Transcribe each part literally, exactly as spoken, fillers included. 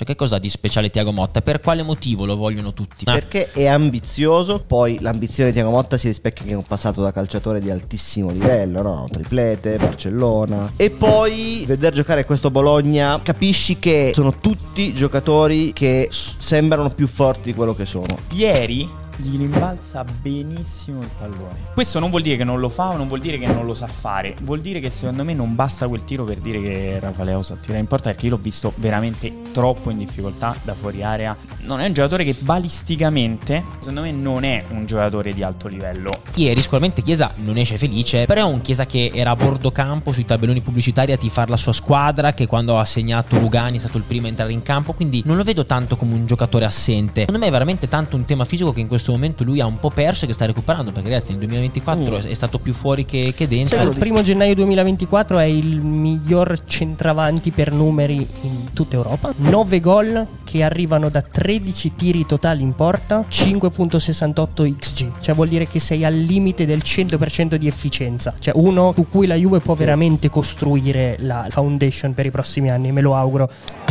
Motta? Che cosa ha di speciale Thiago Motta? Per quale motivo lo vogliono tutti? Perché è ambizioso, poi l'ambizione di Thiago Motta si rispecchia anche in un passato da calciatore di altissimo livello, no? Triplete, Barcellona. E poi vedere giocare questo Bologna, capisci che sono tutti giocatori che s- sembrano più forti di quello che sono. Ieri gli rimbalza benissimo il pallone. Questo non vuol dire che non lo fa o non vuol dire che non lo sa fare. Vuol dire che secondo me non basta quel tiro per dire che Raffaele sa tirare in porta, perché io l'ho visto veramente troppo in difficoltà da fuori area. Non è un giocatore che balisticamente, secondo me, non è un giocatore di alto livello. Ieri sicuramente Chiesa non esce felice, però è un Chiesa che era a bordo campo sui tabelloni pubblicitari a tifare la sua squadra, che quando ha segnato Rugani è stato il primo a entrare in campo, quindi non lo vedo tanto come un giocatore assente. Secondo me è veramente tanto un tema fisico che in questo momento lui ha un po' perso e che sta recuperando, perché ragazzi nel duemilaventiquattro mm. è stato più fuori che, che dentro. Il primo gennaio duemilaventiquattro è il miglior centravanti per numeri in tutta Europa. nove gol che arrivano da tredici tiri totali in porta, cinque virgola sessantotto X G. Cioè vuol dire che sei al limite del cento per cento di efficienza. Cioè uno su cui la Juve può veramente costruire la foundation per i prossimi anni, me lo auguro.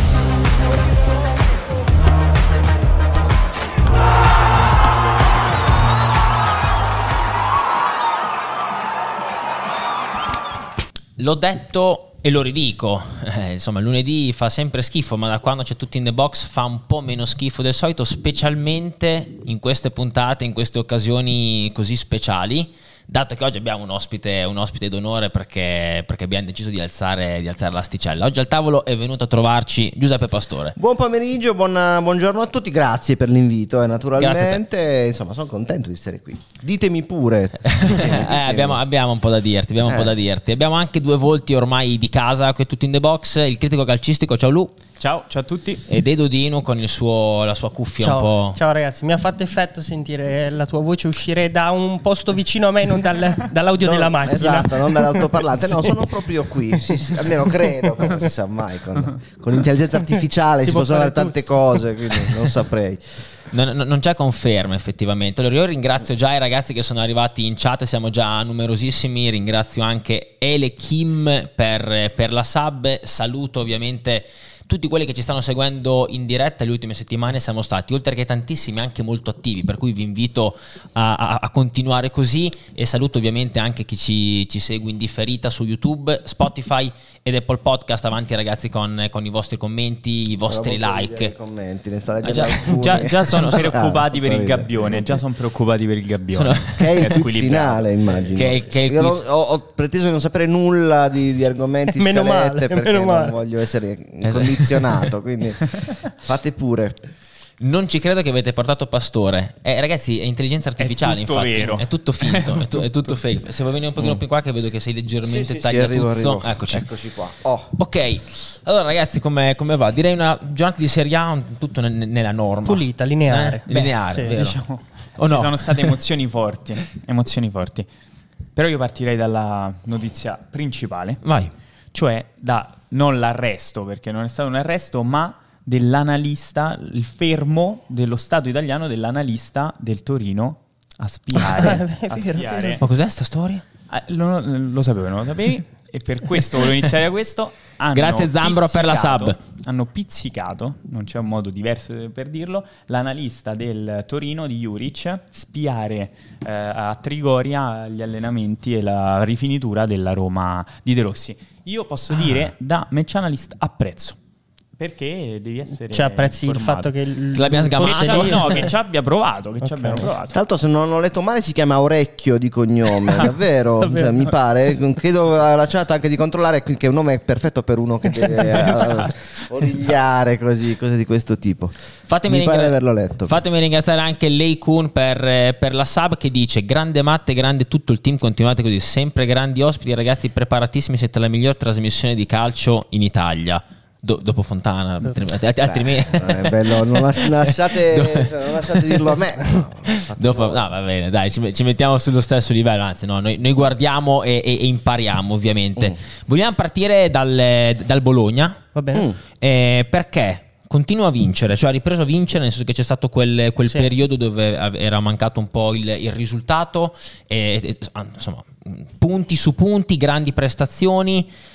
L'ho detto e lo ridico, eh, insomma lunedì fa sempre schifo, ma da quando c'è Tutti in the Box fa un po' meno schifo del solito, specialmente in queste puntate, in queste occasioni così speciali. Dato che oggi abbiamo un ospite, un ospite d'onore perché, perché abbiamo deciso di alzare, di alzare l'asticella. Oggi al tavolo è venuto a trovarci Giuseppe Pastore. Buon pomeriggio, buon, buongiorno a tutti, grazie per l'invito, eh, naturalmente, insomma sono contento di essere qui. Ditemi pure. Ditemi, ditemi. Eh, abbiamo, abbiamo un po' da dirti, abbiamo eh. un po' da dirti. Abbiamo anche due volti ormai di casa, qui Tutti in the Box, il critico calcistico, ciao Lu. Ciao, ciao a tutti. Ed Edo Dino con il suo, la sua cuffia ciao, un po'. Ciao ragazzi, mi ha fatto effetto sentire la tua voce uscire da un posto vicino a me, non dal, dall'audio non, della macchina. Esatto, non dall'altoparlante. Sì. No, sono proprio qui, sì, sì, almeno credo, però non si sa mai. Con, con l'intelligenza artificiale si, si possono fare tante tutto. cose, quindi non saprei. Non, non c'è conferma effettivamente. Allora io ringrazio già i ragazzi che sono arrivati in chat, siamo già numerosissimi. Ringrazio anche Ele Kim per, per la sub. Saluto ovviamente tutti quelli che ci stanno seguendo in diretta. Le ultime settimane siamo stati, oltre che tantissimi, anche molto attivi, per cui vi invito a, a, a continuare così. E saluto ovviamente anche chi ci, ci segue in differita su YouTube, Spotify ed Apple Podcast. Avanti ragazzi con, con i vostri commenti, i vostri like. I commenti, ne sto ah, già, già, già sono preoccupati ah, per il gabbione. Già sono preoccupati per il gabbione. Sono, che è il quiz finale, immagino. Che, che Io quiz... ho, ho preteso di non sapere nulla di, di argomenti meno scalette male, perché meno non male. voglio essere condizionato, quindi fate pure. Non ci credo che avete portato Pastore. Eh, ragazzi, è intelligenza artificiale, è tutto infatti. Vero. È tutto finto, è, tu, è tutto fake. Se vuoi venire un pochino mm. più qua, che vedo che sei leggermente sì, sì, tagliatuzzo. sì, arrivo, arrivo. Eccoci. Eccoci qua. Oh. Ok, allora ragazzi, come, come va? Direi una giornata di Serie A tutto ne, nella norma. Pulita, lineare. Eh? Lineare, sì, vero. Diciamo, o no? Ci sono state emozioni forti. Emozioni forti. Però io partirei dalla notizia principale. Vai. Cioè da non l'arresto, perché non è stato un arresto, ma dell'analista, il fermo dello Stato italiano dell'analista del Torino a spiare. a spiare. Ma cos'è sta storia? Ah, lo, lo sapevo, non lo sapevi? E per questo volevo iniziare da questo. Hanno Grazie Zambro per la sub. Hanno pizzicato, non c'è un modo diverso per dirlo, l'analista del Torino di Juric spiare eh, a Trigoria gli allenamenti e la rifinitura della Roma di De Rossi. Io posso ah. dire da match analyst apprezzo. Perché devi essere cioè apprezzi informato. il fatto che il... l'abbiamo sgamato? No, che ci abbia provato, che okay. ci abbiano provato. Tra l'altro, se non ho letto male, si chiama Orecchio di cognome, davvero, davvero? Cioè, mi pare. Credo alla chat anche di controllare che è un nome perfetto per uno che deve uh, origliare così, cose di questo tipo. Fatemi, mi pare ringra- di averlo letto. Fatemi ringraziare anche Lei Kun per, per la sub, che dice: grande Matte, grande tutto il team, continuate così, sempre grandi ospiti, ragazzi, preparatissimi, siete la miglior trasmissione di calcio in Italia. Do, dopo Fontana, altrimenti è bello, non lasciate, non lasciate dirlo a me. Dopo, no, va bene, dai, ci, ci mettiamo sullo stesso livello. Anzi, no, noi, noi guardiamo e, e, e impariamo, ovviamente. Mm. Vogliamo partire dal, dal Bologna, va bene? Mm. Eh, perché continua a vincere, cioè ha ripreso a vincere, nel senso che c'è stato quel, quel sì. periodo dove era mancato un po' il, il risultato, e, e, insomma, punti su punti, grandi prestazioni.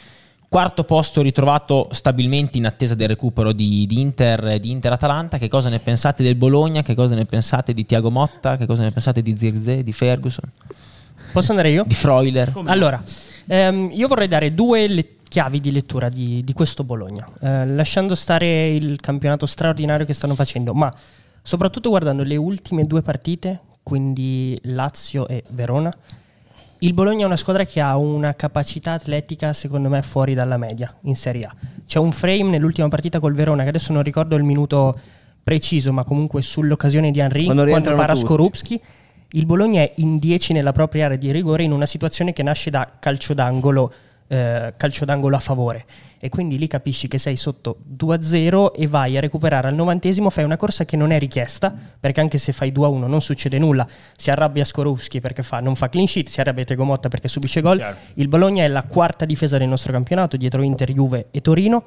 Quarto posto ritrovato stabilmente in attesa del recupero di, di Inter di Inter-Atalanta. Che cosa ne pensate del Bologna? Che cosa ne pensate di Thiago Motta? Che cosa ne pensate di Zirkzee, di Ferguson? Posso andare io? Di Freuler? Come? Allora, ehm, io vorrei dare due le- chiavi di lettura di, di questo Bologna, eh, lasciando stare il campionato straordinario che stanno facendo, ma soprattutto guardando le ultime due partite, quindi Lazio e Verona. Il Bologna è una squadra che ha una capacità atletica secondo me fuori dalla media in Serie A. C'è un frame nell'ultima partita col Verona che adesso non ricordo il minuto preciso, ma comunque sull'occasione di Henry Quando quando para tutti. Skorupski. Il Bologna è in dieci nella propria area di rigore in una situazione che nasce da calcio d'angolo, eh, calcio d'angolo a favore, e quindi lì capisci che sei sotto due a zero e vai a recuperare al novantesimo, fai una corsa che non è richiesta, perché anche se fai due a uno non succede nulla. Si arrabbia Skorupski perché fa, non fa clean sheet, si arrabbia Thiago Motta perché subisce gol. Chiaro. Il Bologna è la quarta difesa del nostro campionato dietro Inter, Juve e Torino,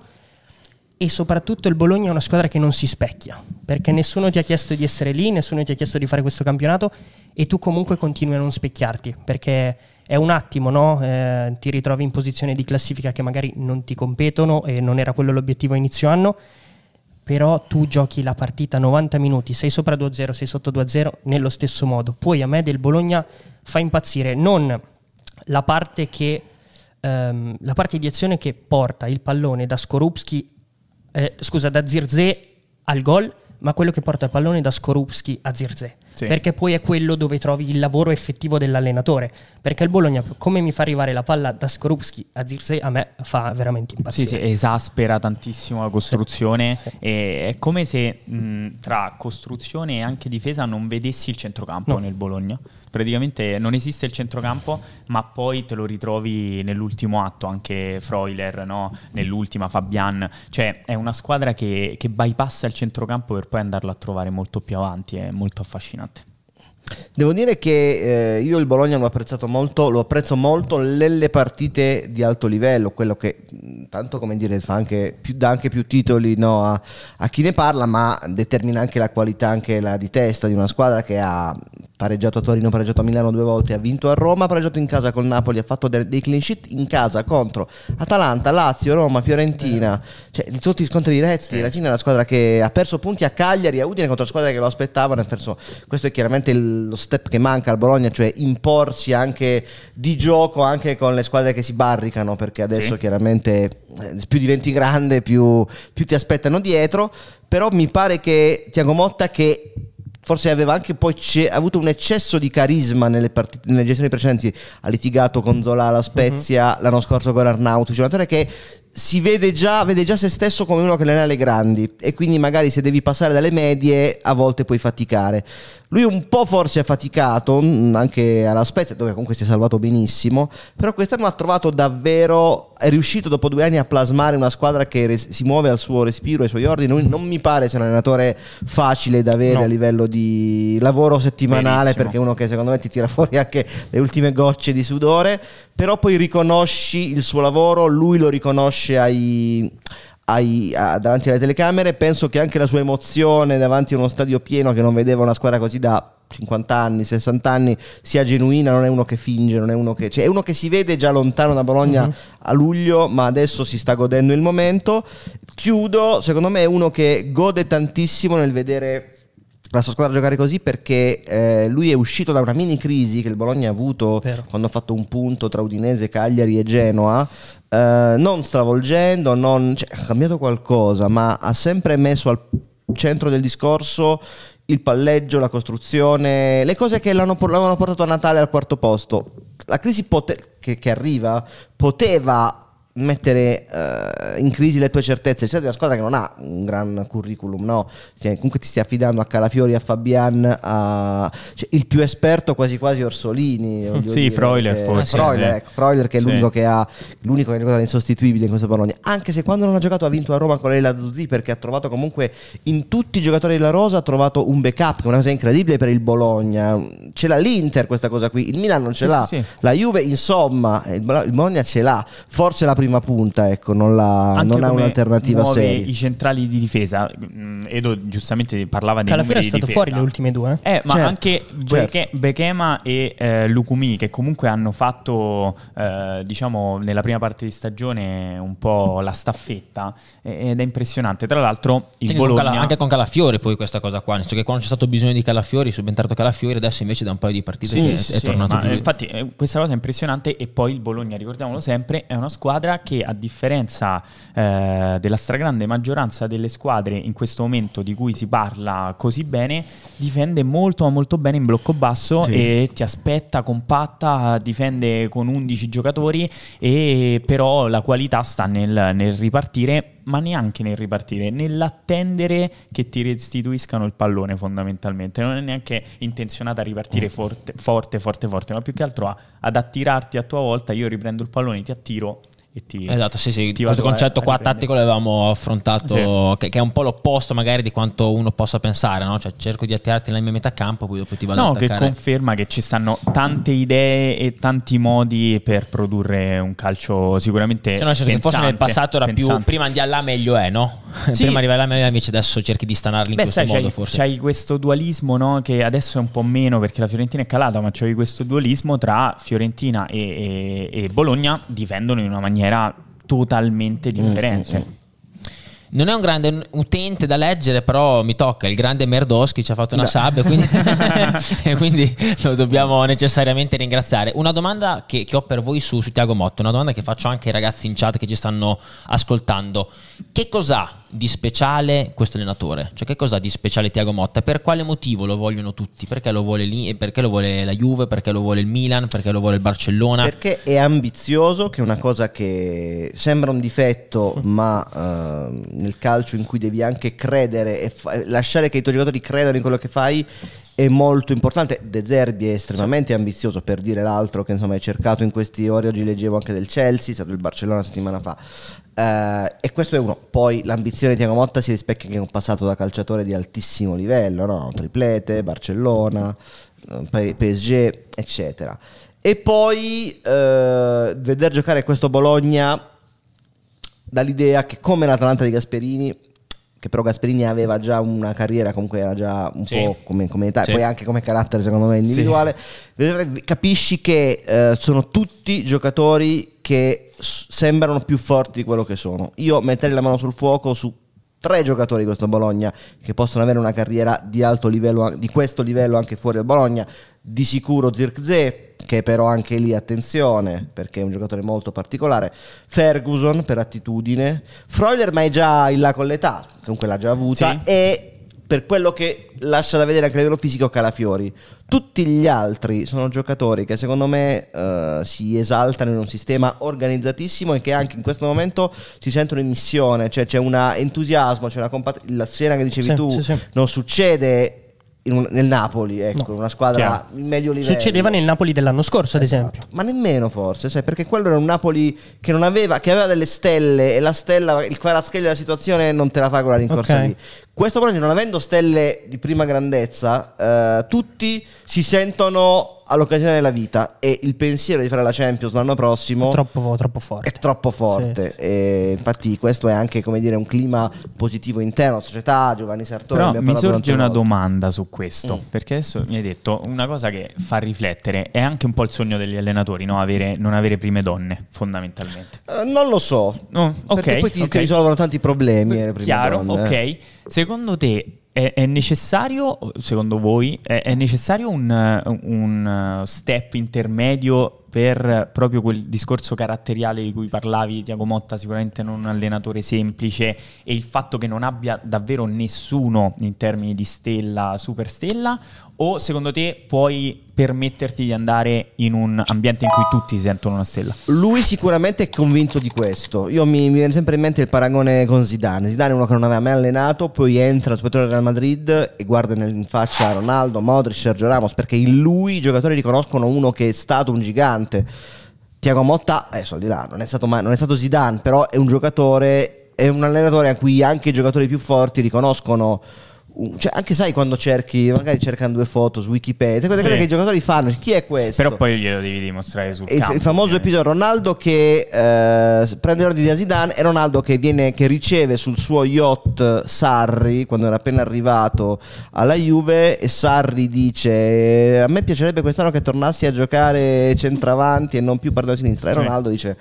e soprattutto il Bologna è una squadra che non si specchia, perché nessuno ti ha chiesto di essere lì, nessuno ti ha chiesto di fare questo campionato e tu comunque continui a non specchiarti, perché è un attimo, no? Eh, ti ritrovi in posizione di classifica che magari non ti competono e non era quello l'obiettivo a inizio anno, però tu giochi la partita novanta minuti, sei sopra due a zero, sei sotto due a zero nello stesso modo. Poi a me del Bologna fa impazzire non la parte che ehm, la parte di azione che porta il pallone da Skorupski eh, scusa da Zirkzee al gol, ma quello che porta il pallone da Skorupski a Zirkzee. Sì. Perché poi è quello dove trovi il lavoro effettivo dell'allenatore, perché il Bologna, come mi fa arrivare la palla da Skorupski a Zirkzee, a me fa veramente impazzire. Sì, sì, esaspera tantissimo la costruzione. Sì, sì. E è come se mh, tra costruzione e anche difesa non vedessi il centrocampo No. nel Bologna. Praticamente non esiste il centrocampo, ma poi te lo ritrovi nell'ultimo atto, anche Freuler, no? Nell'ultima Fabian. Cioè è una squadra che, che bypassa il centrocampo per poi andarlo a trovare molto più avanti, è molto affascinante. Devo dire che eh, io il Bologna l'ho apprezzato molto, lo apprezzo molto nelle partite di alto livello, quello che mh, tanto come dire fa anche più, dà anche più titoli, no, a, a chi ne parla, ma determina anche la qualità, anche la di testa di una squadra che ha pareggiato a Torino, pareggiato a Milano due volte, ha vinto a Roma, ha pareggiato in casa col Napoli, ha fatto de- dei clean sheet in casa contro Atalanta, Lazio, Roma, Fiorentina, cioè di tutti gli scontri diretti. Sì. Alla fine è una squadra che ha perso punti a Cagliari, a Udine contro squadre che lo aspettavano, ha perso. Questo è chiaramente il, lo step che manca al Bologna, cioè imporsi anche di gioco anche con le squadre che si barricano, perché adesso Sì. chiaramente eh, più diventi grande più, più ti aspettano dietro. Però mi pare che Thiago Motta, che forse aveva anche poi c'è, avuto un eccesso di carisma nelle, partite, nelle gestioni precedenti, ha litigato con Zola alla Spezia, uh-huh. l'anno scorso con Arnautovic, un giocatore che si vede già, vede già se stesso come uno che non è alle grandi, e quindi magari se devi passare dalle medie a volte puoi faticare. Lui un po' forse ha faticato anche alla Spezia, dove comunque si è salvato benissimo, però quest'anno ha trovato davvero, è riuscito dopo due anni a plasmare una squadra che res- si muove al suo respiro, ai suoi ordini. Non, non mi pare sia un allenatore facile da avere, no, a livello di lavoro settimanale. Benissimo. Perché è uno che secondo me ti tira fuori anche le ultime gocce di sudore, però poi riconosci il suo lavoro, lui lo riconosce ai... Ai, a, davanti alle telecamere. Penso che anche la sua emozione davanti a uno stadio pieno che non vedeva una squadra così da cinquanta anni, sessanta anni sia genuina. Non è uno che finge, non è uno che, cioè è uno che si vede già lontano da Bologna, uh-huh, a luglio, ma adesso si sta godendo il momento. Chiudo, secondo me è uno che gode tantissimo nel vedere la sua squadra giocare così, perché eh, lui è uscito da una mini crisi che il Bologna ha avuto, vero, quando ha fatto un punto tra Udinese, Cagliari e Genoa, eh, non stravolgendo, non, cioè, ha cambiato qualcosa, ma ha sempre messo al centro del discorso il palleggio, la costruzione, le cose che l'hanno, l'avevano portato a Natale al quarto posto. La crisi pote- che, che arriva poteva mettere uh, in crisi le tue certezze. C'è una squadra che non ha un gran curriculum, no? Comunque ti stai affidando a Calafiori, a Fabian, a... Cioè, il più esperto quasi quasi Orsolini, sì, dire, Freuler che... forse Freuler, eh. ecco, Freuler che è sì. l'unico che ha l'unico che è insostituibile in questo Bologna, anche se quando non ha giocato ha vinto a Roma con Leila Zuzzi, perché ha trovato comunque in tutti i giocatori della rosa, ha trovato un backup, che è una cosa incredibile per il Bologna. Ce l'ha l'Inter questa cosa qui, il Milan non ce sì, l'ha, sì, sì. la Juve insomma, il Bologna ce l'ha, forse la prima punta, ecco, non, la, Anche non ha come un'alternativa muove seria. i centrali di difesa. Edo giustamente parlava dei Calafiori è numeri di stato difesa. fuori le ultime due. Eh, ma Certo, anche certo. Beke- Bekema e eh, Lukumi, che comunque hanno fatto, eh, diciamo, nella prima parte di stagione un po' la staffetta, ed è impressionante. Tra l'altro il Anche con, Bologna... Cala- anche con Calafiori poi questa cosa qua, nel senso che quando c'è stato bisogno di Calafiori, è subentrato Calafiori, adesso invece da un paio di partite Sì, è, sì, è sì, tornato ma giù. infatti eh, questa cosa è impressionante. E poi il Bologna, ricordiamolo sempre, è una squadra che, a differenza eh, della stragrande maggioranza delle squadre in questo momento di cui si parla così bene, difende molto ma molto bene in blocco basso, Sì. e ti aspetta compatta, difende con undici giocatori, e però la qualità sta nel, nel ripartire, ma neanche nel ripartire, nell'attendere che ti restituiscano il pallone. Fondamentalmente non è neanche intenzionata a ripartire forte, forte, forte, forte, ma più che altro a, ad attirarti a tua volta. Io riprendo il pallone, ti attiro e ti... Esatto, sì, sì, ti questo vado a- concetto a qua riprendere. tattico l'avevamo affrontato, Sì. che, che è un po' l'opposto magari di quanto uno possa pensare, no? Cioè cerco di attirarti nella mia metà campo, poi dopo ti vado No, ad che attaccare. conferma che ci stanno tante idee e tanti modi per produrre un calcio sicuramente Cioè, nel senso che forse nel pensante, passato era più pensante. prima andiamo là meglio è, no? Sì. Prima arrivare là meglio è, invece adesso cerchi di stanarli in Beh, questo sai, modo c'hai, forse. c'hai questo dualismo, no? Che adesso è un po' meno perché la Fiorentina è calata, ma c'hai questo dualismo tra Fiorentina e, e- e Bologna, difendono in una maniera totalmente differente. sì, sì. Non è un grande utente da leggere, però mi tocca. Il grande Merdoschi ci ha fatto una sub e quindi, e quindi lo dobbiamo necessariamente ringraziare. Una domanda che, che ho per voi su, su Thiago Motta, una domanda che faccio anche ai ragazzi in chat che ci stanno ascoltando. Che cos'ha di speciale questo allenatore? Cioè, che cos'ha di speciale Thiago Motta? Per quale motivo lo vogliono tutti? Perché lo vuole lì? E perché lo vuole la Juve? Perché lo vuole il Milan? Perché lo vuole il Barcellona? Perché è ambizioso, che è una cosa che sembra un difetto, ma eh, nel calcio in cui devi anche credere e fa- lasciare che i tuoi giocatori credano in quello che fai è molto importante. De Zerbi è estremamente ambizioso, per dire l'altro che insomma è cercato in questi ore. Oggi leggevo anche del Chelsea, è stato il Barcellona una settimana fa. Eh, e questo è uno. Poi l'ambizione di Thiago Motta si rispecchia anche in un passato da calciatore di altissimo livello, no? Triplete, Barcellona, P S G, eccetera. E poi eh, vedere giocare questo Bologna dall'idea che, come l'Atalanta di Gasperini, che però Gasperini aveva già una carriera, comunque era già un Sì. po' come, come età, Sì. poi anche come carattere secondo me individuale, vedere- capisci che eh, sono tutti giocatori che s- sembrano più forti di quello che sono. Io metterei la mano sul fuoco su tre giocatori di questo Bologna che possono avere una carriera di alto livello, di questo livello anche fuori dal Bologna. Di sicuro Zirkzee, che però anche lì attenzione perché è un giocatore molto particolare. Ferguson per attitudine, Freuler ma è già in là con l'età, comunque l'ha già avuta, Sì. e per quello che lascia da vedere anche a livello fisico Calafiori. Tutti gli altri sono giocatori che secondo me eh, si esaltano in un sistema organizzatissimo e che anche in questo momento si sentono in missione, cioè c'è un entusiasmo, c'è una compat- la scena che dicevi Sì, tu sì, sì. non succede in un- nel Napoli, ecco, No. una squadra Chiaro. in medio livello. Succedeva nel Napoli dell'anno scorso, ad Esatto. esempio. Ma nemmeno forse, sai, perché quello era un Napoli che non aveva, che aveva delle stelle, e la stella, il Kvaratskhelia della situazione non te la fa quella rincorsa Ok. lì. Questo Bologna, non avendo stelle di prima grandezza, eh, tutti si sentono all'occasione della vita, e il pensiero di fare la Champions l'anno prossimo Troppo, troppo forte. è troppo forte. Sì, sì. E infatti questo è anche, come dire, un clima positivo interno, la società. Giovanni Sartori, Però abbiamo mi parlato sorge tante una volte. domanda su questo, Mm. perché adesso mi hai detto una cosa che fa riflettere. È anche un po' il sogno degli allenatori, no? Avere, non avere prime donne, fondamentalmente. Eh, non lo so, No, ok, perché poi ti, ok. ti risolvono tanti problemi, eh, le prime Chiaro, donne, eh. ok. Secondo te è, è necessario, secondo voi, è, è necessario un, un step intermedio per proprio quel discorso caratteriale di cui parlavi, Thiago Motta sicuramente non un allenatore semplice, e il fatto che non abbia davvero nessuno in termini di stella, super stella? O secondo te puoi permetterti di andare in un ambiente in cui tutti si sentono una stella? Lui sicuramente è convinto di questo. Io mi, mi viene sempre in mente il paragone con Zidane. Zidane è uno che non aveva mai allenato, poi entra al Real Madrid e guarda nel- in faccia Ronaldo, Modric, Sergio Ramos, perché in lui i giocatori riconoscono uno che è stato un gigante. Thiago Motta, adesso al di là, non è stato mai, non è stato Zidane, però è un giocatore, è un allenatore a cui anche i giocatori più forti riconoscono Cioè, anche sai quando cerchi, magari cercano due foto su Wikipedia, quelle cose Sì. che i giocatori fanno, chi è questo? Però poi glielo devi dimostrare sul il, campo. il famoso ovviamente. episodio Ronaldo che eh, prende l'ordine da Zidane e Ronaldo che viene che riceve sul suo yacht Sarri quando era appena arrivato alla Juve, e Sarri dice: a me piacerebbe quest'anno che tornassi a giocare centravanti e non più per la sinistra, e Sì. Ronaldo dice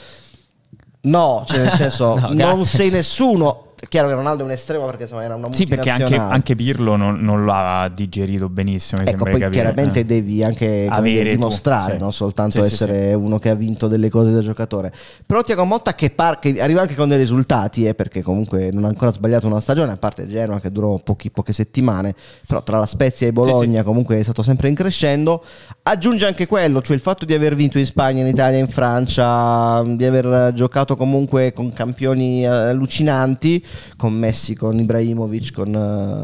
no, cioè nel senso No, non grazie. sei nessuno. È chiaro che Ronaldo è un estremo perché insomma era una Sì, perché anche, multinazionale. anche Pirlo non, non l'ha digerito benissimo. Mi Ecco, sembra poi di capire. chiaramente Eh. devi anche come Avere dire, tu, dimostrare, sì. non soltanto Sì, sì, essere uno che ha vinto delle cose da giocatore. Però Thiago Motta che, par- che arriva anche con dei risultati, eh, perché comunque non ha ancora sbagliato una stagione, a parte Genoa che durò pochi, poche settimane, però tra la Spezia e Bologna Sì, sì. comunque è stato sempre in crescendo. Aggiunge anche quello, cioè il fatto di aver vinto in Spagna, in Italia, in Francia, di aver giocato comunque con campioni eh, allucinanti, con Messi, con Ibrahimovic, con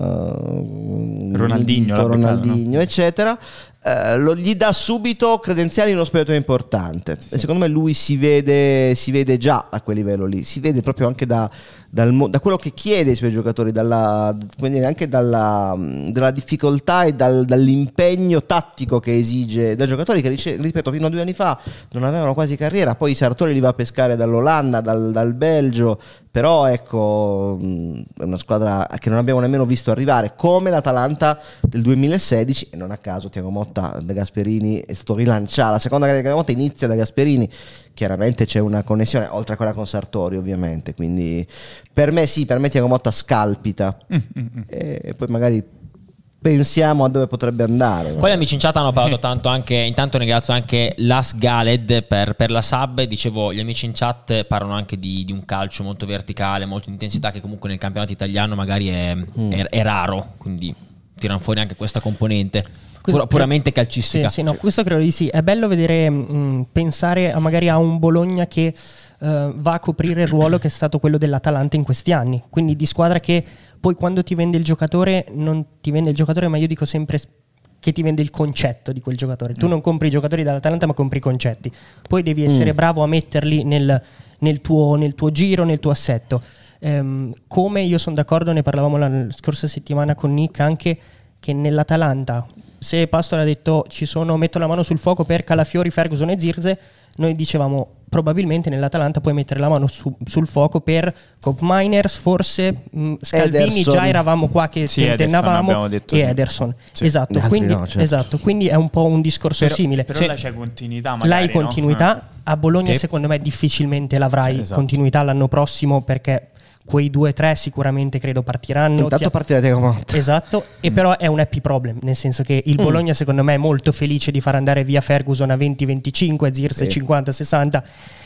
uh, Ronaldinho, Milito, l'ha beccato, Ronaldinho, no? eccetera. Eh, lo- gli dà subito credenziali in uno spogliatoio importante, e secondo me lui si vede, si vede già a quel livello lì, si vede proprio anche da, dal mo- da quello che chiede ai suoi giocatori, dalla, come dire, anche dalla, dalla difficoltà e dal- dall'impegno tattico che esige da giocatori che, rice- ripeto, fino a due anni fa non avevano quasi carriera. Poi Sartori li va a pescare dall'Olanda, dal, dal Belgio, però ecco, mh, è una squadra che non abbiamo nemmeno visto arrivare, come l'Atalanta del duemilasedici, e non a caso Thiago Motta da Gasperini è stato rilanciato. La seconda gara di Thiago Motta inizia da Gasperini, chiaramente c'è una connessione oltre a quella con Sartori ovviamente, quindi per me sì, per me Thiago Motta scalpita e poi magari pensiamo a dove potrebbe andare. Poi gli amici in chat hanno parlato tanto anche, intanto ringrazio anche Las Galed per, per la sub. Dicevo, gli amici in chat parlano anche di, di un calcio molto verticale, molto di intensità, che comunque nel campionato italiano magari è, Mm. è, è raro, quindi tirano fuori anche questa componente Questo- pura- puramente calcistica. Sì, sì, no, questo credo di sì. È bello vedere, mh, pensare a magari a un Bologna che eh, va a coprire il ruolo che è stato quello dell'Atalanta in questi anni. Quindi di squadra che poi quando ti vende il giocatore, non ti vende il giocatore, ma io dico sempre s- che ti vende il concetto di quel giocatore. Tu non compri i giocatori dall'Atalanta, ma compri i concetti. Poi devi essere Mm. bravo a metterli nel, nel tuo, nel tuo giro, nel tuo assetto. Ehm, come io sono d'accordo, ne parlavamo la scorsa settimana con Nick, anche che nell'Atalanta, se Pastore ha detto ci sono, metto la mano sul fuoco per Calafiori, Ferguson e Zirze, noi dicevamo probabilmente nell'Atalanta puoi mettere la mano su- sul fuoco per Cop Miners, forse mh, Scalvini, Ederson. già eravamo qua che Sì, Ederson abbiamo tentennavamo, detto e sì. Ederson. Sì. Esatto, Gli altri quindi, no, certo. esatto, quindi è un po' un discorso Però, simile. però Cioè, là c'è continuità magari, là hai no? continuità, a Bologna Sì. secondo me difficilmente l'avrai Sì, esatto. continuità l'anno prossimo, perché quei due o tre sicuramente credo partiranno. Intanto Ti- partirà Thiago Motta. Esatto, e però è un happy problem, nel senso che il Bologna secondo me è molto felice di far andare via Ferguson a venti venticinque, Zirze Sì. cinquanta sessanta,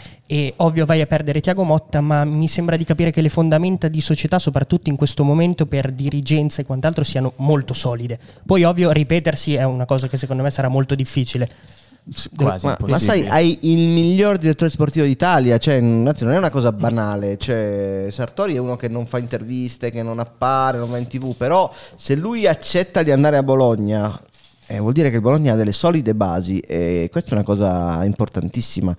e ovvio vai a perdere Thiago Motta, ma mi sembra di capire che le fondamenta di società, soprattutto in questo momento per dirigenza e quant'altro, siano molto solide. Poi ovvio ripetersi è una cosa che secondo me sarà molto difficile. Quasi Ma, ma sai, impossibile. hai il miglior direttore sportivo d'Italia, cioè anzi, non è una cosa banale, cioè, Sartori è uno che non fa interviste, che non appare, non va in tv, però se lui accetta di andare a Bologna, eh, vuol dire che il Bologna ha delle solide basi, e questa è una cosa importantissima.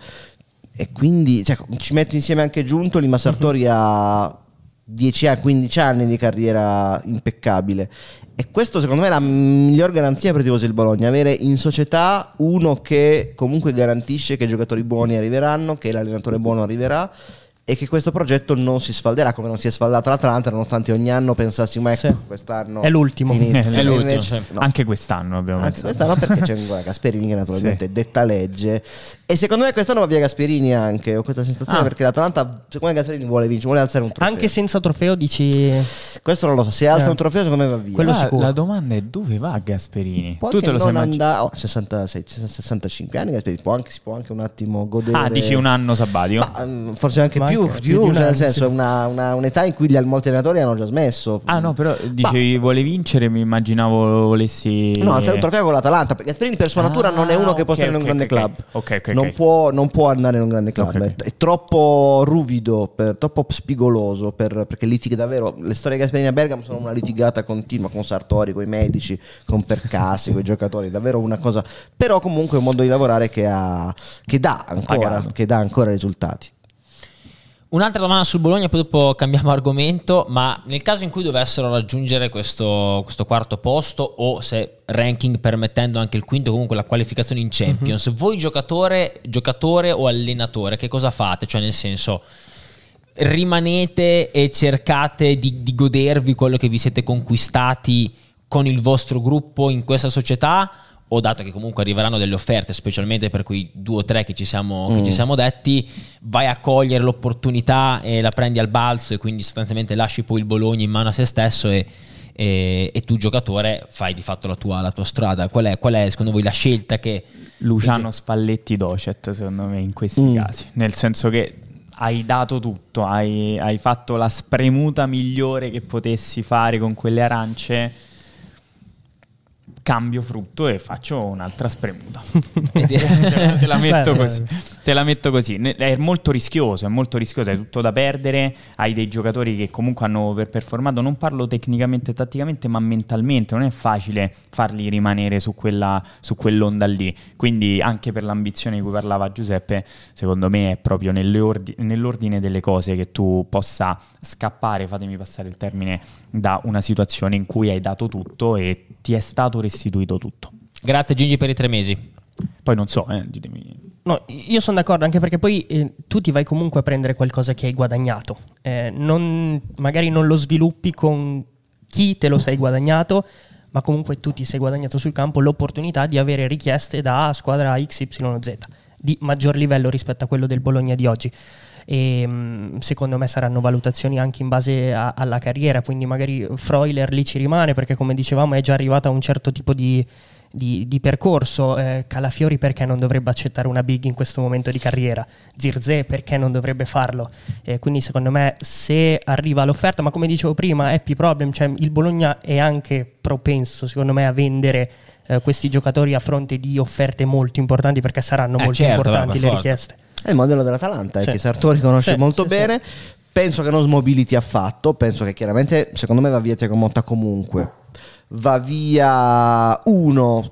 E quindi cioè, ci metto insieme anche Giuntoli, ma Sartori ha dieci anni, quindici anni di carriera impeccabile. E questo secondo me è la miglior garanzia per i tifosi del Bologna, avere in società uno che comunque garantisce che i giocatori buoni arriveranno, che l'allenatore buono arriverà e che questo progetto non si sfalderà come non si è sfaldata l'Atalanta, nonostante ogni anno pensassimo ma ecco, Sì. quest'anno È l'ultimo. inizia. È l'ultimo, Invece, sì. no. Anche quest'anno abbiamo Anzi, pensato. quest'anno perché c'è ancora Gasperini che naturalmente Sì. detta legge, e secondo me quest'anno va via Gasperini anche, ho questa sensazione Ah. perché l'Atalanta secondo me Gasperini vuole vincere, vuole alzare un trofeo. Anche senza trofeo dici Questo non lo so, se alza Eh. un trofeo secondo me va via. Quello Ah, sicuro. la domanda è dove va Gasperini? Può Tu anche te lo sei non immaginato? andare, oh, sessantasei, sessantacinque anni Gasperini, può anche, si può anche un attimo godere. Ah, dici un anno sabbatico? Ma, mm, forse anche Ma più, anche più, più di un cioè, nel anno, senso sì. una, una- un'età in cui gli, molti allenatori hanno già smesso. Ah no, però dicevi vuole vincere, mi immaginavo volessi... No, alzare un trofeo con l'Atalanta, perché Gasperini per sua natura Ah, non è uno che può ok, stare in un ok, grande ok, club. ok, ok, non, ok. Può, non può andare in un grande club, Ok, ok. È, è troppo ruvido, per- troppo spigoloso, per- perché litiga davvero. Le storie di Gasperini a Bergamo sono una litigata continua con Sartori, con i medici, con Percassi, con i giocatori, davvero una cosa. Però comunque è un modo di lavorare che, ha, che dà ancora, Pagato. che dà ancora risultati. Un'altra domanda sul Bologna, poi dopo cambiamo argomento, ma nel caso in cui dovessero raggiungere questo, questo quarto posto, o se ranking permettendo anche il quinto, comunque la qualificazione in Champions, mm-hmm. voi giocatore, giocatore o allenatore, che cosa fate? Cioè nel senso, rimanete e cercate di, di godervi quello che vi siete conquistati con il vostro gruppo in questa società, o dato che comunque arriveranno delle offerte, specialmente per quei due o tre che ci siamo, mm. che ci siamo detti, vai a cogliere l'opportunità e la prendi al balzo, e quindi sostanzialmente lasci poi il Bologna in mano a se stesso e, e, e tu giocatore fai di fatto la tua, la tua strada. Qual è, qual è secondo voi la scelta che... Luciano Spalletti Docet secondo me in questi mm. casi, nel senso che hai dato tutto, hai, hai fatto la spremuta migliore che potessi fare con quelle arance, cambio frutto e faccio un'altra spremuta. te, te la metto beh, così te la metto così è molto rischioso, è molto rischioso, hai tutto da perdere, hai dei giocatori che comunque hanno performato, non parlo tecnicamente e tatticamente ma mentalmente, non è facile farli rimanere su quella su quell'onda lì, quindi anche per l'ambizione di cui parlava Giuseppe, secondo me è proprio nelle ordi- nell'ordine delle cose che tu possa scappare, fatemi passare il termine, da una situazione in cui hai dato tutto e ti è stato restituito tutto. Grazie Gigi per i tre mesi. Poi non so, eh, ditemi. No, io sono d'accordo, anche perché poi eh, tu ti vai comunque a prendere qualcosa che hai guadagnato, eh, non, magari non lo sviluppi con chi te lo sei guadagnato, ma comunque tu ti sei guadagnato sul campo l'opportunità di avere richieste da squadra X Y Z di maggior livello rispetto a quello del Bologna di oggi. E secondo me saranno valutazioni anche in base a, alla carriera, quindi magari Freuler lì ci rimane perché, come dicevamo, è già arrivata a un certo tipo di, di, di percorso. eh, Calafiori perché non dovrebbe accettare una big in questo momento di carriera? Zirkzee perché non dovrebbe farlo? Eh, quindi secondo me, se arriva l'offerta, ma come dicevo prima, happy problem, cioè il Bologna è anche propenso secondo me a vendere eh, questi giocatori a fronte di offerte molto importanti, perché saranno eh, molto certo, importanti beh, le richieste. È il modello dell'Atalanta, sì. che Sartori conosce sì, molto sì, bene. Sì. Penso che non smobiliti affatto. Penso che chiaramente, secondo me, va via Thiago Motta comunque. Va via uno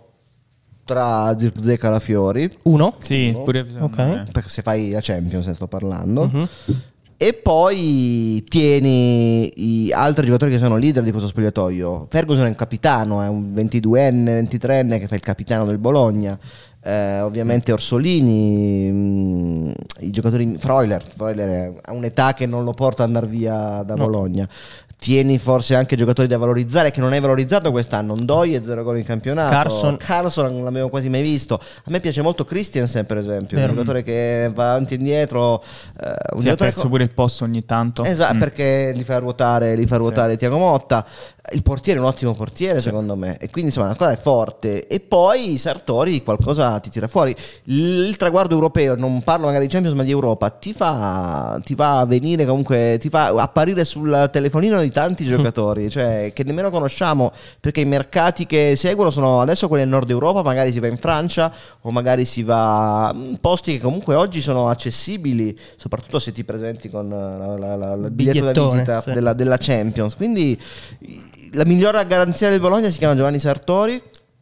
tra Zirkzee e Calafiori. Uno? Sì, uno. pure Ok. Perché se fai la Champions, ne sto parlando. Uh-huh. E poi tieni i altri giocatori che sono leader di questo spogliatoio. Ferguson è un capitano, è un ventiduenne, ventitreenne che fa il capitano del Bologna. Eh, ovviamente Orsolini, mh, i giocatori, Freuler, Freuler ha un'età che non lo porta ad andare via da no. Bologna. Tieni forse anche giocatori da valorizzare, che non hai valorizzato quest'anno. Ndoye zero gol in campionato. Carson. Carson non l'avevo quasi mai visto. A me piace molto Christiansen, per esempio, Vero. un giocatore che va avanti e indietro. Eh, un si è perso co- pure il posto ogni tanto. Esatto, mm. perché li fa ruotare, li fa ruotare sì. Thiago Motta. Il portiere è un ottimo portiere, sì. secondo me, e quindi insomma ancora è forte. E poi Sartori qualcosa ti tira fuori. Il, il traguardo europeo, non parlo magari di Champions ma di Europa, ti fa ti fa a venire comunque, ti fa apparire sul telefonino di tanti giocatori, cioè che nemmeno conosciamo, perché i mercati che seguono sono adesso quelli del nord Europa, magari si va in Francia o magari si va in posti che comunque oggi sono accessibili, soprattutto se ti presenti con la, la, la, il biglietto da visita sì. della, della Champions. Quindi la migliore garanzia del Bologna si chiama Giovanni Sartori.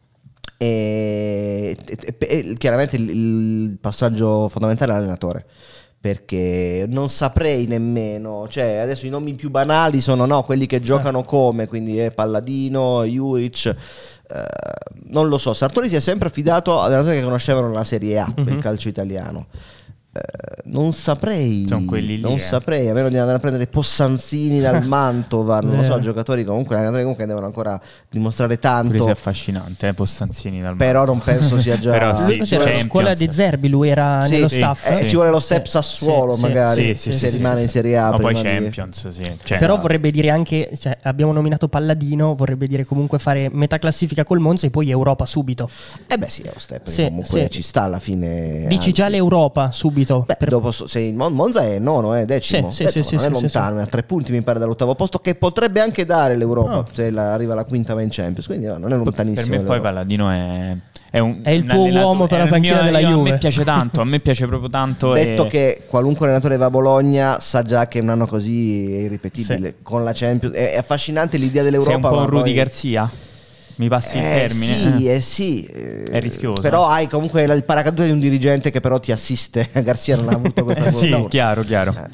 E, e, e chiaramente il, il passaggio fondamentale è l'allenatore, perché non saprei nemmeno, cioè adesso i nomi più banali sono no, quelli che giocano come, quindi è Palladino, Juric, eh, non lo so. Sartori si è sempre affidato ad allenatori che conoscevano la Serie A, mm-hmm. il calcio italiano. Eh, non saprei, Sono quelli lì, non eh. saprei, a meno di andare a prendere Possanzini dal Mantova, non lo so, giocatori comunque, allenatori comunque devono ancora dimostrare tanto. Pure se è affascinante, eh, Possanzini dal Però Mantova. non penso sia già. Però sì, lui c'era la scuola di Zerbi, lui era sì, nello sì. staff. Eh, sì. ci vuole lo step Sassuolo, sì, magari sì, sì, se sì, rimane sì, in Serie A. Ma poi prima di- Champions, sì. Cioè, Però no. vorrebbe dire anche, cioè, abbiamo nominato Palladino, vorrebbe dire comunque fare metà classifica col Monza e poi Europa subito. Eh beh sì, è lo step, Sì, comunque sì. ci sta alla fine. Dici anzi. già l'Europa subito. Beh, per- dopo so- se il Mon- Monza è nono, è decimo. Sì, Beh, sì, insomma, sì, non sì, è sì, lontano, è a tre punti mi pare dall'ottavo posto, che potrebbe anche dare l'Europa Oh. se la- arriva la quinta va in Champions. Quindi no, non è lontanissimo. Per me poi dall'Europa. Palladino è è, un, È il un tuo allenatore- uomo per la è il panchina mio- della io- Juve. A me piace tanto, a me piace proprio tanto. Detto e... che qualunque allenatore va a Bologna sa già che un anno così è irripetibile. Sì. Con la Champions è, è affascinante l'idea Sei dell'Europa. un po' ma un Rudy poi- Garzia? Mi passi il Eh termine? sì, eh. eh sì. eh, È rischioso. Però hai comunque il paracadute di un dirigente che però ti assiste. Garzia non ha avuto questa Sì, fortuna. chiaro, chiaro. Eh.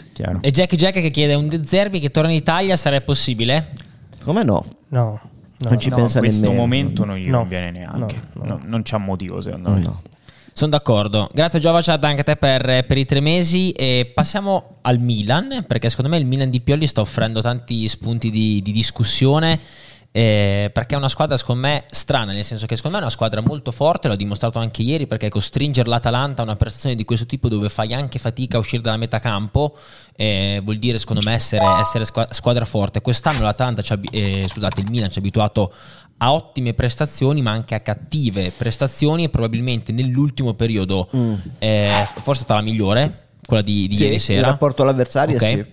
chiaro. E Jack Jack che chiede un De Zerbi che torna in Italia, sarebbe possibile? Come no? No. No, non ci no, pensa in questo nemmeno. momento non gli No. conviene neanche. No, no. No, non c'ha motivo secondo me. No. Sono d'accordo. Grazie Giovacciad anche a te per, per i tre mesi. E passiamo al Milan, perché secondo me il Milan di Pioli sta offrendo tanti spunti di, di discussione. Eh, perché è una squadra secondo me strana, nel senso che secondo me è una squadra molto forte, l'ho dimostrato anche ieri, perché costringere l'Atalanta a una prestazione di questo tipo dove fai anche fatica a uscire dalla metacampo eh, vuol dire secondo me essere, essere squadra forte. Quest'anno l'Atalanta ci ha, eh, scusate, il Milan ci ha abituato a ottime prestazioni ma anche a cattive prestazioni, e probabilmente nell'ultimo periodo mm. eh, forse è stata la migliore, quella di, di sì, ieri sera, il rapporto all'avversario, okay. sì.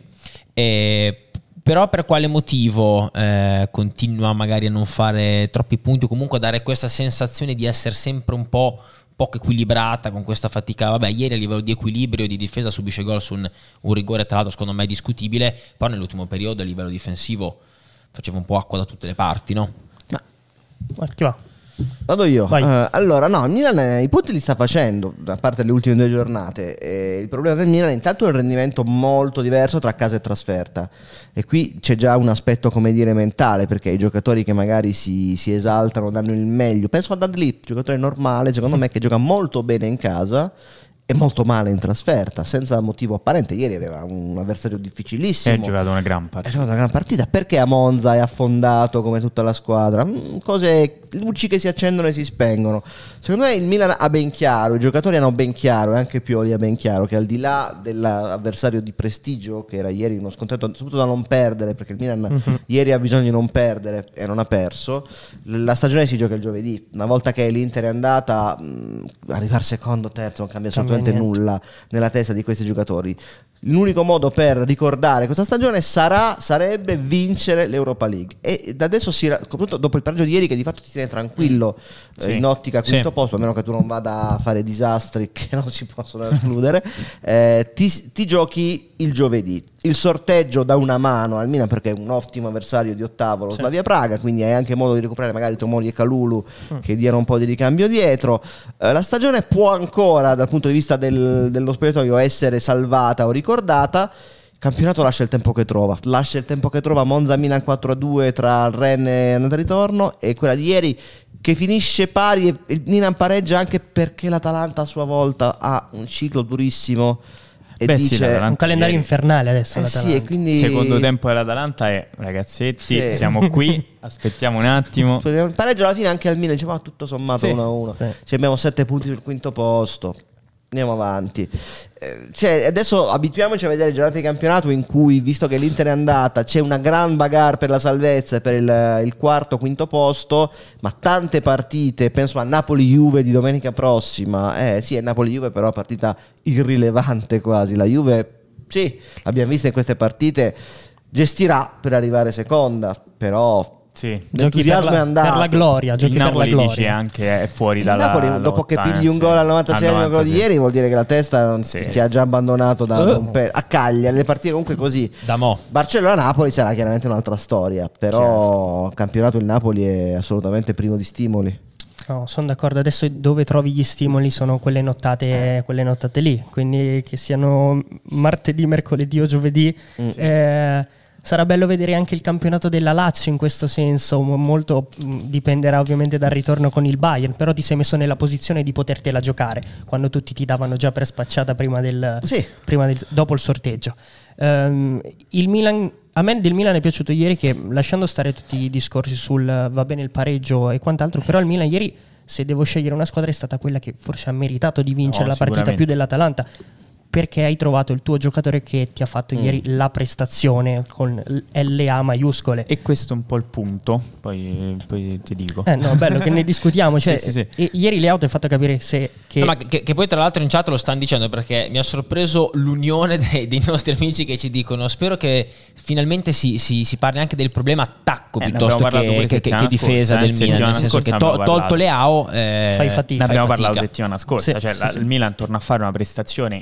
E però per quale motivo eh, continua magari a non fare troppi punti, o comunque a dare questa sensazione di essere sempre un po' poco equilibrata, con questa fatica? Vabbè, ieri a livello di equilibrio e di difesa subisce gol su un, un rigore tra l'altro secondo me discutibile, però nell'ultimo periodo a livello difensivo faceva un po' acqua da tutte le parti, no? Ma Ma chi va? vado io. Vai. Uh, allora, no, il Milan eh, i punti li sta facendo, a parte le ultime due giornate. E il problema del Milan intanto è un rendimento molto diverso tra casa e trasferta. E qui c'è già un aspetto, come dire, mentale, perché i giocatori che magari si, si esaltano, danno il meglio. Penso ad Adli, giocatore normale, secondo me, che gioca molto bene in casa e molto male in trasferta, senza motivo apparente. Ieri aveva un avversario difficilissimo. E ha giocato una gran Ha partita. giocato una gran partita. Perché a Monza è affondato come tutta la squadra? Mm, cose, luci che si accendono e si spengono. Secondo me il Milan ha ben chiaro, i giocatori hanno ben chiaro, e anche Pioli ha ben chiaro, che al di là dell'avversario di prestigio, che era ieri uno scontetto, soprattutto da non perdere, perché il Milan uh-huh. ieri ha bisogno di non perdere e non ha perso, la stagione si gioca il giovedì. Una volta che l'Inter è andata, mh, arrivare secondo, terzo non cambia assolutamente nulla nella testa di questi giocatori. L'unico modo per ricordare questa stagione sarà, sarebbe vincere l'Europa League, e da adesso si, soprattutto dopo il pareggio di ieri, che di fatto ti tiene tranquillo sì. eh, in ottica quinto sì. posto, a meno che tu non vada a fare disastri che non si possono escludere. eh, ti, ti giochi il giovedì. Il sorteggio dà una mano al Milan, perché è un ottimo avversario di ottavo, lo sì. Slavia Praga, quindi hai anche modo di recuperare magari Tomori e Kalulu mm. che diano un po' di ricambio dietro. eh, la stagione può ancora, dal punto di vista del, dello spogliatoio, essere salvata o ricordata. Il campionato lascia il tempo che trova, lascia il tempo che trova. Monza-Milan quattro a due tra il Rennes e andata e ritorno, e quella di ieri che finisce pari, e il Milan pareggia anche perché l'Atalanta a sua volta ha un ciclo durissimo e Beh, dice sì, Un calendario ieri. infernale adesso eh l'Atalanta. sì, e quindi Il secondo tempo dell'Atalanta è: ragazzetti, Sì. siamo qui, aspettiamo un attimo. il pareggio alla fine anche al Milan, diceva tutto sommato Sì. uno a uno. Sì. Ci abbiamo sette punti sul quinto posto. Andiamo avanti. Eh, cioè, adesso abituiamoci a vedere giornate di campionato in cui, visto che l'Inter è andata, c'è una gran bagarre per la salvezza e per il, il quarto quinto posto, ma tante partite, penso a Napoli-Juve di domenica prossima. Eh sì, è Napoli-Juve, però partita irrilevante quasi. La Juve, sì, l'abbiamo vista in queste partite, gestirà per arrivare seconda, però Sì. Giochi per l'entusiasmo la, è andato. per la gloria, giochi Il per la Napoli gloria. dice anche è fuori Il dalla Napoli, dopo lotta, che pigli eh, un sì. gol al novantasei, Al quello di novantasei. ieri, vuol dire che la testa non Sì. ti ha già abbandonato da Uh. un pe- a Cagliari. Le partite comunque così. Da mo. Barcellona-Napoli sarà chiaramente un'altra storia, però il campionato il Napoli è assolutamente privo di stimoli. No, sono d'accordo. Adesso dove trovi gli stimoli sono quelle nottate, quelle nottate lì. Quindi che siano martedì, mercoledì o giovedì. Mm. eh, sarà bello vedere anche il campionato della Lazio in questo senso. Molto mh, dipenderà ovviamente dal ritorno con il Bayern, però ti sei messo nella posizione di potertela giocare quando tutti ti davano già per spacciata prima del, Sì. prima del dopo il sorteggio. Ehm, il Milan, a me del Milan è piaciuto ieri che, lasciando stare tutti i discorsi sul va bene il pareggio e quant'altro, però il Milan ieri, se devo scegliere una squadra, è stata quella che forse ha meritato di vincere No, la partita sicuramente. più dell'Atalanta, perché hai trovato il tuo giocatore che ti ha fatto Mm. ieri la prestazione con L A maiuscole. E questo è un po' il punto, poi, poi ti dico. Eh no, bello che ne discutiamo. Cioè, Sì, sì, sì. e ieri Leao ti ha fatto capire se, che No, ma che, che poi tra l'altro in chat lo stanno dicendo, perché mi ha sorpreso l'unione dei, dei nostri amici che ci dicono: spero che finalmente si, si, si parli anche del problema attacco Eh, ne piuttosto abbiamo parlato che, pure che, che, settimana che difesa scorsa, eh, del Milan, settimana nel senso scorsa che to- abbiamo tolto parlato. Leao eh, Fai fatica. Ne abbiamo fai parlato fatica. settimana scorsa, Sì, cioè sì, la- sì. il Milan torna a fare una prestazione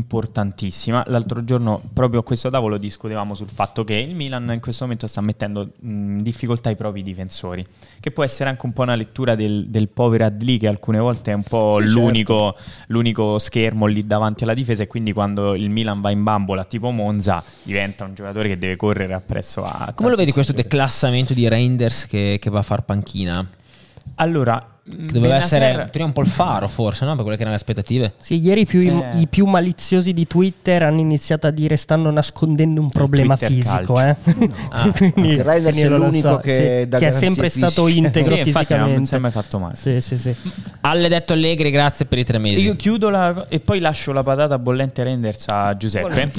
importantissima. L'altro giorno proprio a questo tavolo discutevamo sul fatto che il Milan in questo momento sta mettendo in difficoltà i propri difensori, che può essere anche un po' una lettura del, del povero Adli, che alcune volte è un po' sì, l'unico, certo. l'unico schermo lì davanti alla difesa, e quindi quando il Milan va in bambola tipo Monza diventa un giocatore che deve correre appresso a... Come lo vedi questo declassamento di Reinders che, che va a far panchina? Allora, che doveva essere un po' il faro, forse, no? Per quelle che erano le aspettative. Sì, ieri più eh. i più maliziosi di Twitter hanno iniziato a dire stanno nascondendo un problema fisico. Eh? No. Ah, quindi, Reinders è l'unico so. che, sì, che è sempre fisiche. stato integro sì, fisicamente. Non si è mai fatto male. Sì, sì, sì. Alle detto Allegri, grazie per i tre mesi. Io chiudo la, e poi lascio la patata bollente Reinders a Giuseppe.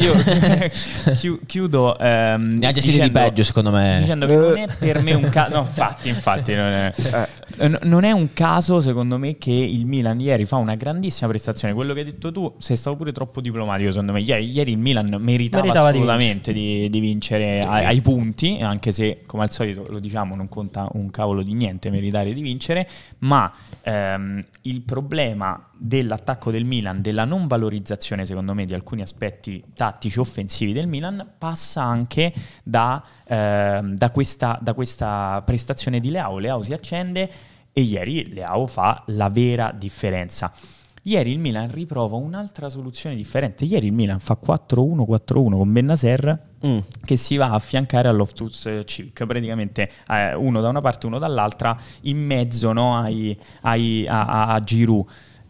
Io chiudo. Ehm, ne ha gestiti di peggio, secondo me. Dicendo che non è per me un caso. No, infatti, infatti, non è, eh. non è un caso, secondo me, che il Milan ieri fa una grandissima prestazione. Quello che hai detto tu, sei stato pure troppo diplomatico, secondo me. Ieri, ieri il Milan meritava, meritava assolutamente di vincere, di, di vincere ai, ai punti, anche se, come al solito, lo diciamo, non conta un cavolo di niente meritare di vincere, ma ehm, il problema dell'attacco del Milan, della non valorizzazione, secondo me, di alcuni aspetti tattici offensivi del Milan, passa anche da, ehm, da, questa, da questa prestazione di Leao. Leao si accende e ieri Leao fa la vera differenza. Ieri il Milan riprova un'altra soluzione differente. Ieri il Milan fa quattro uno quattro uno con Bennacer mm. che si va a affiancare a Loftus-Cheek, praticamente eh, uno da una parte, uno dall'altra, in mezzo, no, ai, ai, a, a, a Giroud.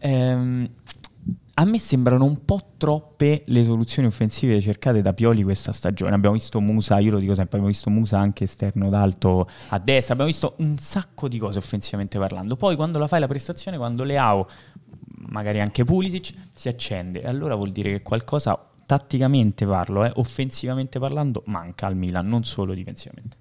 Ehm, a me sembrano un po' troppe le soluzioni offensive cercate da Pioli questa stagione. Abbiamo visto Musa, io lo dico sempre, abbiamo visto Musa anche esterno d'alto a destra, abbiamo visto un sacco di cose offensivamente parlando. Poi quando la fai la prestazione, quando Leao, magari anche Pulisic, si accende, allora vuol dire che qualcosa, tatticamente parlo, eh, offensivamente parlando, manca al Milan, non solo difensivamente.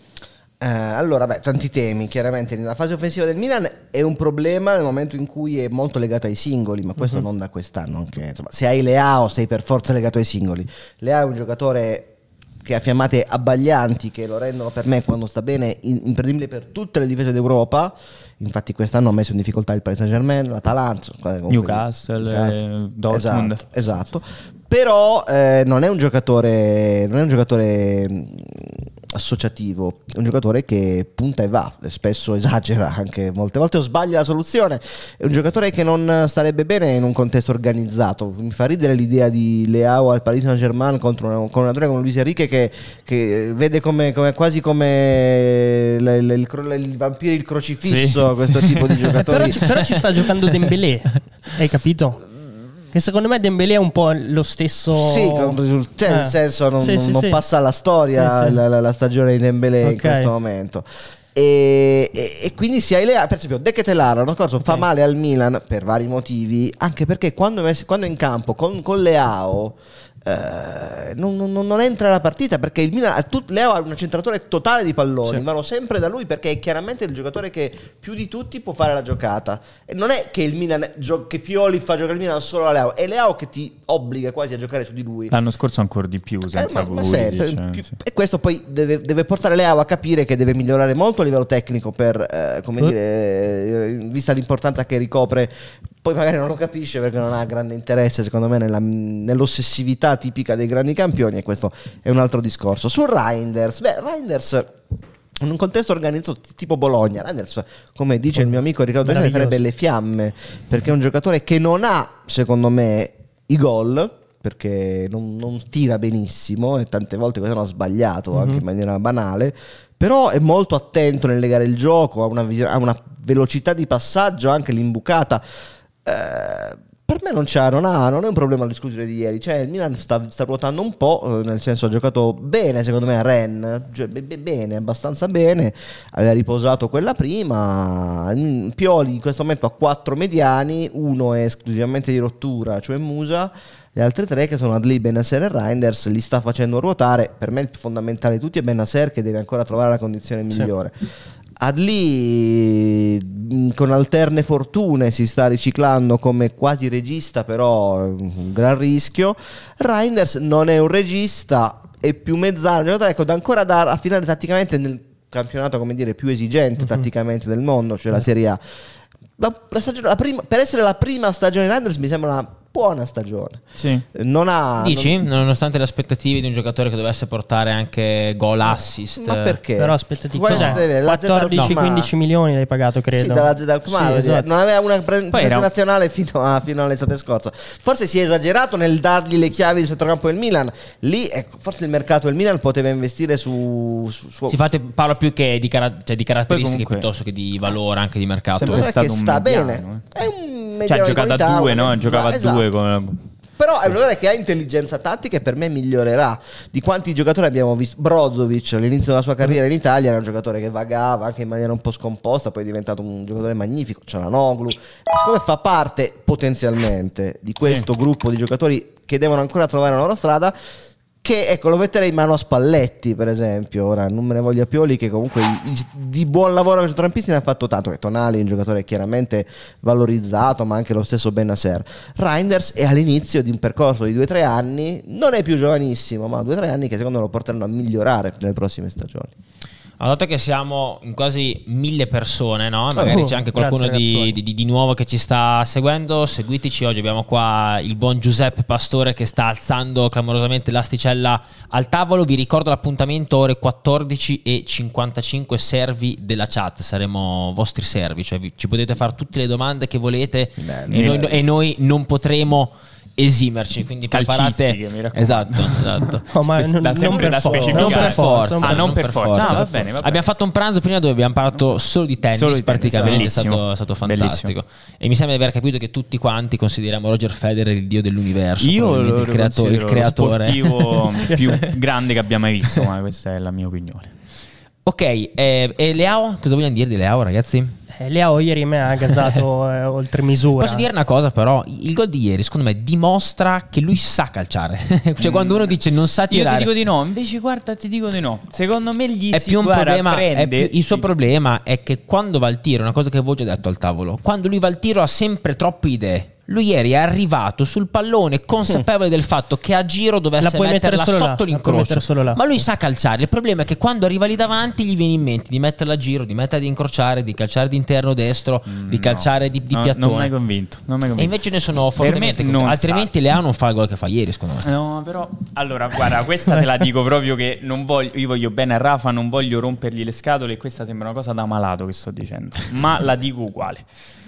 Eh, allora, beh, tanti temi. Chiaramente nella fase offensiva del Milan è un problema nel momento in cui è molto legato ai singoli, ma questo uh-huh. non da quest'anno. Anche, insomma, se hai Leao sei per forza legato ai singoli. Leao è un giocatore che ha fiammate abbaglianti che lo rendono, per me, quando sta bene, imprendibile per tutte le difese d'Europa. Infatti quest'anno ha messo in difficoltà il Paris Saint-Germain, l'Atalanta, Newcastle, Newcastle. Eh, Dortmund. Esatto, esatto. Però eh, non è un giocatore non è un giocatore mh, associativo, è un giocatore che punta e va, spesso esagera, anche molte volte o sbaglia la soluzione. È un giocatore che non starebbe bene in un contesto organizzato. Mi fa ridere l'idea di Leao al Paris Saint-Germain contro una, con un allenatore come Luis Enrique che, che vede come, come quasi come il, il, il, il vampiro, il crocifisso, sì. Questo tipo di giocatori. però, ci, però ci sta giocando Dembélé, hai capito? Che secondo me Dembélé è un po' lo stesso. Sì, cioè, nel senso non, sì, non, sì, non sì. passa alla storia sì, sì. La, la stagione di Dembélé okay. in questo momento. E, e, e quindi si hai Leao, per esempio De Ketelaere l'anno scorso okay. fa male al Milan per vari motivi, anche perché quando, quando è in campo con, con Leao Uh, non, non, non entra la partita, perché il Milan tut, Leao ha un centratore totale di palloni, sì. vanno sempre da lui perché è chiaramente il giocatore che più di tutti può fare la giocata. E non è che il Milan gio- che Pioli fa giocare il Milan solo a Leao, è Leao che ti obbliga quasi a giocare su di lui. L'anno scorso ancora di più senza eh, ma, ma sempre, cioè, più, sì. E questo poi deve, deve portare Leao a capire che deve migliorare molto a livello tecnico per eh, come uh. dire, eh, vista l'importanza che ricopre. Poi magari non lo capisce perché non ha grande interesse, secondo me, nella, nell'ossessività tipica dei grandi campioni, e questo è un altro discorso. Su Reinders, beh, Reinders in un contesto organizzato tipo Bologna, Reinders, come dice il mio amico Riccardo Dressler, farebbe le fiamme, perché è un giocatore che non ha, secondo me, i gol, perché non, non tira benissimo e tante volte questo ha sbagliato mm-hmm. anche in maniera banale, però è molto attento nel legare il gioco, ha una, vis- ha una velocità di passaggio, anche l'imbucata. Uh, per me non c'ha, non, ha, non è un problema l'esclusione di ieri, cioè il Milan sta, sta ruotando un po', nel senso ha giocato bene secondo me a Rennes, cioè, be- be- bene, abbastanza bene, aveva riposato quella prima. Pioli in questo momento ha quattro mediani, uno è esclusivamente di rottura, cioè Musa, gli altri tre, che sono Adli, Bennacer e Reinders, li sta facendo ruotare. Per me il fondamentale di tutti è Bennacer, che deve ancora trovare la condizione migliore. Sì. Adli con alterne fortune si sta riciclando come quasi regista, però un gran rischio. Reinders non è un regista, è più mezzano, ecco, da ancora da affinare tatticamente nel campionato, come dire, più esigente uh-huh. tatticamente del mondo, cioè uh-huh. la Serie A. La, la stagione, la prima, per essere la prima stagione di Reinders mi sembra una buona stagione. Sì. Non ha Dici? non... Nonostante le aspettative di un giocatore che dovesse portare anche gol assist. Ma perché? Però aspettati, Qual- cos'è? la Z quattordici no, quindici milioni l'hai pagato, credo. Sì, dalla Z Alkmaar, Sì, esatto. non aveva una presenza era un- nazionale fino, a, fino all'estate scorsa. Forse si è esagerato nel dargli le chiavi del centrocampo del Milan. Lì ecco, forse il mercato del Milan poteva investire su, su, su... Si fate, parlo più che di, cara- cioè di caratteristiche comunque- piuttosto che di valore anche di mercato. Sempre Guarda stato che un sta mediano, bene. eh. È un mediano Cioè ha di giocato qualità, a due, una no? mezza- Giocava a esatto. due con... Però è un giocatore che ha intelligenza tattica e per me migliorerà. Di quanti giocatori abbiamo visto? Brozovic all'inizio della sua carriera in Italia era un giocatore che vagava anche in maniera un po' scomposta, poi è diventato un giocatore magnifico. Cialanoglu, siccome fa parte potenzialmente di questo sì. gruppo di giocatori che devono ancora trovare la loro strada, che ecco lo metterei in mano a Spalletti per esempio. Ora non me ne voglia Pioli, che comunque di, di buon lavoro con i centrocampisti ne ha fatto tanto, che Tonali è un giocatore chiaramente valorizzato, ma anche lo stesso Bennacer. Reinders è all'inizio di un percorso di due o tre anni, non è più giovanissimo, ma due o tre anni che secondo me lo porteranno a migliorare nelle prossime stagioni. Allora, dato che siamo in quasi mille persone, no? Magari Oh, c'è anche qualcuno grazie, di, di, di nuovo che ci sta seguendo. Seguiteci, oggi abbiamo qua il buon Giuseppe Pastore che sta alzando clamorosamente l'asticella al tavolo. Vi ricordo l'appuntamento ore quattordici e cinquantacinque, servi della chat, saremo vostri servi, cioè vi, ci potete fare tutte le domande che volete. Bello, e, noi, bello. e noi non potremo esimerci, quindi preparate. Calcistiche, mi raccomando. Esatto, esatto. No, ma non, Da non sempre per da forza, specificare. non per forza. Ah, non per forza. Ah, va bene, va bene. Abbiamo fatto un pranzo prima dove abbiamo parlato solo di tennis, Solo di tennis, praticamente è bellissimo. stato, è stato fantastico. E mi sembra di aver capito che tutti quanti consideriamo Roger Federer il dio dell'universo. Io lo, il, creato- il lo creatore. sportivo più grande che abbia mai visto, ma questa è la mia opinione. Ok, eh, e Leao? Cosa vogliamo dire di Leao, ragazzi? Eh, Leao ieri me ha gasato eh, oltre misura. Posso dire una cosa però, il gol di ieri secondo me dimostra che lui sa calciare. Cioè mm. quando uno dice non sa tirare, io ti dico di no, invece guarda ti dico di no. Secondo me gli è si più un guarda, problema, prende, è più, il suo sì. problema è che quando va al tiro, una cosa che avevo già detto al tavolo, quando lui va al tiro ha sempre troppe idee. Lui ieri è arrivato sul pallone consapevole del fatto che a giro dovesse La puoi mettere metterla solo là, sotto la puoi mettere l'incrocio, solo là. ma lui sa calciare. Il problema è che quando arriva lì davanti gli viene in mente di metterla a giro, di metterla di incrociare, di calciare di interno destro, Mm, di calciare di, di no, piattone. Non mi hai convinto, non mi hai convinto. E invece ne sono fortemente non convinto. Altrimenti Leao non fa il gol che fa ieri, secondo me. No, però allora guarda, questa te la dico proprio che non voglio, io voglio bene a Rafa, non voglio rompergli le scatole e questa sembra una cosa da malato che sto dicendo, ma la dico uguale.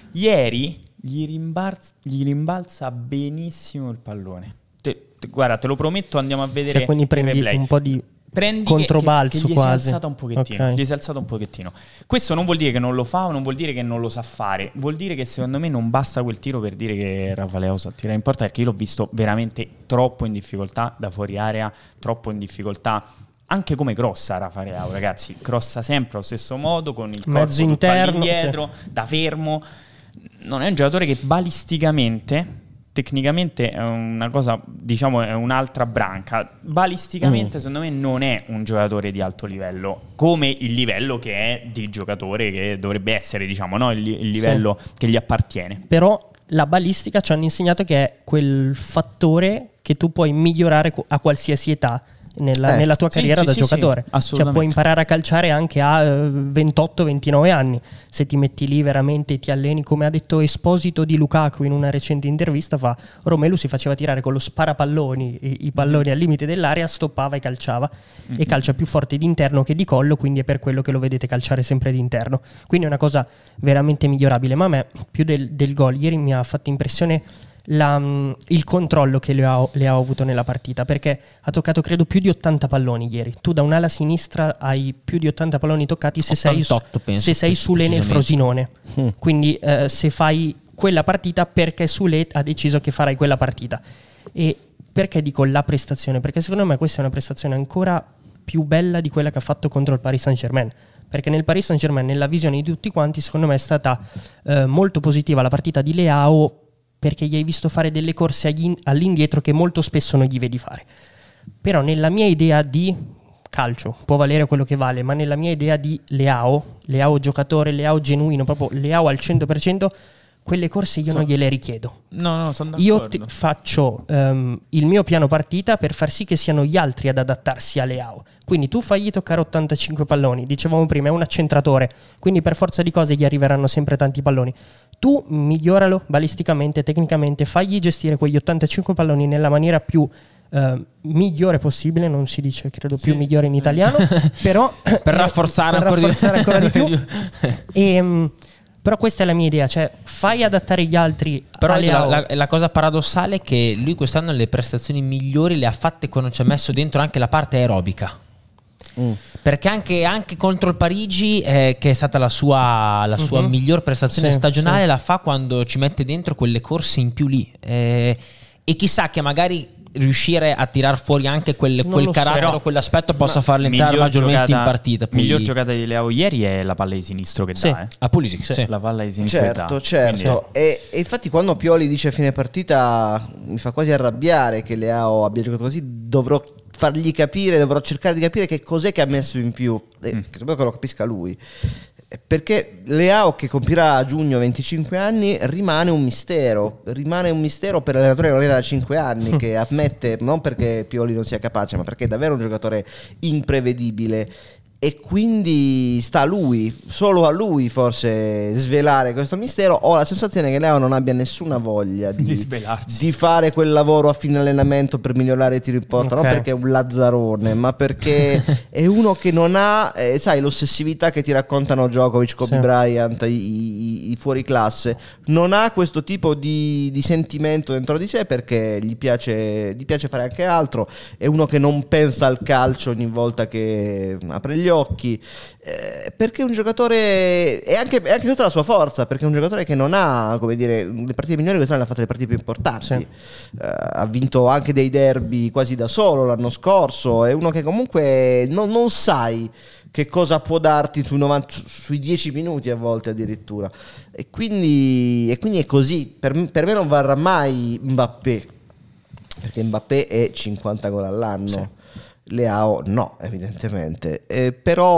Ieri gli, rimbalza, gli rimbalza benissimo il pallone. Te, te, guarda, te lo prometto, andiamo a vedere. Cioè, quindi prendi il replay. un po' di Prendi controbalzo che, che, che gli quasi. si è alzata un pochettino, Okay. gli si è alzata un pochettino. Questo non vuol dire che non lo fa, non vuol dire che non lo sa fare, vuol dire che secondo me non basta quel tiro per dire che Rafaleao sa tirare in porta, perché io l'ho visto veramente troppo in difficoltà da fuori area, troppo in difficoltà anche come crossa Rafaleao, ragazzi, crossa sempre allo stesso modo, con il corpo Mezzo tutto interno, all'indietro, sì. Da fermo. Non è un giocatore che balisticamente, tecnicamente è una cosa, diciamo, è un'altra branca. Balisticamente, mm. secondo me, non è un giocatore di alto livello, come il livello che è di giocatore che dovrebbe essere, diciamo, no? il, il livello sì. che gli appartiene. Però la balistica ci hanno insegnato che è quel fattore che tu puoi migliorare a qualsiasi età. Nella, eh, nella tua sì, carriera sì, da sì, giocatore, sì, cioè puoi imparare a calciare anche a uh, ventotto ventinove anni se ti metti lì veramente e ti alleni, come ha detto Esposito di Lukaku in una recente intervista. Fa Romelu si faceva tirare con lo sparapalloni i, i palloni mm-hmm. al limite dell'area, stoppava e calciava mm-hmm. e calcia più forte d'interno che di collo, quindi è per quello che lo vedete calciare sempre d'interno, quindi è una cosa veramente migliorabile. Ma a me più del, del gol ieri mi ha fatto impressione La, il controllo che le ha, le ha avuto nella partita, perché ha toccato credo più di ottanta palloni ieri. Tu da un'ala sinistra hai più di ottanta palloni toccati se sei, penso, se sei Sule nel Frosinone mm. quindi eh, se fai quella partita perché Sule ha deciso che farai quella partita. E perché dico la prestazione? Perché secondo me questa è una prestazione ancora più bella di quella che ha fatto contro il Paris Saint-Germain, perché nel Paris Saint-Germain, nella visione di tutti quanti, secondo me è stata eh, molto positiva la partita di Leao, perché gli hai visto fare delle corse all'indietro che molto spesso non gli vedi fare. Però nella mia idea di calcio, può valere quello che vale, ma nella mia idea di Leao, Leao giocatore, Leao genuino, proprio Leao al cento per cento, quelle corse io So- non gliele richiedo. No, no, sono Io d'accordo. ti- faccio ehm, il mio piano partita per far sì che siano gli altri ad adattarsi a Leao. Quindi tu fagli toccare ottantacinque palloni, dicevamo prima, è un accentratore, quindi per forza di cose gli arriveranno sempre tanti palloni. Tu miglioralo balisticamente, tecnicamente, fagli gestire quegli ottantacinque palloni nella maniera più eh, migliore possibile, non si dice credo più Sì. migliore in italiano, però Per rafforzare per ancora di- rafforzare ancora di più. Ehm, però questa è la mia idea, cioè fai adattare gli altri Però a la, Leao. la- la cosa paradossale è che lui quest'anno le prestazioni migliori le ha fatte quando ci ha messo dentro anche la parte aerobica. Mm. Perché anche, anche contro il Parigi, eh, che è stata la sua, la sua Mhm. miglior prestazione Sì, stagionale, sì. la fa quando ci mette dentro quelle corse in più lì. Eh, e chissà che magari riuscire a tirar fuori anche quel, Non quel lo so. carattere Però- o quell'aspetto possa farlo entrare Miglior maggiormente giocata- in partita. Poi- Miglior giocata di Leao ieri è la palla di sinistro che Sì. dà, eh. a Pulisic, sì. La palla di sinistro che Certo, dà. certo. E, e infatti quando Pioli dice a fine partita mi fa quasi arrabbiare che Leao abbia giocato così, dovrò fargli capire, dovrò cercare di capire che cos'è che ha messo in più, e Mm. che spero che lo capisca lui. Perché Leao, che compirà a giugno venticinque anni, rimane un mistero. Rimane un mistero per l'allenatore che non era da cinque anni, che ammette, non perché Pioli non sia capace, ma perché è davvero un giocatore imprevedibile. E quindi sta a lui, solo a lui forse svelare questo mistero. Ho la sensazione che Leao non abbia nessuna voglia di, Di svelarsi. di fare quel lavoro a fine allenamento per migliorare il tiro in porta, Ok. non perché è un lazzarone, ma perché è uno che non ha, eh, sai, l'ossessività che ti raccontano Djokovic, Kobe Sì. Bryant, i, i, i fuori classe. Non ha questo tipo di, di sentimento dentro di sé perché gli piace, gli piace fare anche altro. È uno che non pensa al calcio ogni volta che apre gli occhi, eh, perché è un giocatore, e anche, è anche questa la sua forza, perché è un giocatore che non ha, come dire, le partite migliori, quest'anno ha fatto le partite più importanti. Sì. Eh, ha vinto anche dei derby quasi da solo l'anno scorso. È uno che comunque non, non sai che cosa può darti sui, novanta, su- sui dieci minuti a volte addirittura. E quindi, e quindi è così. Per, per me non varrà mai Mbappé, perché Mbappé è cinquanta gol all'anno. Sì. Leao no, evidentemente. Eh,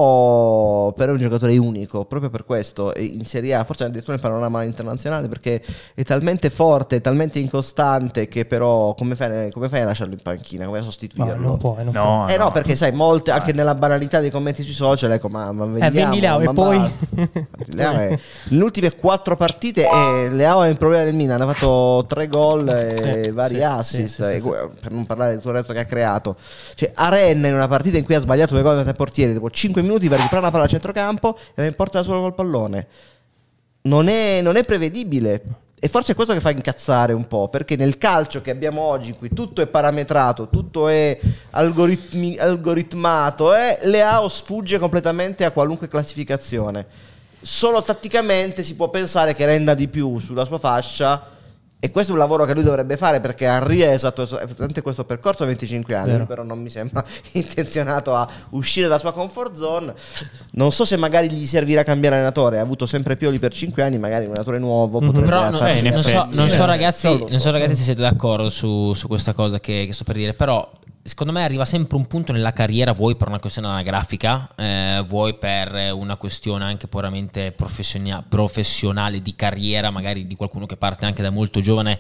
però, però è un giocatore unico, proprio per questo. E in Serie A, forse addirittura nel panorama internazionale, perché è talmente forte, è talmente incostante che però come fai, come fai a lasciarlo in panchina? Come a No, sostituirlo? non puoi, non No, Eh no, no. perché sai, molte, anche Ah. nella banalità dei commenti sui social, ecco, ma, ma vendiamo, vendi Leao ma e poi- basta. Leao è- le ultime quattro partite e Leao è il problema del Milan, ha fatto tre gol e Sì, vari sì, assist, sì, sì, e sì, que- per non parlare di tutto il resto che ha creato. Cioè, Arena in una partita in cui ha sbagliato due gol da tre portieri, dopo cinque minuti va a recuperare una palla a centrocampo e va in porta da solo col pallone. Non è, non è prevedibile. E forse è questo che fa incazzare un po', perché nel calcio che abbiamo oggi, in cui tutto è parametrato, tutto è algoritmi- algoritmato, eh, Leao sfugge completamente a qualunque classificazione. Solo tatticamente si può pensare che renda di più sulla sua fascia, e questo è un lavoro che lui dovrebbe fare, perché Henry è esatto, esattamente questo percorso a venticinque anni. Vero. Però non mi sembra intenzionato a uscire dalla sua comfort zone. Non so se magari gli servirà cambiare allenatore. Ha avuto sempre Pioli per cinque anni, magari un allenatore nuovo Mhm. potrebbe Però no, farsi in non, la so, effetti, non so eh. ragazzi, Non lo so. non so ragazzi se siete d'accordo su, su questa cosa che, che sto per dire, però secondo me arriva sempre un punto nella carriera, vuoi per una questione anagrafica, eh, vuoi per una questione anche puramente professionia- professionale di carriera, magari di qualcuno che parte anche da molto giovane.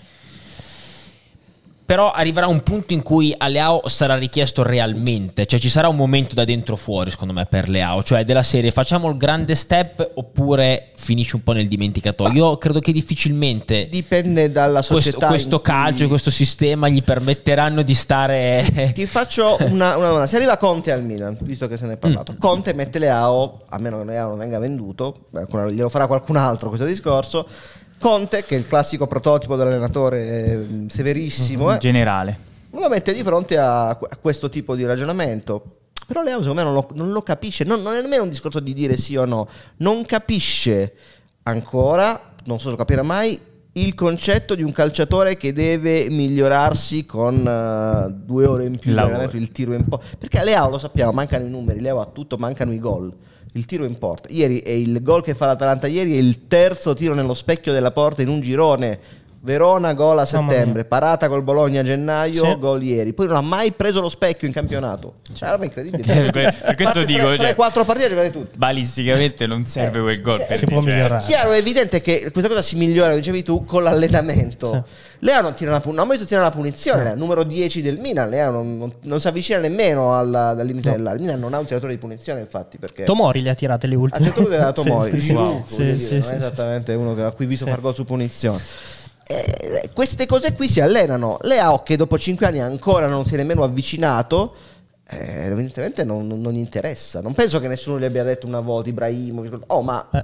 Però arriverà un punto in cui a Leao sarà richiesto realmente, cioè ci sarà un momento da dentro fuori secondo me per Leao, cioè della serie facciamo il grande step oppure finisci un po' nel dimenticatoio. Io credo che difficilmente Dipende dalla questo, società. questo in cui- calcio, questo sistema gli permetteranno di stare. Ti faccio una, una domanda. Se arriva Conte al Milan, visto che se ne è parlato, Conte mette Leao, a meno che Leao non venga venduto, beh, glielo farà qualcun altro questo discorso. Conte, che è il classico prototipo dell'allenatore eh, severissimo, eh, Generale. lo mette di fronte a, a questo tipo di ragionamento. Però Leao secondo me non lo, non lo capisce. Non, non è nemmeno un discorso di dire sì o no. Non capisce ancora, non so se lo capirà mai, il concetto di un calciatore che deve migliorarsi con uh, due ore in più di Lavoro. allenamento, il tiro in porta. Perché a Leao lo sappiamo, mancano i numeri, Leao ha tutto, mancano i gol. Il tiro in porta. Ieri è il gol che fa l'Atalanta ieri è il terzo tiro nello specchio della porta in un girone. Verona gol a settembre, parata col Bologna a gennaio, sì. gol ieri. Poi non ha mai preso lo specchio in campionato. Cioè, è incredibile. Per questo dico, tre quattro partite giocate tutte. Balisticamente non serve Eh, quel gol cioè, per si può dire, migliorare. Chiaro, è evidente che questa cosa si migliora, lo dicevi tu, con l'allenamento. Sì. Leo non, tira una, non ha mai visto tirare una punizione, Leo, numero dieci del Milan. Leo non, non, non si avvicina nemmeno alla, al limite No. dell'area. Il Milan non ha un tiratore di punizione, infatti, perché Tomori le ha tirate le a un ultime. certo punto è dato Sì, Tomori, sì, wow, sì, voglio sì, dire, sì, non è sì. esattamente uno che a cui visto Sì. far gol su punizione. Eh, queste cose qui si allenano. Leao, che dopo cinque anni ancora non si è nemmeno avvicinato, eh, evidentemente non, non, non gli interessa. Non penso che nessuno gli abbia detto una volta Ibrahimovic, oh ma Eh.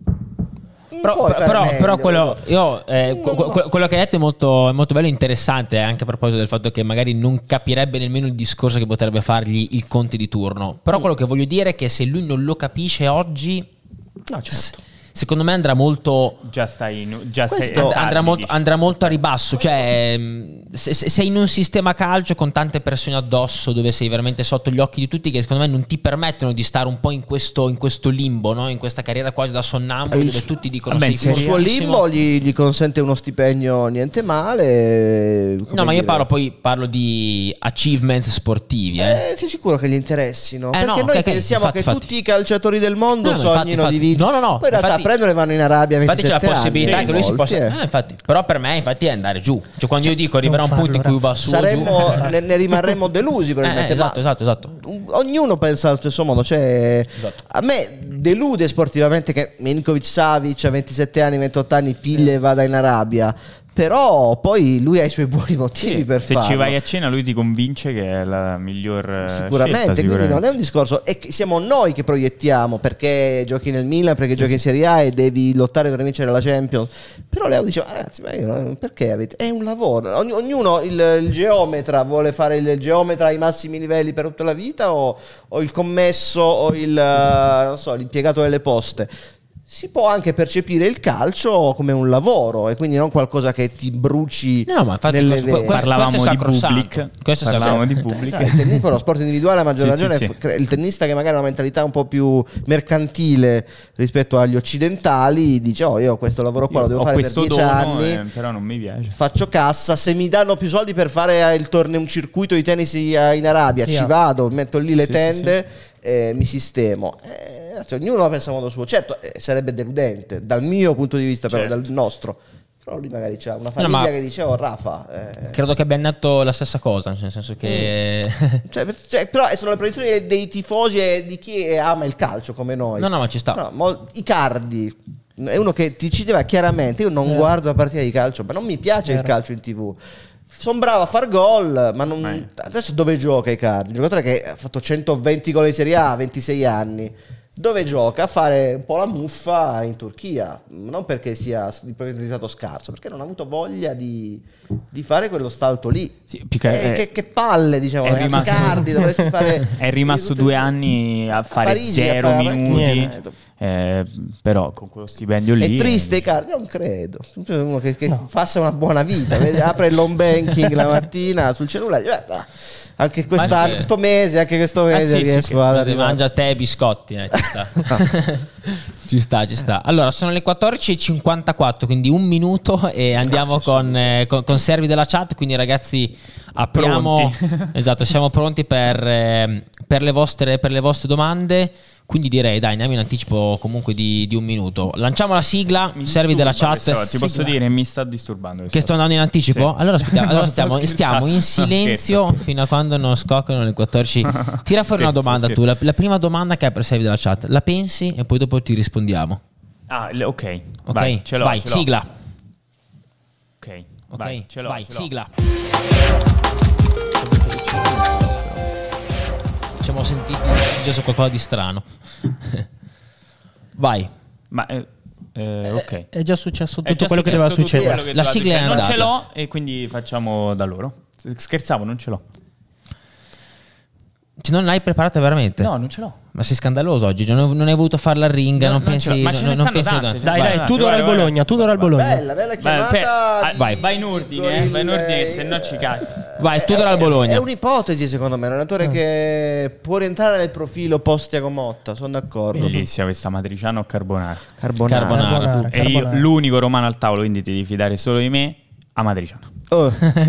non Però, puoi fare però, meglio, però quello, io, eh, Non que- lo- que- quello che hai detto è molto, è molto bello e interessante, anche a proposito del fatto che magari non capirebbe nemmeno il discorso che potrebbe fargli il Conte di turno. Però quello che voglio dire è che se lui non lo capisce oggi, no, certo. secondo me andrà molto... già stai in, già Questo- sei And- tardi, andrà, molto, dici. andrà molto a ribasso, cioè ehm, se, se sei in un sistema calcio con tante pressioni addosso, dove sei veramente sotto gli occhi di tutti, che secondo me non ti permettono di stare un po' in questo, in questo limbo, no? In questa carriera quasi da sonnambulo, Il dove su- tutti dicono vabbè, sei in Serie Il suo fortissimo. limbo gli, gli consente uno stipendio niente male. come No, ma io dire. parlo poi parlo di achievements sportivi, eh. Eh, sei sicuro che gli interessino? Eh, Perché no, noi ok, ok, pensiamo infatti, che infatti. tutti i calciatori del mondo No, no, sognino infatti, infatti. di vincere. No, no, no, Poi in realtà infatti- prendono e vanno in Arabia a Infatti c'è la ventisette possibilità anni, che lui si molti, possa eh. eh, infatti. Però per me infatti è andare giù. Cioè quando io dico arriverà un non punto in farlo, cui va su o Saremmo, giù. ne, ne rimarremmo delusi Eh, probabilmente. eh, esatto, ma esatto, esatto. un- ognuno pensa allo stesso modo. Cioè, Esatto. a me delude sportivamente che Milinkovic Savic a ventisette anni, ventotto anni piglia e vada in Arabia. Però poi lui ha i suoi buoni motivi Sì, per se farlo. ci vai a cena lui ti convince che è la miglior eh, Sicuramente, scelta, quindi non è sicuramente. un discorso, è che siamo noi che proiettiamo perché giochi nel Milan, perché giochi in Serie A e devi lottare per vincere la Champions. Però Leo diceva, ragazzi, ma io non- perché avete? È un lavoro. Ogni- ognuno, il, il geometra vuole fare il geometra ai massimi livelli per tutta la vita o, o il commesso o il, eh, non so, l'impiegato delle poste. Si può anche percepire il calcio come un lavoro e quindi non qualcosa che ti bruci No, ma infatti nelle questo- vene. questo- Parlavamo questo è di sacrosanto. Bublik. Questo è Parlavamo sacrosanto. di Bublik. Cioè, il tennis, poi lo sport individuale a maggior Sì, ragione sì, è sì. f- il tennista che magari ha una mentalità un po' più mercantile rispetto agli occidentali dice oh io questo lavoro qua lo devo Ho fare per questo dieci dono, anni, eh, però non mi piace. faccio cassa, se mi danno più soldi per fare il torneo, un circuito di tennis in Arabia, Sì, ci ah. vado, metto lì le Sì, tende e mi sistemo. Eh, cioè, ognuno la pensa a modo suo, certo eh, sarebbe deludente dal mio punto di vista, però Certo. dal nostro. Però lui magari c'ha una No, famiglia ma- che dice oh Rafa eh, Credo che abbiamo detto la stessa cosa, nel senso che Cioè, cioè, però sono le proiezioni dei, dei tifosi e di chi ama il calcio come noi. No, no, ma ci sta. No, mo- Icardi è uno che ti ci diceva chiaramente: io non Eh. guardo la partita di calcio, ma non mi piace il Vero. calcio in tivù. Sono bravo a far gol, ma non. Mai. Adesso dove gioca Icardi? Un giocatore che ha fatto centoventi gol in Serie A a ventisei anni. Dove gioca? A fare un po' la muffa in Turchia. Non perché sia perché sia stato scarso, perché non ha avuto voglia di, di fare quello salto lì. Sì, più che- Eh, è- che, che palle, diciamo, è ragazzi, rimasto- Icardi, dovresti fare. È rimasto tutte- due anni a fare Parigi, a zero fare- minuti, niente. eh, però con quello stipendio lì È triste eh, Icardi? Non credo. È uno che, che passa una buona vita, vede, apre il home banking la mattina sul cellulare. Guarda, anche quest'anno, sì. questo mese, anche questo Ah, mese sì, sì, riesco che- ad ti arrivare. mangia te i biscotti, eh, ci sta. ci sta, ci sta. Allora, sono le quattordici e cinquantaquattro, quindi un minuto e andiamo con, eh, con, con servi della chat, quindi ragazzi apriamo Pronti. esatto, siamo pronti per, eh, per le vostre per le vostre domande. Quindi direi, dai, andiamo in anticipo comunque di, di un minuto. Lanciamo la sigla, mi servi della disturba chat. questa- ti posso Sigla. dire mi sta disturbando Che sto andando in anticipo? Sì. Allora, aspettiamo, allora No, sto stiamo, stiamo in scherzando. silenzio No, scherzo, fino a quando non scoccano le quattordici. Tira fuori una Scherzo, domanda scherzo. tu. La, la prima domanda che hai per servi della chat, la pensi e poi dopo ti rispondiamo. Ah, le- ok, Ok? vai, ce l'ho, Vai, ce l'ho. sigla. Ok, Ok, vai, ce l'ho, vai, ce l'ho. sigla. Ci siamo sentiti già su qualcosa di strano. Vai. Ma eh, eh, ok. È già successo È tutto già quello che successo doveva tutto succedere. quello che La doveva sigla è succedere. Non ce andata. l'ho e quindi facciamo da loro. Scherzavo, non ce l'ho. Cioè, non l'hai preparata veramente? No, non ce l'ho. Ma sei scandaloso oggi. Non, non hai voluto fare la ringa. No, non, non pensi. ce l'ho. Ma ce non, ne non stanno pensi tante, ce ne Dai, Vai, dai, vai, Tudor vai, al vai. Bologna, Tudor al Bologna. Bella, bella Vai, chiamata. per- vai. vai in ordine, eh, vai in ordine che se no ci cagli. Vai, tu dal È Bologna. un'ipotesi secondo me, un allenatore che può rientrare nel profilo post Thiago Motta, sono d'accordo. Bellissima questa matriciana o carbonara. Carbonara. Carbonara. Carbonara. E io l'unico romano al tavolo, quindi ti devi fidare solo di me. Amatriciana. Oh,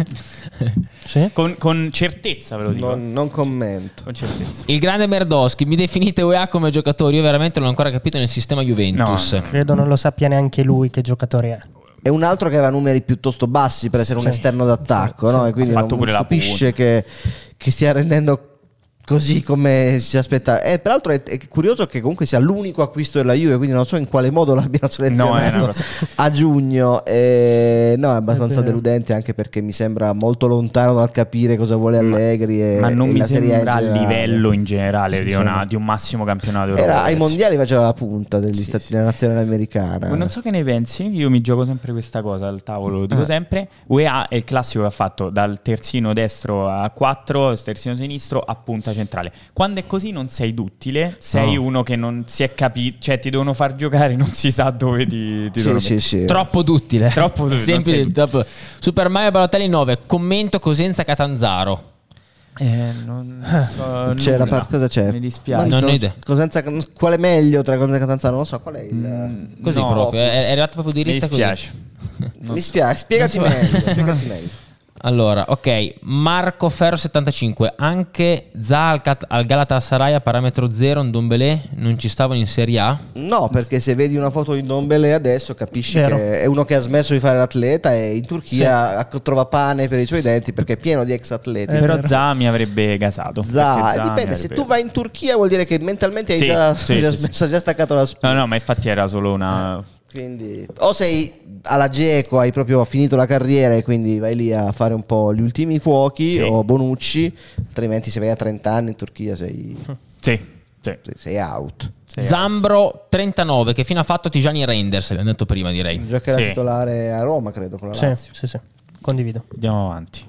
Sì? Con, con certezza ve lo dico. non, non commento. Con certezza. Il grande Merdowski, mi definite U E A come giocatore? Io veramente non ho ancora capito nel sistema Juventus. No, no, no. Credo non lo sappia neanche lui che giocatore è. È un altro che aveva numeri piuttosto bassi per essere un Sì. esterno d'attacco, Sì, no? sì. E quindi Ha fatto non pure mi la stupisce che, che stia rendendo così come si aspettava. E peraltro è, è curioso che comunque sia l'unico acquisto della Juve, quindi non so in quale modo l'abbiano selezionato No, è una cosa- a giugno. E, no, è abbastanza È vero. deludente anche perché mi sembra molto lontano dal capire cosa vuole Allegri. E, Ma non e mi la Serie A in sembra a generale. livello in generale Sì, di, sì. una- di un massimo campionato europeo. Era ai ragazzi. mondiali faceva la punta degli Sì, stati sì. della nazionale americana. Ma non so che ne pensi, io mi gioco sempre questa cosa al tavolo, lo dico Ah. sempre. U E A è il classico che ha fatto dal terzino destro a quattro, terzino sinistro a punta centrale. Quando è così non sei duttile, sei No. uno che non si è capito, cioè ti devono far giocare, non si sa dove ti, ti Sì, devono sì, mettere. sì. Troppo duttile. Troppo duttile, Sempre non sei troppo- Super Mario Balotelli nove. Commento Cosenza Catanzaro. Eh, non so C'è nulla. la parte, cosa c'è? Mi dispiace. Non ho idea. Cosenza, qual è meglio tra Cosenza e Catanzaro? Non lo so, qual è il. Mm, Così no, proprio. È, è arrivato proprio Mi diritta così. dispiace. Mi spiace, spiegati non so. meglio. Spiegati meglio. Allora, ok, Marco Ferro settantacinque, anche Zaha al, Cat- al Galatasaray a parametro zero, in Dombelé non ci stavano in Serie A? No, perché se vedi una foto di Dombele adesso capisci Vero. che è uno che ha smesso di fare l'atleta e in Turchia ha- trova pane per i suoi denti perché è pieno di ex atleti. Eh, Però vero. Zaha mi avrebbe gasato. Zaha, perché eh, Zaha mi dipende, se avrebbe- tu vai in Turchia vuol dire che mentalmente hai Sì, già, sì, già sì, sì. smesso, già staccato la spina. No, no, ma infatti era solo una... Quindi o sei alla Geco, hai proprio finito la carriera e quindi vai lì a fare un po' gli ultimi fuochi, Sì. o Bonucci, altrimenti se vai a trenta anni in Turchia sei, Sì, sì. sei out. Sì. Zambro trentanove, che fine ha fatto Tijani Reinders? L'abbiamo detto prima, direi. Giocherà Sì. titolare a Roma, credo, con la Sì, Lazio. sì, sì. Condivido. Andiamo avanti.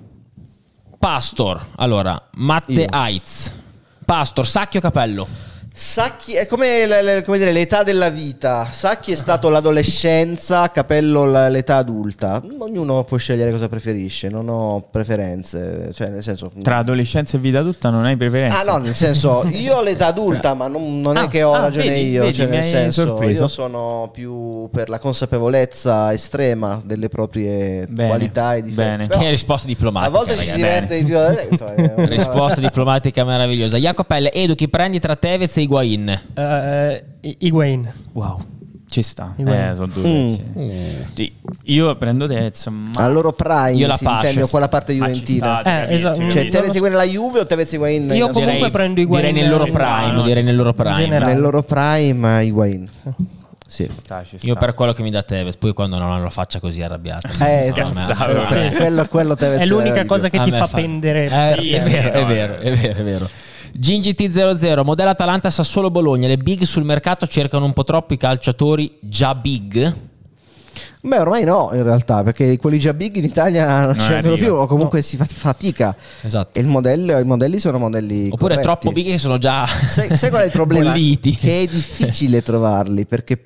Pastor, allora, Matte Io. Heitz. Pastor, Sacchi o Capello? Sacchi è come, le- le- come dire, l'età della vita. Sacchi è stato l'adolescenza, Capello l- l'età adulta. Ognuno può scegliere cosa preferisce, non ho preferenze, cioè nel senso Tra adolescenza e vita adulta non hai preferenze? Ah no, nel senso, io ho l'età adulta, ma non, non è Ah, che ho ah, ragione vedi, io, vedi, cioè mi nel hai senso, sorpreso. io sono più per la consapevolezza estrema delle proprie Bene, qualità e difetti. bene. Però Che risposta diplomatica. a volte ci si ragazzi. diverte di più. eh, insomma, è una- Risposta diplomatica meravigliosa. Jacopelle, Edu, chi prendi tra Tevez e Higuain? Eh, I- Higuain. Wow, ci sta. Igual. Eh, sono due Mm. pezzi. Sì, io prendo Tez, ma... Al loro prime Io la si Pasces. intende quella parte Ma ci juventina. sta, ti Eh, capisci, esatto. ti Cioè, capisci. te deve seguire la Juve o te deve seguire in Io in- comunque Direi- prendo Higuain. Direi nel loro Ci sta, prime, no, direi ci nel loro sta. In prime. generale. nel loro prime Higuain. Sì. Ci sta, ci sta. Io per quello che mi dà Tevez, poi quando non ha la faccia così arrabbiata. Eh, No, esatto. me- Cazzato. Sì, quello, quello te È l'unica cosa che A ti me fa fa- pendere. Eh, per sì, sì, è terra. vero, è no, vero, no. è vero, è vero. Gingi T zero zero, modello Atalanta Sassuolo Bologna. Le big sul mercato cercano un po' troppo i calciatori già big. Beh, ormai no, in realtà, perché quelli già big in Italia non Non ci vengono arriva. più, o comunque si fa fatica. Esatto. E il modello, i modelli sono modelli Oppure corretti. troppo big che sono già Sai, sai qual è il problema? bolliti. Che è difficile trovarli, perché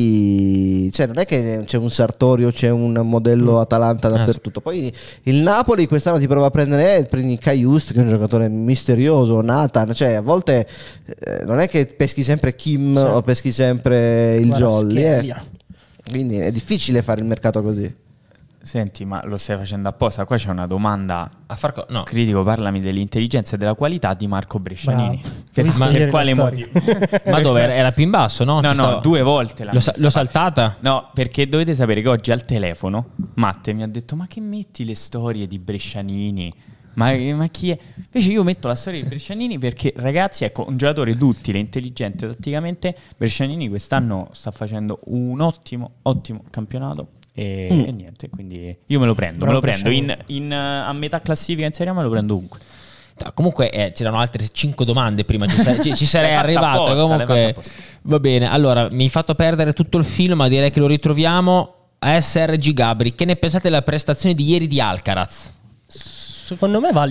poi cioè, non è che c'è un Sartorio, c'è un modello Atalanta dappertutto. Poi il Napoli quest'anno ti prova a prendere, eh, prendi Kajust, che è un giocatore misterioso, Nathan, cioè a volte eh, non è che peschi sempre Kim Sì. o peschi sempre il Jolly, eh. Kvaratskhelia. Quindi è difficile fare il mercato così. Senti, ma lo stai facendo apposta? Qua c'è una domanda. a far co- no. Critico, parlami dell'intelligenza e della qualità di Marco Brescianini. Bravo. Per, Ho visto ma ieri per quale la motivo? storia. Ma dove era, era più in basso, no? No, Ci no, stava- due volte l'ha L'ho, sa- messa l'ho fatta. saltata? No, perché dovete sapere che oggi al telefono Matte mi ha detto: ma che metti le storie di Brescianini? Ma, ma chi è? Invece io metto la storia di Brescianini perché, ragazzi, ecco, un giocatore duttile, intelligente tatticamente. Brescianini quest'anno sta facendo un ottimo, ottimo campionato. E, Mm. e niente, quindi io me lo prendo. Bravo me lo prendo in, Brescianini. in, uh, a metà classifica in Serie A, me lo prendo ovunque. No, comunque eh, c'erano altre cinque domande prima, ci, sare- ci- ci sarei L'hai fatta arrivato. apposta, l'hai Comunque fatta apposta. va bene. Allora, mi hai fatto perdere tutto il film, ma direi che lo ritroviamo. A S R G Gabri, che ne pensate della prestazione di ieri di Alcaraz? Secondo me è valida.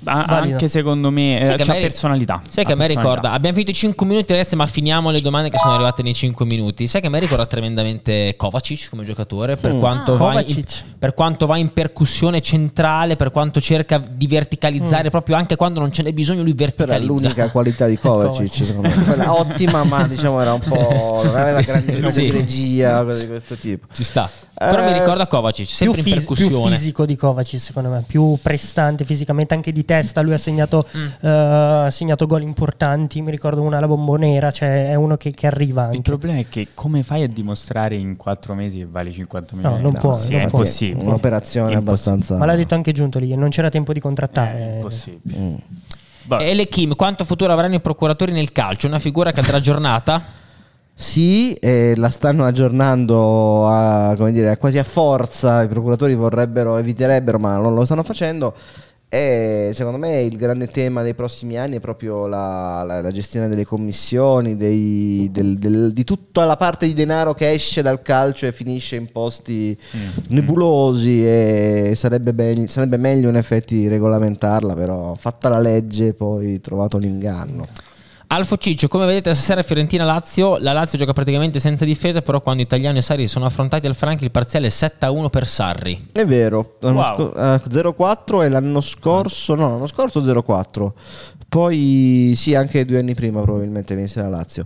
A- Valido. anche secondo me Sai eh, che c'ha a me- personalità. Sai che ha a me personalità. ricorda, abbiamo finito i cinque minuti ragazzi, ma finiamo le domande che sono arrivate nei cinque minuti. Sai che a me ricorda tremendamente Kovacic come giocatore, per, Mm. quanto, Ah, va in, Kovacic. per quanto va in percussione centrale, per quanto cerca di verticalizzare, proprio anche quando non ce n'è bisogno lui Però è verticalizza. l'unica qualità di Kovacic, Kovacic. secondo me. Quella ottima, ma diciamo era un po'. Non aveva grande Sì. di regia, cose di questo tipo. Ci sta. Però mi Eh, ricorda Kovacic, Più, sempre in fis- più percussione. fisico di Kovacic secondo me, più prestante fisicamente, anche di testa. Lui ha segnato, Mm. eh, ha segnato gol importanti, mi ricordo una alla Bombonera, cioè è uno che, che arriva anche. Il problema è che come fai a dimostrare in quattro mesi che vale cinquanta milioni? non puoi, sì, non è puoi. impossibile. Un'operazione È abbastanza. Ma l'ha detto anche Giuntoli, non c'era tempo di È contrattare. impossibile. Mm. Vabbè. E le Kim, quanto futuro avranno i procuratori nel calcio? Una figura che andrà aggiornata? Sì, e la stanno aggiornando a, come dire, quasi a forza. I procuratori vorrebbero, eviterebbero, ma non lo stanno facendo. E secondo me il grande tema dei prossimi anni è proprio la, la- la gestione delle commissioni, dei- del- del- di tutta la parte di denaro che esce dal calcio e finisce in posti nebulosi. E sarebbe, be- sarebbe meglio in effetti regolamentarla, però fatta la legge poi trovato l'inganno. Alfo Ciccio, come vedete stasera Fiorentina-Lazio, la Lazio gioca praticamente senza difesa, però quando Italiano e Sarri sono affrontati al Franchi il parziale è sette a uno per Sarri. È vero, l'anno Wow. sco- eh, zero quattro e l'anno scorso, no, l'anno scorso zero quattro. Poi sì, anche due anni prima probabilmente vinse la Lazio.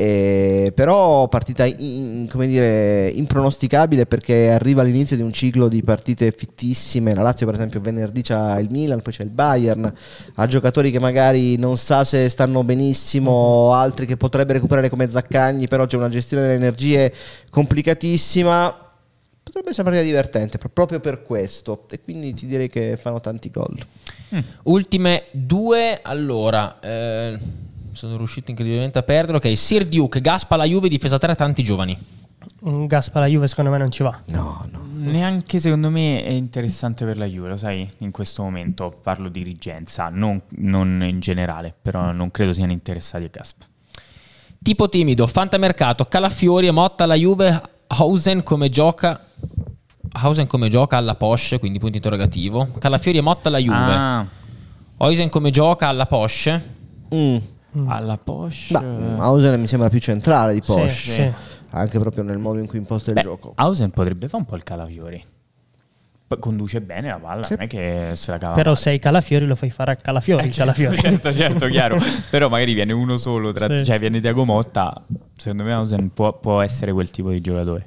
E, però partita in- come dire, impronosticabile, perché arriva all'inizio di un ciclo di partite fittissime. La Lazio per esempio venerdì c'ha il Milan, poi c'è il Bayern, ha giocatori che magari non sa se stanno benissimo, altri che potrebbe recuperare come Zaccagni, però c'è una gestione delle energie complicatissima. Potrebbe essere una partita divertente pro- proprio per questo, e quindi ti direi che fanno tanti gol. Ultime due, allora, eh, sono riuscito incredibilmente a perderlo. Ok, Sir Duke, Gaspa la Juve, difesa tre, tanti giovani. Un Gaspa alla Juve secondo me non ci va. No, no. Neanche secondo me è interessante per la Juve, lo sai, in questo momento parlo di dirigenza, non, non in generale, però non credo siano interessati a Gasp. Tipo timido, fantamercato, Calafiori e Motta alla Juve, Hausen come gioca... Hausen come gioca alla Porsche, quindi punto interrogativo. Calafiori e Motta alla Juve. Ah, Hausen come gioca alla Porsche. Mm. alla Porsche. Beh, Hausen mi sembra più centrale di Sì, Porsche, sì. anche proprio nel modo in cui imposta il Beh, gioco. Hausen potrebbe fare un po' il Calafiori. Poi conduce bene la palla, Sì. non è che se la cava. Però male. sei Calafiori lo fai fare a Calafiori. Eh, il certo, Calafiori. certo, certo, chiaro. Però magari viene uno solo, tra- Sì, cioè sì. viene Thiago Motta. Secondo me Hausen può, può essere quel tipo di giocatore.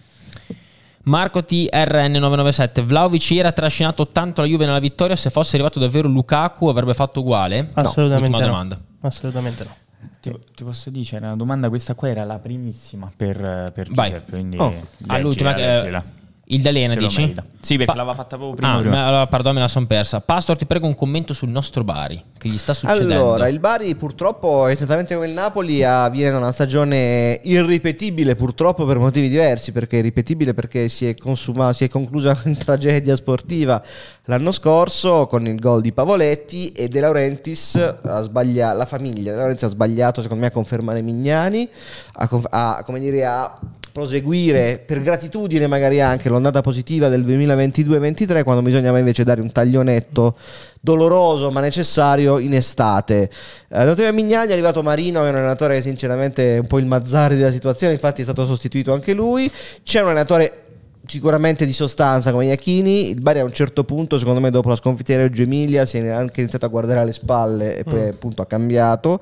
Marco T R N nove nove sette, Vlahovic era trascinato tanto la Juve nella vittoria, se fosse arrivato davvero Lukaku avrebbe fatto uguale? Assolutamente Ultima no. domanda. Assolutamente no. Ti, ti posso dire, c'era una domanda, questa qua era la primissima per, per Vai. Giuseppe, quindi Oh. leggila, Ah, l'ultima che- leggila. Il D'Alena Se lo dici? merita. Sì, perché Pa- l'aveva fatta proprio prima. Ah, prima. me- allora, pardon, me la son persa. Pastor, ti prego un commento sul nostro Bari, che gli sta succedendo. Allora, il Bari purtroppo, esattamente come il Napoli, ha- viene da una stagione irripetibile, purtroppo per motivi diversi, perché irripetibile perché si è, consuma- si è conclusa in tragedia sportiva l'anno scorso con il gol di Pavoletti, e De Laurentiis ha sbagliato, la famiglia De Laurentiis ha sbagliato secondo me a confermare Mignani, a, conf- a, come dire, a proseguire per gratitudine magari anche l'ondata positiva del duemilaventidue ventitré, quando bisognava invece dare un taglionetto doloroso ma necessario in estate. Eh, Notevole Mignani, è arrivato Marino, che è un allenatore che sinceramente è un po' il Mazzarri della situazione, infatti è stato sostituito anche lui. C'è un allenatore sicuramente di sostanza come Iachini. Il Bari a un certo punto, secondo me, dopo la sconfitta di Reggio Emilia si è anche iniziato a guardare alle spalle e poi appunto ha cambiato.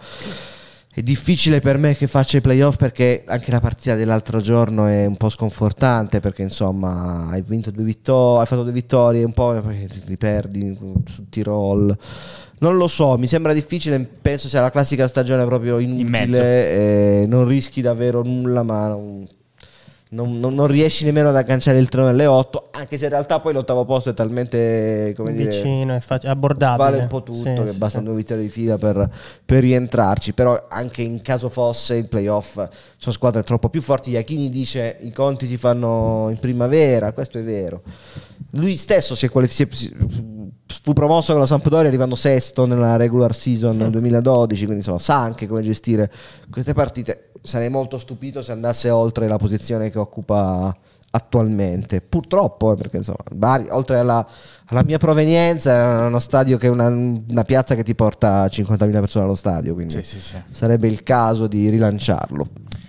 È difficile per me che faccia i playoff, perché anche la partita dell'altro giorno è un po' sconfortante, perché insomma hai vinto due vittorie, hai fatto due vittorie un po' e poi riperdi sul Tirol. Non lo so, mi sembra difficile, penso sia la classica stagione proprio mezzo. inutile, e non rischi davvero nulla, ma non, non- non- non riesci nemmeno ad agganciare il treno nelle otto, anche se in realtà poi l'ottavo posto è talmente, come dire, Vicino, è, fac- è abbordabile. vale un po' tutto, Sì, che sì, bastano sì. due vittorie di fila per, per rientrarci. Però anche in caso fosse il playoff sono squadre troppo più forti. Iachini dice i conti si fanno in primavera, questo è vero. Lui stesso si è quali- si è- si- fu promosso con la Sampdoria arrivando sesto nella regular season nel duemiladodici, quindi insomma sa anche come gestire queste partite. Sarei molto stupito se andasse oltre la posizione che occupa attualmente, purtroppo, eh, perché insomma Bari, oltre alla, alla mia provenienza, è uno stadio che è una, una piazza che ti porta cinquantamila persone allo stadio, quindi Sì, sì, sì. sarebbe il caso di rilanciarlo.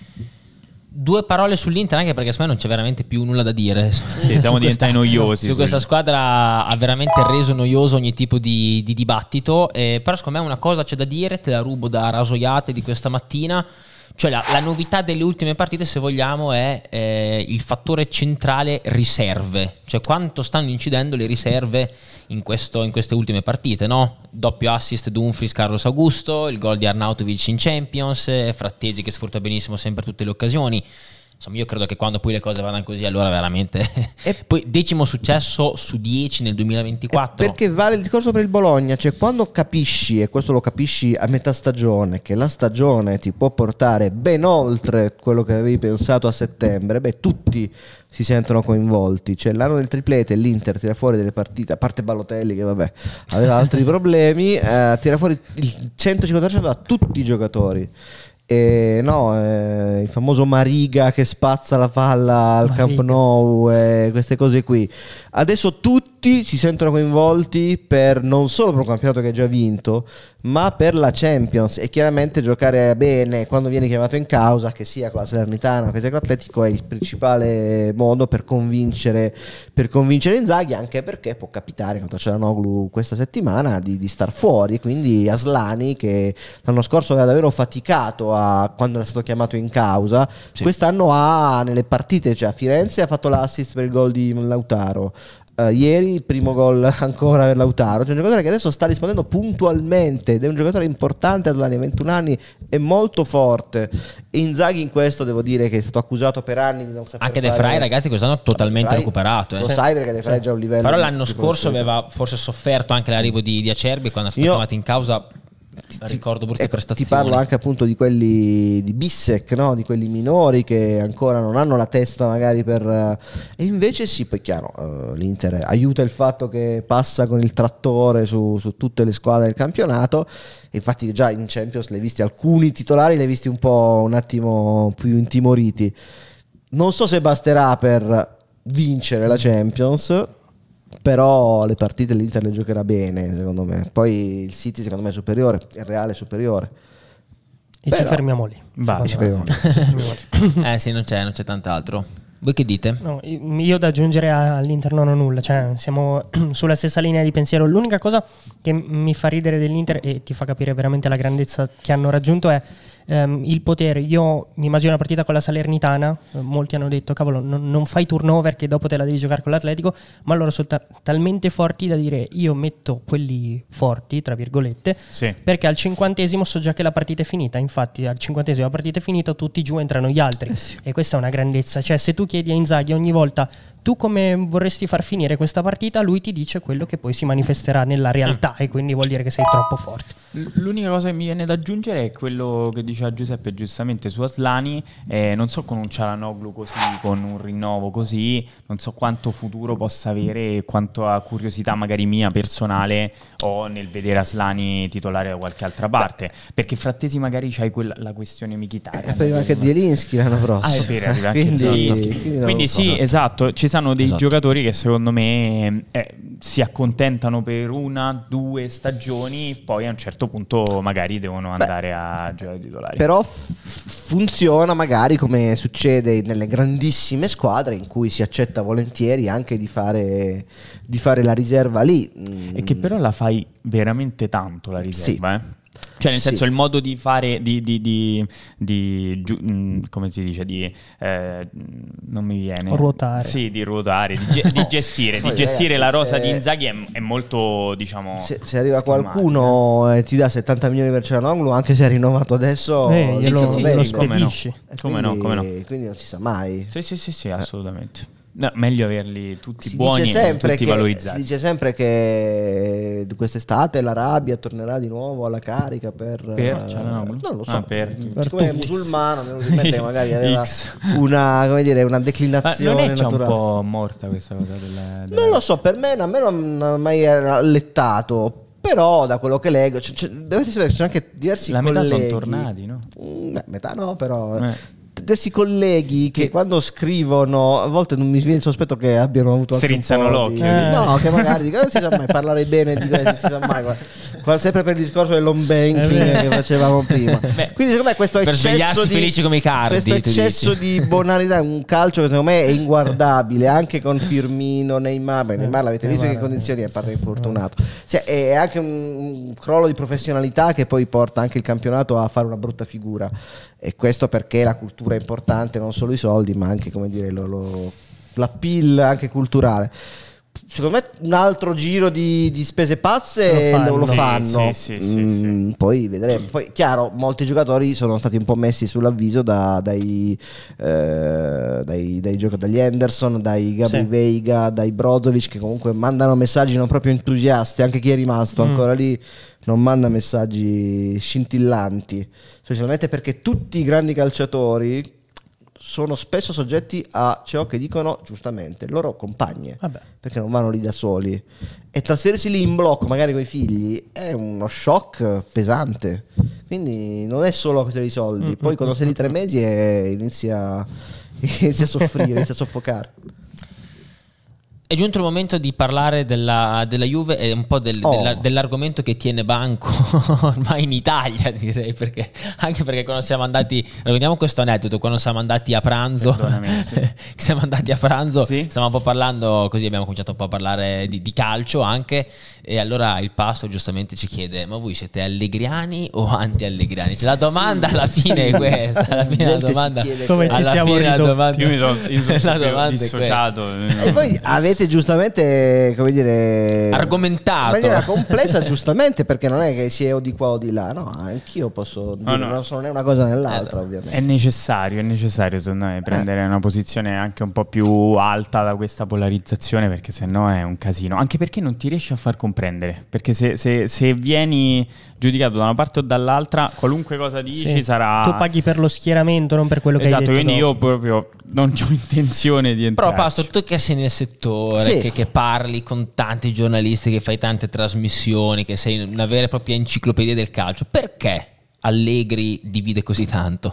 Due parole sull'Inter, anche perché secondo me non c'è veramente più nulla da dire. Sì, siamo diventati noiosi. Su questa squadra ha veramente reso noioso ogni tipo di, di dibattito, eh, però secondo me una cosa c'è da dire, te la rubo da Rasoiate di questa mattina. Cioè la, la novità delle ultime partite, se vogliamo, è eh, il fattore centrale riserve, cioè quanto stanno incidendo le riserve in, questo, in queste ultime partite, no? Doppio assist Dumfries, Carlos Augusto, il gol di Arnautovic in Champions, Frattesi che sfrutta benissimo sempre tutte le occasioni. Insomma, io credo che quando poi le cose vadano così, allora veramente e poi decimo successo su dieci nel duemilaventiquattro. Perché vale il discorso per il Bologna, cioè quando capisci, e questo lo capisci a metà stagione, che la stagione ti può portare ben oltre quello che avevi pensato a settembre, beh, tutti si sentono coinvolti. Cioè l'anno del triplete l'Inter tira fuori delle partite, a parte Balotelli che vabbè aveva altri problemi, eh, tira fuori il centocinquanta per cento da tutti i giocatori. E no, eh, il famoso Mariga che spazza la palla al Mariga. Camp Nou, eh, queste cose qui. Adesso tutti si sentono coinvolti per non solo per un campionato che ha già vinto, ma per la Champions, e chiaramente giocare bene quando viene chiamato in causa, che sia con la Salernitana che sia con l'Atletico, è il principale modo per convincere per convincere Inzaghi, anche perché può capitare contro Çalhanoğlu questa settimana di, di star fuori, quindi Aslani, che l'anno scorso aveva davvero faticato a, quando era stato chiamato in causa, Sì. quest'anno ha nelle partite, cioè a Firenze ha fatto l'assist per il gol di Lautaro. Uh, ieri il primo gol ancora per Lautaro. C'è un giocatore che adesso sta rispondendo puntualmente ed è un giocatore importante, Aslani, a ventuno anni, è molto forte. E Inzaghi in questo devo dire che è stato accusato per anni di non saper Anche De fare... Vrij, ragazzi, quest'anno totalmente Vrij, recuperato. Eh. Lo sai perché De Vrij è già a un livello. Però di- l'anno di scorso conoscenza. aveva forse sofferto anche l'arrivo di, di Acerbi quando è stato Io- chiamato in causa. Ricordo brutte Ecco, prestazioni. ti parlo anche appunto di quelli di Bissek, no? Di quelli minori che ancora non hanno la testa magari per eh, e invece sì, poi chiaro, eh, l'Inter aiuta il fatto che passa con il trattore su, su tutte le squadre del campionato. Infatti già in Champions l'hai visti alcuni titolari, li hai visti un po' un attimo più intimoriti. Non so se basterà per vincere la Champions, però le partite l'Inter le giocherà bene, secondo me. Poi il City secondo me è superiore, il Reale è superiore. E Però- ci fermiamo lì. Basta. secondo me. Ci fermiamo Ci fermiamo lì. Eh sì, non c'è, non c'è tant'altro. Voi che dite? No, io da aggiungere all'Inter non ho nulla, cioè siamo sulla stessa linea di pensiero. L'unica cosa che mi fa ridere dell'Inter e ti fa capire veramente la grandezza che hanno raggiunto è ehm, il potere. Io mi immagino una partita con la Salernitana, eh, molti hanno detto cavolo non, non fai turnover che dopo te la devi giocare con l'Atletico, ma loro sono ta- talmente forti da dire io metto quelli forti tra virgolette Sì. perché al cinquantesimo so già che la partita è finita. Infatti al cinquantesimo la partita è finita, tutti giù entrano gli altri, e questa è una grandezza. Cioè se tu chiedi a Inzaghi ogni volta tu come vorresti far finire questa partita, lui ti dice quello che poi si manifesterà nella realtà, e quindi vuol dire che sei troppo forte. L- L'unica cosa che mi viene da aggiungere è quello che diceva Giuseppe giustamente su Aslani. Eh, non so con un Çalhanoğlu così, con un rinnovo così, non so quanto futuro possa avere e quanta curiosità magari mia personale ho nel vedere Aslani titolare da qualche altra parte. Perché Frattesi magari c'hai quella, la questione Mkhitaryan. E poi arriva anche Zielinski l'anno prossimo. Ah, è vero, arriva anche quindi, Zielinski. quindi non Quindi lo so. sì, esatto, ci sono dei Esatto. giocatori che secondo me eh, si accontentano per una, due stagioni, poi a un certo punto magari devono andare a giocare titolari. Però f- funziona magari come succede nelle grandissime squadre in cui si accetta volentieri anche di fare, di fare la riserva lì. Mm. E che però la fai veramente tanto la riserva, eh? Cioè nel Sì. senso il modo di fare di, di, di, di giu- mh, come si dice di eh, non mi viene Ruotare. sì di ruotare di, ge- di gestire di Poi, gestire ragazzi, la rosa se- di Inzaghi è, è molto diciamo Se, se arriva schematica. qualcuno e ti dà settanta milioni per Çalhanoğlu, anche se è rinnovato adesso, Eh, sì, glielo- sì, sì, glielo sì, come no. spedisci. E Come no, quindi- come no. Quindi non si sa mai. Sì, sì, sì, sì, assolutamente. No, meglio averli tutti Si buoni dice e sempre tutti che, valorizzati. si dice sempre che quest'estate l'Arabia tornerà di nuovo alla carica per, Per eh, Çalhanoğlu? non lo so, Ah, per- siccome è per tutti. musulmano mi è venuto in mente che magari aveva X. una, come dire, una Ma declinazione non è già un naturale. po' morta questa cosa del, del- Non lo so, per me, a me non ha mai allettato, però da quello che leggo, c- c- dovete sapere che ci sono anche diversi La metà colleghi. sono tornati, no? Mm, beh, metà no, però Eh. t- diversi colleghi che, che quando scrivono a volte non mi viene il sospetto che abbiano avuto anche strizzano l'occhio, di... eh. no, che magari dicono non si sa mai parlare bene di questo, non si sa mai, guarda, sempre per il discorso dell'home banking che facevamo prima. Beh, quindi secondo me questo per eccesso di felici come i cardi, questo eccesso di bonarietà, un calcio che secondo me è inguardabile anche con Firmino, Neymar. Beh, Neymar l'avete visto in che condizioni è, a parte infortunato, cioè, è anche un, un crollo di professionalità che poi porta anche il campionato a fare una brutta figura, e questo perché la cultura è importante, non solo i soldi ma anche, come dire, lo, lo, l'appeal anche culturale. Secondo me un altro giro di, di spese pazze lo fanno, lo fanno. Sì, sì, sì, mm, sì, sì. Poi vedremo. Poi chiaro, molti giocatori sono stati un po' messi sull'avviso da, dai, eh, dai, dai giocatori, dagli Henderson, dai Gabri sì. Veiga, dai Brozovic, che comunque mandano messaggi non proprio entusiasti. Anche chi è rimasto mm. ancora lì non manda messaggi scintillanti, specialmente perché tutti i grandi calciatori sono spesso soggetti a ciò che dicono giustamente loro compagne. Vabbè. Perché non vanno lì da soli, e trasferirsi lì in blocco magari con i figli è uno shock pesante, quindi non è solo questione di soldi. Mm-hmm. Poi quando sei lì tre mesi e inizia, inizia a soffrire, inizia a soffocare. È giunto il momento di parlare della, della Juve e un po' del, oh. della, dell'argomento che tiene banco ormai in Italia, direi, perché anche perché quando siamo andati, raccontiamo questo aneddoto, quando siamo andati a pranzo sì. siamo andati a pranzo sì. stavamo un po' parlando così, abbiamo cominciato un po' a parlare di, di calcio anche, e allora il pasto giustamente ci chiede: ma voi siete allegriani o anti-allegriani? Cioè, la domanda sì. alla fine è questa, alla fine la domanda come ci siamo ridotti. Io mi sono, io sono dissociato e voi avete giustamente, come dire, argomentato in maniera complessa, giustamente, perché non è che si è o di qua o di là, no, anch'io posso dire, no, no. non, sono, non è una cosa nell'altra, esatto. ovviamente è necessario, è necessario secondo me prendere eh. una posizione anche un po' più alta da questa polarizzazione, perché sennò è un casino, anche perché non ti riesci a far comprendere, perché se, se, se vieni giudicato da una parte o dall'altra, qualunque cosa dici sì. sarà, tu paghi per lo schieramento, non per quello che esatto, hai detto. Quindi io proprio non ho intenzione di entrare. Però Pastor, tu che sei nel settore, sì. che, che parli con tanti giornalisti, che fai tante trasmissioni, che sei una vera e propria enciclopedia del calcio, perché Allegri divide così tanto?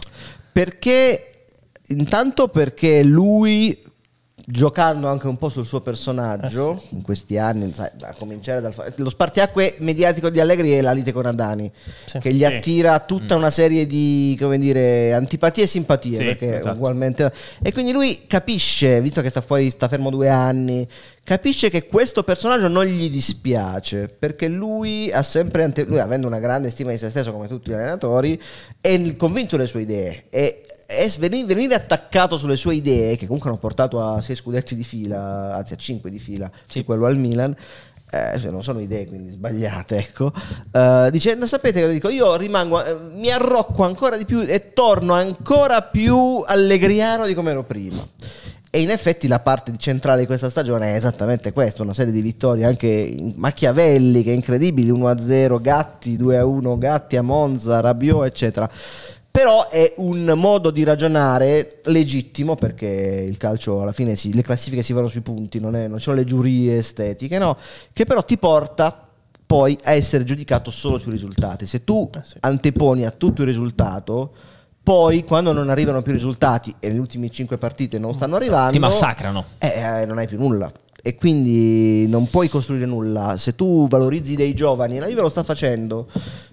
Perché intanto perché lui, giocando anche un po' sul suo personaggio, eh sì. in questi anni, sai, a cominciare dal lo spartiacque mediatico di Allegri è la lite con Andani, sì. che gli attira tutta una serie di, come dire, antipatie e simpatie, sì, perché esatto. ugualmente, e quindi lui capisce, visto che sta fuori, sta fermo due anni, capisce che questo personaggio non gli dispiace, perché lui ha sempre ante- lui, avendo una grande stima di se stesso come tutti gli allenatori, è convinto delle sue idee, e E venire attaccato sulle sue idee, che comunque hanno portato a sei scudetti di fila, anzi a cinque di fila, sì. quello al Milan, eh, cioè non sono idee quindi sbagliate, ecco, uh, dicendo: sapete che dico, io rimango, eh, mi arrocco ancora di più e torno ancora più allegriano di come ero prima. E in effetti la parte centrale di questa stagione è esattamente questo, una serie di vittorie anche machiavelliche, incredibili, uno a zero Gatti, due a uno Gatti a Monza, Rabiot eccetera. Però è un modo di ragionare legittimo, perché il calcio alla fine si, le classifiche si vanno sui punti, non, è, non ci sono le giurie estetiche, no? Che però ti porta poi a essere giudicato solo sui risultati. Se tu eh sì. anteponi a tutto il risultato, poi quando non arrivano più risultati e nelle ultime cinque partite non stanno arrivando, ti massacrano, eh, eh, non hai più nulla. E quindi non puoi costruire nulla. Se tu valorizzi dei giovani, la Juve lo sta facendo,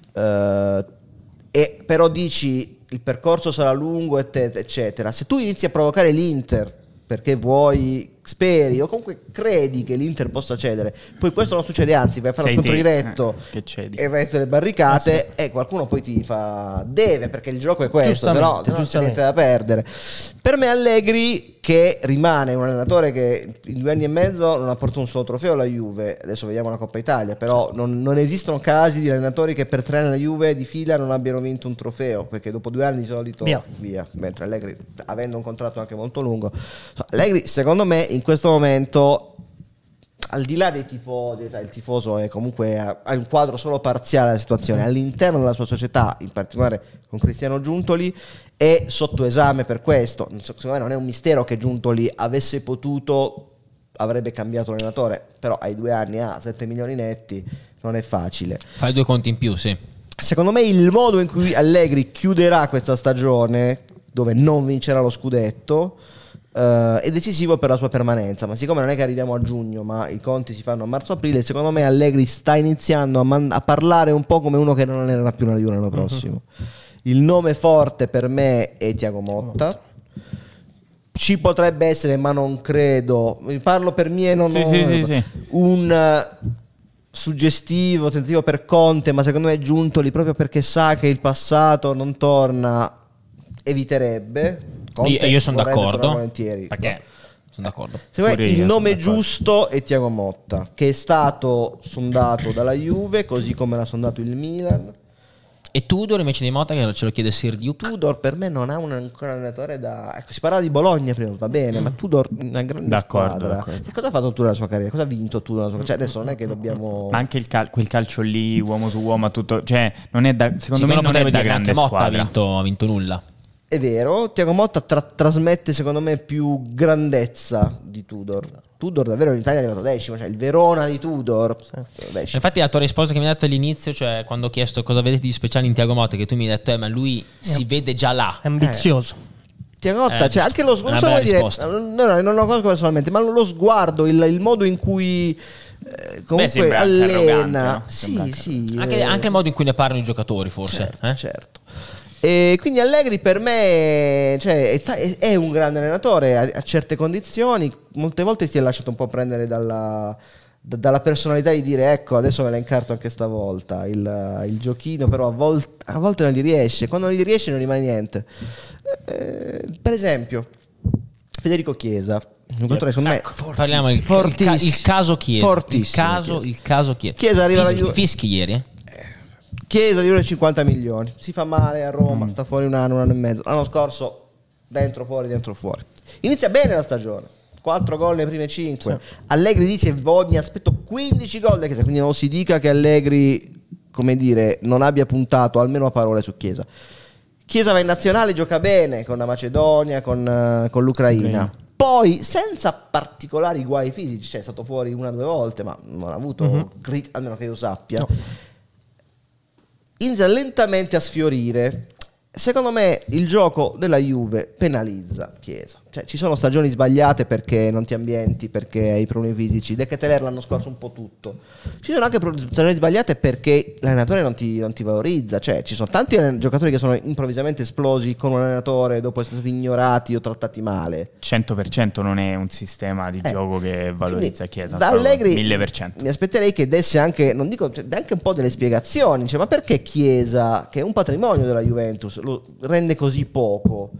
eh, e però dici il percorso sarà lungo eccetera, se tu inizi a provocare l'Inter perché vuoi, speri o comunque credi che l'Inter possa cedere, poi questo non succede, anzi vai a fare lo scontro diretto eh, che e vai sulle barricate, eh sì. e qualcuno poi ti fa deve, perché il gioco è questo, se no non c'è niente da perdere. Per me Allegri, che rimane un allenatore che in due anni e mezzo non ha portato un solo trofeo alla Juve, adesso vediamo la Coppa Italia, però non, non esistono casi di allenatori che per tre anni alla Juve di fila non abbiano vinto un trofeo, perché dopo due anni di solito via, via. Mentre Allegri, avendo un contratto anche molto lungo, Allegri secondo me in questo momento, al di là dei tifosi, il tifoso è comunque ha un quadro solo parziale della situazione, all'interno della sua società, in particolare con Cristiano Giuntoli, è sotto esame per questo. Secondo me non è un mistero che Giuntoli avesse potuto, avrebbe cambiato allenatore, però ai due anni ha sette milioni netti, non è facile. Fai due conti in più, sì. Secondo me il modo in cui Allegri chiuderà questa stagione dove non vincerà lo scudetto. Uh, è decisivo per la sua permanenza, ma siccome non è che arriviamo a giugno, ma i conti si fanno a marzo-aprile, secondo me Allegri sta iniziando a, man- a parlare un po' come uno che non allenerà più la Juve l'anno prossimo. Uh-huh. Il nome forte per me è Thiago Motta. Ci potrebbe essere, ma non credo. Parlo per me, non sì, ho, sì, sì, sì. un uh, suggestivo tentativo per Conte, ma secondo me è giunto lì proprio perché sa che il passato non torna. Eviterebbe. Conte io, io sono d'accordo volentieri, perché no? sono d'accordo. Secondo me il nome d'accordo. giusto è Thiago Motta, che è stato sondato dalla Juve, così come l'ha sondato il Milan. E Tudor invece di Motta, che ce lo chiede Sir Duke? Tudor per me non ha un ancora allenatore da... Ecco, si parlava di Bologna prima, va bene, mm. ma Tudor una grande d'accordo, squadra. d'accordo. E cosa ha fatto Tudor nella sua carriera? Cosa ha vinto Tudor nella sua carriera? Cioè adesso non è che dobbiamo... Ma anche il cal- quel calcio lì, uomo su uomo, tutto... Cioè, non è da... secondo sì, me non è da dire grande Motta squadra. ha vinto, ha vinto nulla. È vero, Thiago Motta tra- trasmette secondo me più grandezza di Tudor. Tudor davvero in Italia è arrivato decimo, cioè il Verona di Tudor. Decimo. Infatti la tua risposta che mi hai dato all'inizio, cioè quando ho chiesto cosa vedete di speciale in Thiago Motta, che tu mi hai detto eh ma lui si vede già là. È ambizioso. Eh. Thiago Motta, Eh, cioè anche lo una sguardo, bella dire, risposta. no, no, non lo conosco personalmente, ma lo sguardo, il, il modo in cui eh, comunque sembra anche arrogante, allena, no? Sembra sì, anche sì, Anche, eh, anche il modo in cui ne parlano i giocatori forse. certo, eh? certo. E quindi Allegri per me, cioè, è, è un grande allenatore a, a certe condizioni. Molte volte si è lasciato un po' prendere dalla, d- dalla personalità di dire ecco adesso me la incarto anche stavolta il, il giochino, però a, vol- a volte non gli riesce. Quando non gli riesce non rimane niente. Eh, per esempio Federico Chiesa, un giocatore secondo Ecco, me parliamo il, il, ca- fortissimo, il caso Chiesa. Il fortissimo caso, Chiesa. il caso Chiesa. Chiesa arriva alla Fischi, Juve- fischi ieri. eh? Chiesa di cinquanta milioni, si fa male a Roma, mm. sta fuori un anno, un anno e mezzo. L'anno scorso dentro fuori, dentro fuori. Inizia bene la stagione, quattro gol nei prime cinque. Sì. Allegri dice mi aspetto quindici gol da Chiesa, quindi non si dica che Allegri, come dire, non abbia puntato almeno a parole su Chiesa. Chiesa va in nazionale, gioca bene con la Macedonia, con, uh, con l'Ucraina. Okay. Poi senza particolari guai fisici, cioè è stato fuori una o due volte, ma non ha avuto, mm-hmm. almeno che io sappia. No. Inizia lentamente a sfiorire. Secondo me il gioco della Juve penalizza Chiesa. Cioè ci sono stagioni sbagliate perché non ti ambienti, perché hai problemi fisici. De Keteler l'anno scorso un po' tutto. Ci sono anche stagioni sbagliate perché l'allenatore non ti, non ti valorizza. Cioè ci sono tanti giocatori che sono improvvisamente esplosi con un allenatore dopo essere stati ignorati o trattati male. cento per cento non è un sistema di eh, gioco che valorizza Chiesa. Da Allegri mille per cento. mi aspetterei che desse anche, non dico, cioè, anche un po' delle spiegazioni. Cioè, ma perché Chiesa, che è un patrimonio della Juventus, lo rende così poco?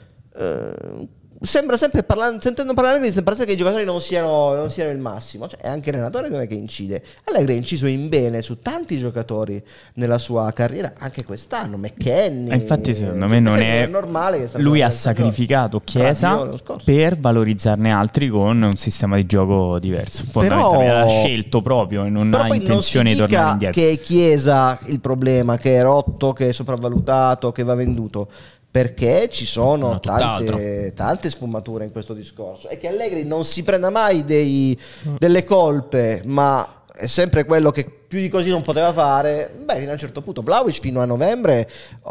Eh, sembra sempre parlando, sentendo parlare Allegri sembra che i giocatori non siano, non siano il massimo, cioè è anche l'allenatore non è che incide. Allegri ha inciso in bene su tanti giocatori nella sua carriera, anche quest'anno McKennie. Infatti secondo me non è, è normale che lui ha sacrificato Chiesa per valorizzarne altri con un sistema di gioco diverso. Fondamentalmente l'ha scelto proprio e non ha intenzione di tornare indietro. Che è Chiesa il problema, che è rotto, che è sopravvalutato, che va venduto. Perché ci sono no, tante, tante sfumature in questo discorso. E che Allegri non si prenda mai dei, delle colpe, ma è sempre quello che più di così non poteva fare. Beh, fino a un certo punto Vlahovic fino a novembre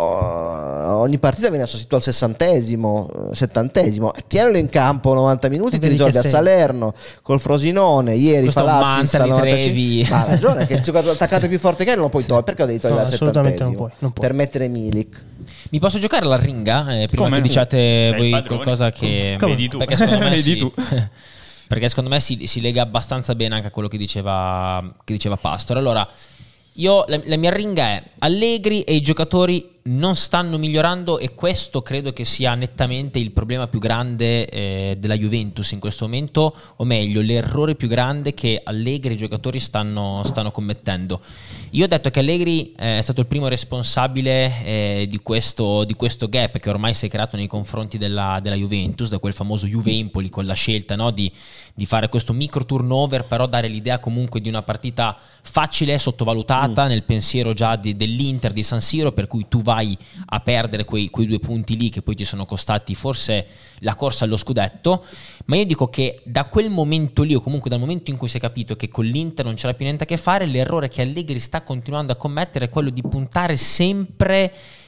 oh, ogni partita viene sostituito al sessantesimo, settantesimo. Tienilo in campo novanta minuti, ti risolvi a Salerno col Frosinone. Ieri fa l'assist al novantacinque. Ma ha ragione, che il giocatore attaccante più forte che è non lo puoi togliere. Perché ho detto no, al settantesimo? Non puoi, non puoi. Per mettere Milik. Mi posso giocare alla ringa? Eh, prima Come? Che diciate Sei voi qualcosa che Come? Vedi tu. Perché secondo me Vedi si, tu. perché secondo me si, si lega abbastanza bene anche a quello che diceva, che diceva Pastore. Allora, io la, la mia ringa è Allegri e i giocatori non stanno migliorando, e questo credo che sia nettamente il problema più grande eh, della Juventus in questo momento, o meglio l'errore più grande che Allegri e i giocatori stanno, stanno commettendo. Io ho detto che Allegri eh, è stato il primo responsabile eh, di, questo, di questo gap che ormai si è creato nei confronti della, della Juventus, da quel famoso Juve-Empoli, con la scelta, no, di, di fare questo micro turnover, però dare l'idea comunque di una partita facile, sottovalutata mm. nel pensiero già di, dell'Inter di San Siro, per cui tu vai a perdere quei, quei due punti lì che poi ti sono costati forse la corsa allo scudetto. Ma io dico che da quel momento lì, o comunque dal momento in cui si è capito che con l'Inter non c'era più niente a che fare, l'errore che Allegri sta continuando a commettere è quello di puntare sempre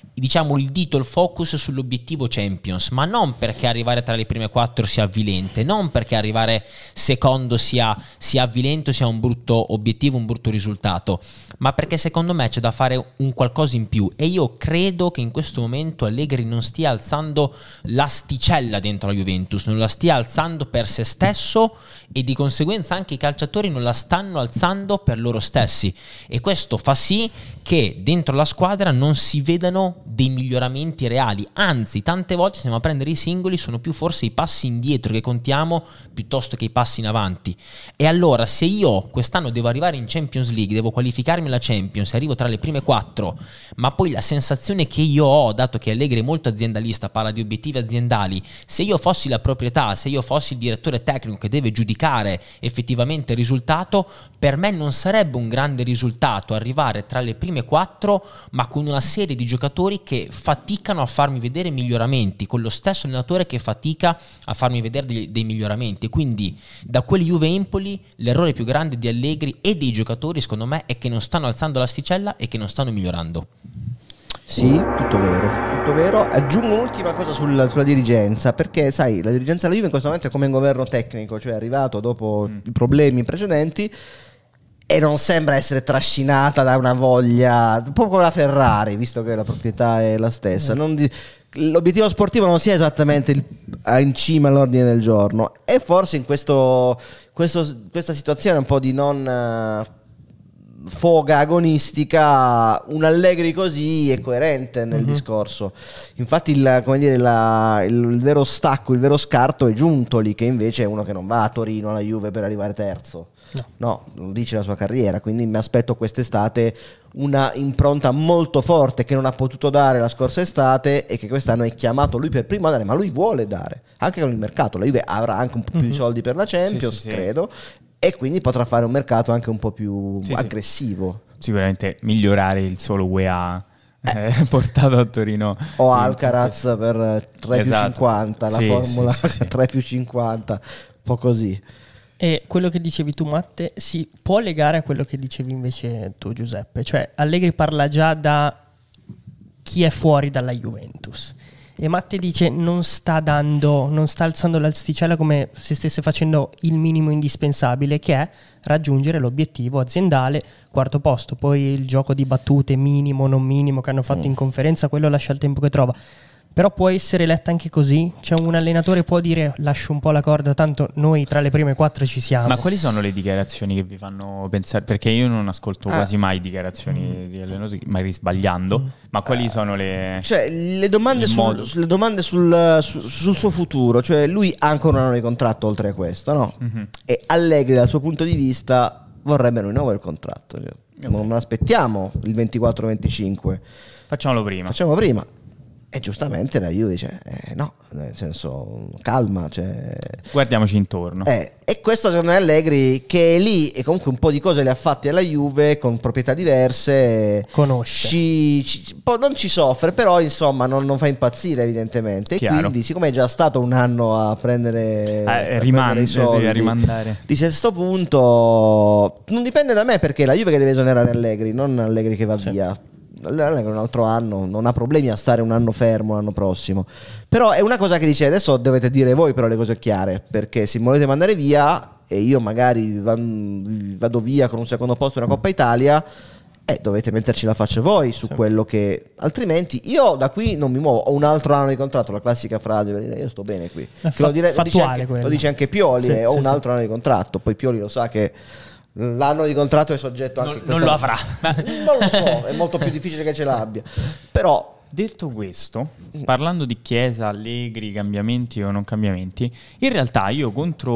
diciamo il dito, il focus sull'obiettivo Champions, ma non perché arrivare tra le prime quattro sia avvilente, non perché arrivare secondo sia, sia avvilente, sia un brutto obiettivo, un brutto risultato, ma perché secondo me c'è da fare un qualcosa in più, e io credo che in questo momento Allegri non stia alzando l'asticella dentro la Juventus, non la stia alzando per se stesso, e di conseguenza anche i calciatori non la stanno alzando per loro stessi, e questo fa sì che dentro la squadra non si vedano dei miglioramenti reali, anzi tante volte se andiamo a prendere i singoli sono più forse i passi indietro che contiamo piuttosto che i passi in avanti. E allora se io quest'anno devo arrivare in Champions League, devo qualificarmi alla Champions, arrivo tra le prime quattro, ma poi la sensazione che io ho, dato che Allegri è molto aziendalista, parla di obiettivi aziendali, se io fossi la proprietà, se io fossi il direttore tecnico che deve giudicare effettivamente il risultato, per me non sarebbe un grande risultato arrivare tra le prime quattro ma con una serie di giocatori che faticano a farmi vedere miglioramenti, con lo stesso allenatore che fatica a farmi vedere dei, dei miglioramenti. Quindi da quel Juve-Empoli l'errore più grande di Allegri e dei giocatori secondo me è che non stanno alzando l'asticella e che non stanno migliorando. Sì, tutto vero, tutto vero. Aggiungo un'ultima cosa sul, sulla dirigenza, perché sai, la dirigenza della Juve in questo momento è come un governo tecnico, cioè è arrivato dopo mm. i problemi precedenti e non sembra essere trascinata da una voglia, un po' come la Ferrari, visto che la proprietà è la stessa. Non di, l'obiettivo sportivo non sia esattamente il, in cima all'ordine del giorno, e forse in questo, questo, questa situazione un po' di non uh, foga agonistica, un Allegri così è coerente nel uh-huh. discorso. Infatti il, come dire, la, il, il vero stacco, il vero scarto è Giuntoli, che invece è uno che non va a Torino alla Juve per arrivare terzo. No. no, lo dice la sua carriera, quindi mi aspetto quest'estate una impronta molto forte che non ha potuto dare la scorsa estate e che quest'anno è chiamato lui per primo a dare, ma lui vuole dare, anche con il mercato. La Juve avrà anche un po' più di soldi per la Champions, sì, sì, credo, sì. E quindi potrà fare un mercato anche un po' più sì, aggressivo. Sì. Sicuramente migliorare il solo U E A eh, portato a Torino. O Alcaraz per tre esatto. più cinquanta, la sì, formula sì, sì. tre più cinquanta, un po' così. E quello che dicevi tu, Matte, si può legare a quello che dicevi invece tu, Giuseppe. Cioè Allegri parla già da chi è fuori dalla Juventus, e Matte dice non sta dando, non sta alzando l'asticella come se stesse facendo il minimo indispensabile, che è raggiungere l'obiettivo aziendale, quarto posto. Poi il gioco di battute minimo, non minimo, che hanno fatto mm. in conferenza, quello lascia il tempo che trova. Però può essere letta anche così? Cioè un allenatore può dire lascio un po' la corda, tanto noi tra le prime quattro ci siamo. Ma quali sono le dichiarazioni che vi fanno pensare? Perché io non ascolto ah. quasi mai dichiarazioni mm. di allenatori, magari sbagliando, mm. ma quali uh, sono le... Cioè le domande, sul, le domande sul, su, sul suo futuro. Cioè lui ha ancora un anno di contratto oltre a questo, no? Mm-hmm. E Allegri dal suo punto di vista vorrebbe rinnovare il contratto, cioè, okay. Non aspettiamo il ventiquattro venticinque, facciamolo prima. Facciamo prima. E giustamente la Juve dice eh, no, nel senso calma, cioè, guardiamoci intorno. Eh, e questo secondo me Allegri, che è lì e comunque un po' di cose le ha fatte alla Juve con proprietà diverse, conosce, ci, ci, non ci soffre, però insomma non, non fa impazzire evidentemente. Chiaro. E quindi siccome è già stato un anno a prendere, eh, a rimanda, prendere i soldi, sì, a rimandare, dice a sto punto non dipende da me, perché è la Juve che deve esonerare Allegri, non Allegri che va sì. via. Un altro anno non ha problemi a stare un anno fermo l'anno prossimo. Però è una cosa che dice adesso dovete dire voi però le cose chiare, perché se mi volete mandare via e io magari vado via con un secondo posto in una Coppa Italia, eh, dovete metterci la faccia voi su sì. quello che, altrimenti io da qui non mi muovo. Ho un altro anno di contratto, la classica frase per dire io sto bene qui, fa- lo, dire, lo, dice anche, lo dice anche Pioli, sì, eh, ho sì, un altro sì. anno di contratto. Poi Pioli lo sa che l'anno di contratto è soggetto anche non, non lo avrà. Non lo so, è molto più difficile che ce l'abbia. Però detto questo, parlando di Chiesa, Allegri, cambiamenti o non cambiamenti, in realtà io contro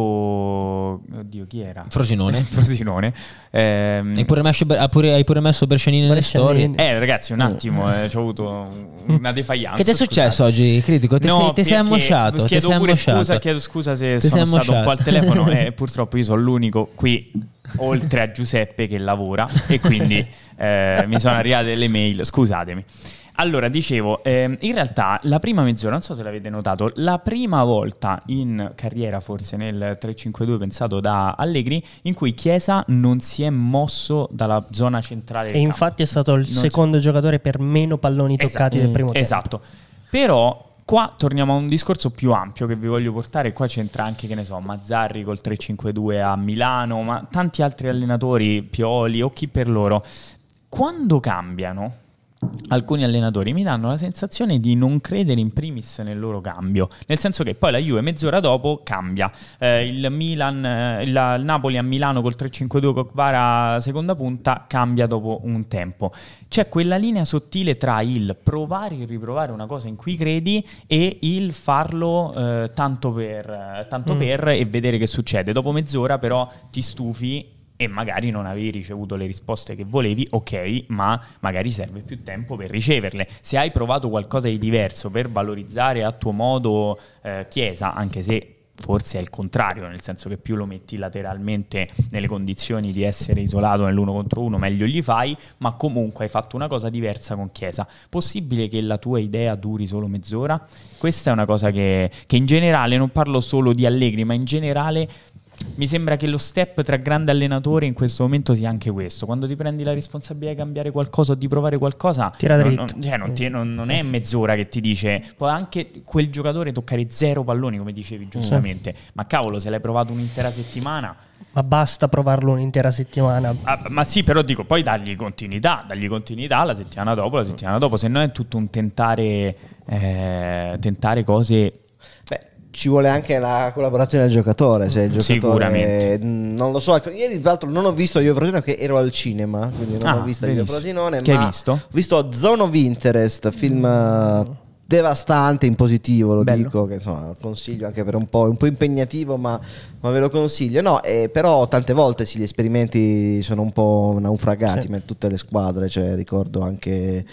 oddio chi era? Frosinone. Frosinone. Ehm... Hai pure messo, hai pure, hai pure messo Bershanini nelle storie. Eh ragazzi, un attimo, eh, c'ho avuto una defaillance. Che ti è successo oggi, Critico? Ti, no, sei, ti sei ammosciato? Ti chiedo sei pure ammosciato. scusa, chiedo scusa se ti sono stato un po' al telefono e purtroppo io sono l'unico qui oltre a Giuseppe che lavora e quindi eh, mi sono arrivate le mail, scusatemi. Allora, dicevo, ehm, in realtà la prima mezz'ora, non so se l'avete notato, la prima volta in carriera, forse nel tre cinque due pensato da Allegri, in cui Chiesa non si è mosso dalla zona centrale del E campo. infatti è stato il Non secondo giocatore per meno palloni toccati Esatto. del primo tempo. Esatto. Però qua torniamo a un discorso più ampio che vi voglio portare. Qua c'entra anche, che ne so, Mazzarri col tre cinque due a Milano, ma tanti altri allenatori, Pioli o chi per loro. Quando cambiano, alcuni allenatori mi danno la sensazione di non credere in primis nel loro cambio, nel senso che poi la Juve mezz'ora dopo cambia, eh, il Milan, eh, il, il Napoli a Milano col tre cinque due con Kvara seconda punta cambia dopo un tempo. C'è quella linea sottile tra il provare e riprovare una cosa in cui credi e il farlo eh, tanto per, eh, tanto Mm. per e vedere che succede. Dopo mezz'ora però ti stufi e magari non avevi ricevuto le risposte che volevi, ok, ma magari serve più tempo per riceverle. Se hai provato qualcosa di diverso per valorizzare a tuo modo eh, Chiesa, anche se forse è il contrario, nel senso che più lo metti lateralmente nelle condizioni di essere isolato nell'uno contro uno, meglio gli fai, ma comunque hai fatto una cosa diversa con Chiesa. Possibile che la tua idea duri solo mezz'ora? Questa è una cosa che, che in generale, non parlo solo di Allegri, ma in generale mi sembra che lo step tra grande allenatore in questo momento sia anche questo. Quando ti prendi la responsabilità di cambiare qualcosa o di provare qualcosa, Tira non, dritto. non, cioè non, ti- non- non è mezz'ora che ti dice. Può anche quel giocatore toccare zero palloni, come dicevi giustamente, ma cavolo, se l'hai provato un'intera settimana. Ma basta provarlo un'intera settimana. Ah, ma sì, però dico, poi dagli continuità, dagli continuità la settimana dopo, la settimana dopo, se no è tutto un tentare eh, tentare cose. Beh, ci vuole anche la collaborazione del giocatore. Se il giocatore, Sicuramente. non lo so. Ieri, tra l'altro, non ho visto Io Frosinone, che ero al cinema, quindi non Ah, ho visto Io benissimo. Frosinone. Che ma hai visto? Ho visto Zone of Interest, film eh, devastante in positivo, lo Bello. dico, che insomma consiglio anche per un po', un po' impegnativo, ma, ma ve lo consiglio. No, eh, però tante volte sì, gli esperimenti sono un po' naufragati, Sì. ma in tutte le squadre, cioè, ricordo anche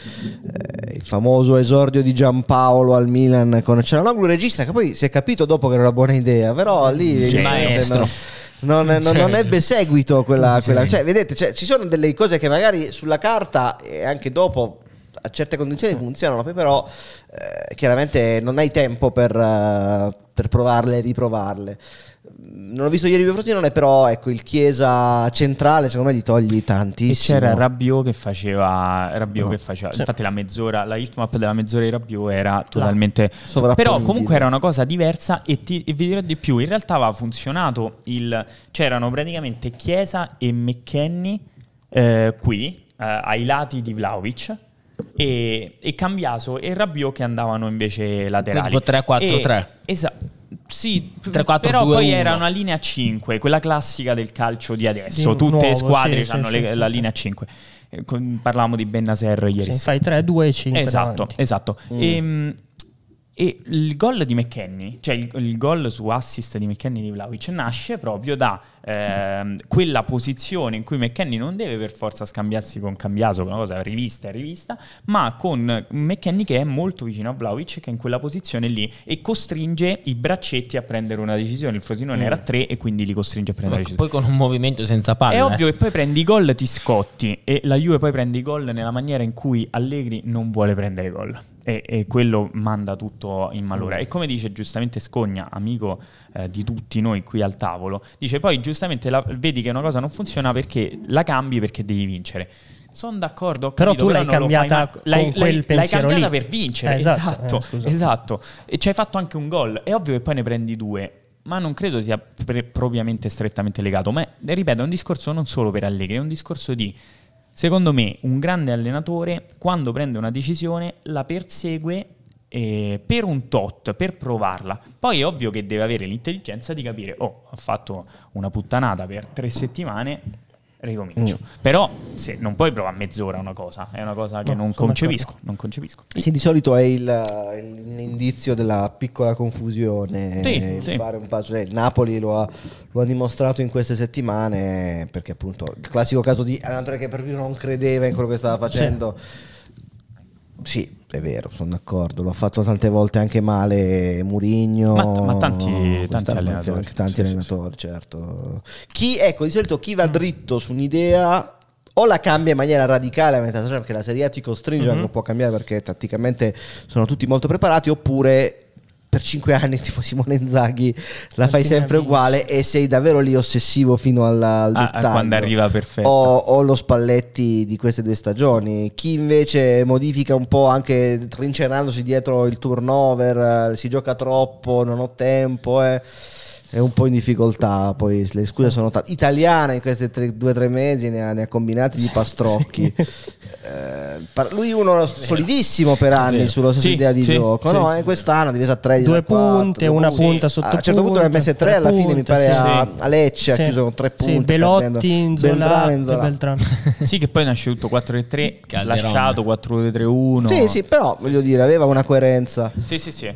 eh, il famoso esordio di Giampaolo al Milan con Cialanoglu, regista, che poi si è capito dopo che era una buona idea, però lì Il evidentemente maestro. no. Non, non- Cioè- non ebbe seguito quella, Sì. quella- cioè, vedete, cioè, ci sono delle cose che magari sulla carta e anche dopo a certe condizioni funzionano, poi però eh, chiaramente non hai tempo per, eh, per provarle e riprovarle. Non ho visto ieri Io Frosinone, però ecco, il Chiesa centrale secondo me gli togli E tantissimo. c'era Rabiot che faceva Rabiot No. che faceva Sì. infatti la mezz'ora, la hitmap della mezz'ora di Rabiot era totalmente sovrapponibile. però comunque era una cosa diversa e, ti, e vi dirò di più, in realtà aveva funzionato il, c'erano praticamente Chiesa e McKennie eh, qui eh, ai lati di Vlahovic e, e Cambiaso e Rabiot che andavano invece laterali, Tipo tre quattro tre. esatto. Sì, tre quattro però due poi uno. era una linea cinque, quella classica del calcio di adesso. Di Tutte nuovo, le squadre sì, hanno sì, le- sì, la sì, linea cinque. Eh, con- Parlavamo di Bennaser ieri Sì, sera. fai tre, due e cinque Esatto, davanti. esatto. E, e il gol di McKennie, cioè il, il gol su assist di McKennie di Vlahovic nasce proprio da ehm, quella posizione in cui McKennie non deve per forza scambiarsi con Cambiaso, che è una cosa rivista e rivista, ma con McKennie che è molto vicino a Vlahovic, che è in quella posizione lì e costringe i braccetti a prendere una decisione. Il Frosinone Mm. era a tre e quindi li costringe a prendere una decisione. Poi con un movimento senza palla. È ovvio eh. che poi prendi i gol, ti scotti e la Juve poi prende i gol nella maniera in cui Allegri non vuole prendere gol e, e quello manda tutto in malora. E come dice giustamente Scogna, amico eh, di tutti noi qui al tavolo, dice poi giustamente la- vedi che una cosa non funziona perché la cambi perché devi vincere. Sono d'accordo, ho Però capito, tu l'hai non lo fai cambiata mai- con l'hai, quel l'hai- l'hai pensiero cambiata lì. per vincere, Eh, esatto, esatto, eh, scusa. esatto. E ci hai fatto anche un gol. È ovvio che poi ne prendi due, ma non credo sia pre- propriamente strettamente legato. Ma è, ripeto, è un discorso non solo per Allegri, è un discorso di, secondo me, un grande allenatore quando prende una decisione la persegue eh, per un tot, per provarla. Poi è ovvio che deve avere l'intelligenza di capire, oh, ho fatto una puttanata per tre settimane, ricomincio. Però se non puoi provare mezz'ora una cosa, è una cosa che No, non sono concepisco, non concepisco. Sì, di solito è il, l'indizio della piccola confusione. Sì, il sì. fare un passo. Eh, il Napoli lo ha, lo ha dimostrato in queste settimane, perché appunto il classico caso di allenatore che proprio non credeva in quello che stava facendo. Sì, è vero, sono d'accordo. L'ha fatto tante volte anche male Mourinho. Ma- ma tanti- tanti quest'anno anche- allenatori. anche tanti Sì, sì, allenatori, certo. Chi, ecco, di solito chi va dritto su un'idea o la cambia in maniera radicale a metà stagione, perché la Serie A ti costringe Mhm. a non può cambiare perché tatticamente sono tutti molto preparati, oppure per cinque anni tipo Simone Inzaghi la fai Continui a sempre vincere. uguale e sei davvero lì ossessivo fino alla- al Ah, dettaglio. quando arriva perfetto. o, o lo Spalletti di queste due stagioni. Chi invece modifica un po' anche trincerandosi dietro il turnover, eh, si gioca troppo, non ho tempo, eh, è un po' in difficoltà. Poi le scuse sono tante. Italiana in questi tre- due o tre mesi ne ha, ne ha combinati di pastrocchi. Eh, par- lui uno solidissimo per anni vero. sulla stessa Sì, idea di sì, gioco, sì. no? E quest'anno è divisa tredici, Due quattro, punte, due una punti. punta sotto A un certo punto ne ha messe tre, alla fine mi pare sì. a, a Lecce Sì. ha chiuso con tre Sì, punti. Belotti, perdendo. Inzola Beltrán, e Inzola. Beltrán. Sì, che poi nasce tutto quattro tre tre, Calderone. lasciato quattro due tre uno. Sì, sì, però voglio dire, aveva una coerenza. Sì, sì, sì.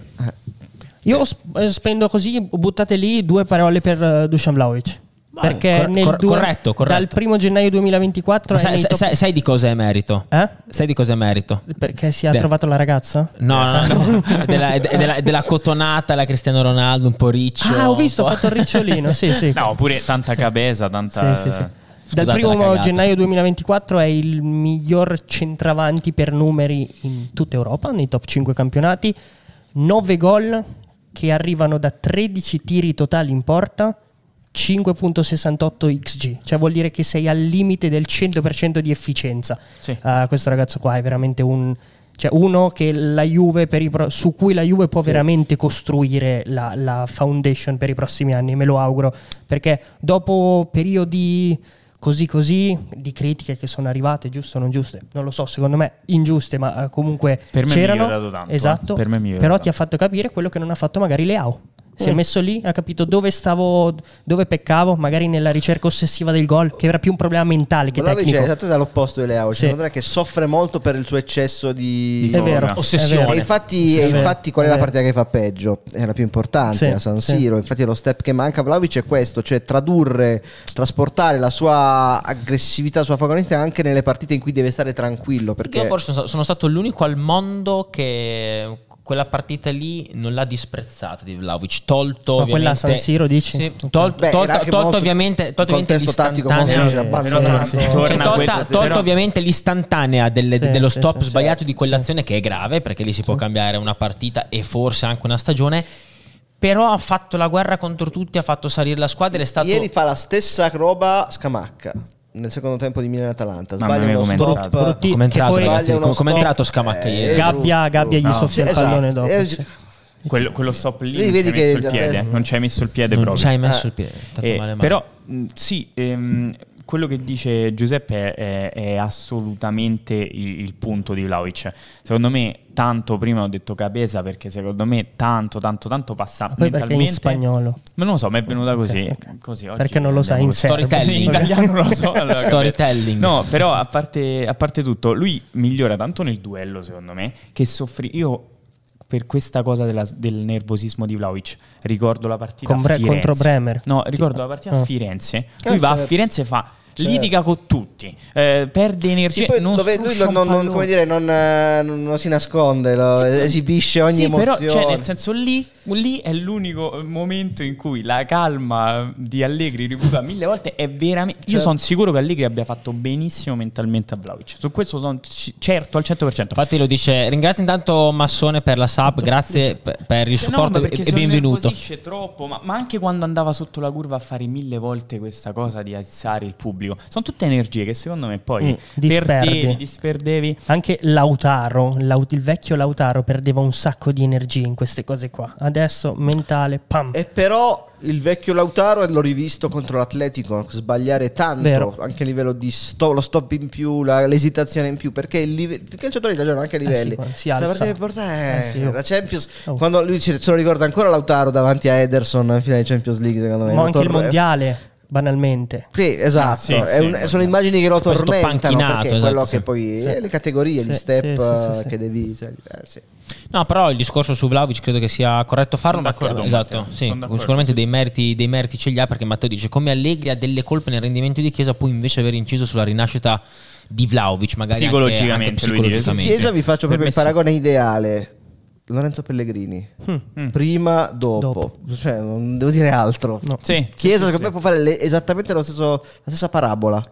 Io sp- eh, spendo così, buttate lì due parole per uh, Dusan Vlahovic. Vai, Perché cor- nel cor- due- corretto, corretto. dal primo gennaio duemilaventiquattro Ma è sai, nei sai- top- sai- sai di cosa è merito? Eh? Sai di cosa è merito? Perché si è Beh. trovato la ragazza? No, no, no. È della, è della- è della cotonata la Cristiano Ronaldo, un po' riccio. Ah, ho visto, un ha po'. fatto il ricciolino, sì, sì. No, pure tanta cabeza, tanta... Sì, sì, sì. Dal Scusate primo la cagata. gennaio duemilaventiquattro è il miglior centravanti per numeri in tutta Europa, nei top cinque campionati. nove gol che arrivano da tredici tiri totali in porta, cinque virgola sessantotto X G, cioè vuol dire che sei al limite del cento per cento di efficienza. Sì. Ah, questo ragazzo qua è veramente un... Cioè uno che la Juve per i pro- su cui la Juve può veramente costruire la, la foundation per i prossimi anni, me lo auguro, perché dopo periodi così così di critiche che sono arrivate, giuste o non giuste, non lo so, secondo me ingiuste, ma eh, comunque Per me è c'erano, migliorato tanto, esatto, eh. Per me è migliorato però tanto. ti ha fatto capire quello che non ha fatto magari Leao. Si è Mm. messo lì, ha capito dove stavo, dove peccavo, magari nella ricerca ossessiva del gol, che era più un problema mentale che Vlahovic è tecnico. esattamente dall'opposto di Leao, Sì. secondo me che soffre molto per il suo eccesso di... È vero, Ossessione. è vero. E infatti, È e vero, infatti qual è è la vero. partita che fa peggio? È la più importante, Sì, a San sì. Siro. Infatti lo step che manca a Vlahovic è questo, cioè tradurre, trasportare la sua aggressività, la sua agonistica anche nelle partite in cui deve stare tranquillo. Perché Io forse sono- sono stato l'unico al mondo che quella partita lì non l'ha disprezzata di Vlahovic, tolto Ma quella a ovviamente San Siro, dici? Sì, Ok. tolto, Beh, tolto- era anche tolto molto- ovviamente tolto il contesto ovviamente tattico molto l'istantanea- difficile, Eh, abbastanza. però sì. torna Cioè, a tolta, quel- tolto però- ovviamente l'istantanea del- Sì, dello sì, stop sì, sbagliato sì. di quell'azione che è grave, perché lì si può cambiare una partita e forse anche una stagione, però ha fatto la guerra contro tutti, ha fatto salire la squadra ed è stato ieri fa la stessa roba Scamacca nel secondo tempo di Milan-Atalanta. Mamma Sbaglia mia, uno come è stop. entrato. Brutti- come è entrato, che poi- ragazzi, Sbaglia come uno come è stop. entrato Scamacca Eh, ieri? Gabbia, Gabbia gli No. soffia il Sì, pallone esatto. dopo. Eh, sì. Quello, quello stop lì Lì non vedi ci hai messo che il piede, adesso- non ci hai messo il piede Non proprio. ci hai messo Eh. il piede, è stato Eh, male male. però mh, sì, ehm, quello che dice Giuseppe è, è assolutamente il, il punto di Vlahovic. Secondo me tanto, prima ho detto Capesa perché secondo me tanto tanto tanto passa Ma poi perché in mentalmente. spagnolo? Ma non lo so, mi è venuta così, Ok, ok. così oggi Perché non lo sai in andiamo- serbo. Storytelling. in italiano non lo so. allora, Storytelling. No, però a parte, a parte tutto, lui migliora tanto nel duello, secondo me, che soffri. Io per questa cosa della- del nervosismo di Vlahovic ricordo la partita Con Bre- a Firenze. contro Bremer. No, ricordo la partita a Ah. Firenze. Eh, Lui va a certo. Firenze e fa Certo. litiga con tutti, eh, perde energia, Sì, poi non dove lui struscia non, un non- pallone. come dire, non, eh, non- non si nasconde, lo- esibisce ogni Sì, emozione. però, cioè, nel senso, lì, lì è l'unico momento in cui la calma di Allegri, ripetuta mille volte, è veramente. Io Certo. sono sicuro che Allegri abbia fatto benissimo mentalmente a Vlahovic. Su questo sono c- certo al cento per cento. Infatti lo dice, ringrazio intanto Massone per la sub, grazie per, per il Cioè, no, supporto ma perché e, se e lo benvenuto. nervosisce troppo, ma, ma anche quando andava sotto la curva a fare mille volte questa cosa di alzare il pubblico, sono tutte energie che secondo me poi Mm, disperdi. perdevi, disperdevi. Anche Lautaro, Laut- il vecchio Lautaro perdeva un sacco di energia in queste cose qua. Adesso mentale, pam. E però il vecchio Lautaro, e l'ho rivisto contro l'Atletico, sbagliare tanto, Vero. anche a livello di sto- lo stop in più, la- l'esitazione in più, perché il, live- i calciatori ragionano anche a livelli. sì, quando si La alza. partita importante, Eh, sì, oh. la Champions, Oh. quando lui ce se lo ricorda ancora Lautaro davanti a Ederson in finale di Champions League, secondo me. Ma Lo anche il torre- mondiale, banalmente. Sì, esatto. Ah, sì, È sì, un- vabbè. sono immagini che lo Questo tormentano, panchinato, perché è quello esatto, che sì. poi Sì. è le categorie, Sì, gli step sì, sì, sì, eh, sì. che devi. sai, eh, sì. No, però il discorso su Vlahovic credo che sia corretto farlo. Sono ma d'accordo, esatto, Matteo, sì, sono d'accordo, sicuramente sì, dei sì. meriti, dei meriti ce li ha, perché Matteo dice come Allegri ha delle colpe nel rendimento di Chiesa, può invece aver inciso sulla rinascita di Vlahovic, magari anche- Psicologicamente, anche lui dice. psicologicamente. Chiesa vi faccio Per proprio me il sì. paragone ideale. Lorenzo Pellegrini, Mm. prima, dopo, Dopo. cioè non devo dire altro. No. Sì, Chiesa sì, secondo sì. me può fare le- esattamente lo stesso, la stessa parabola.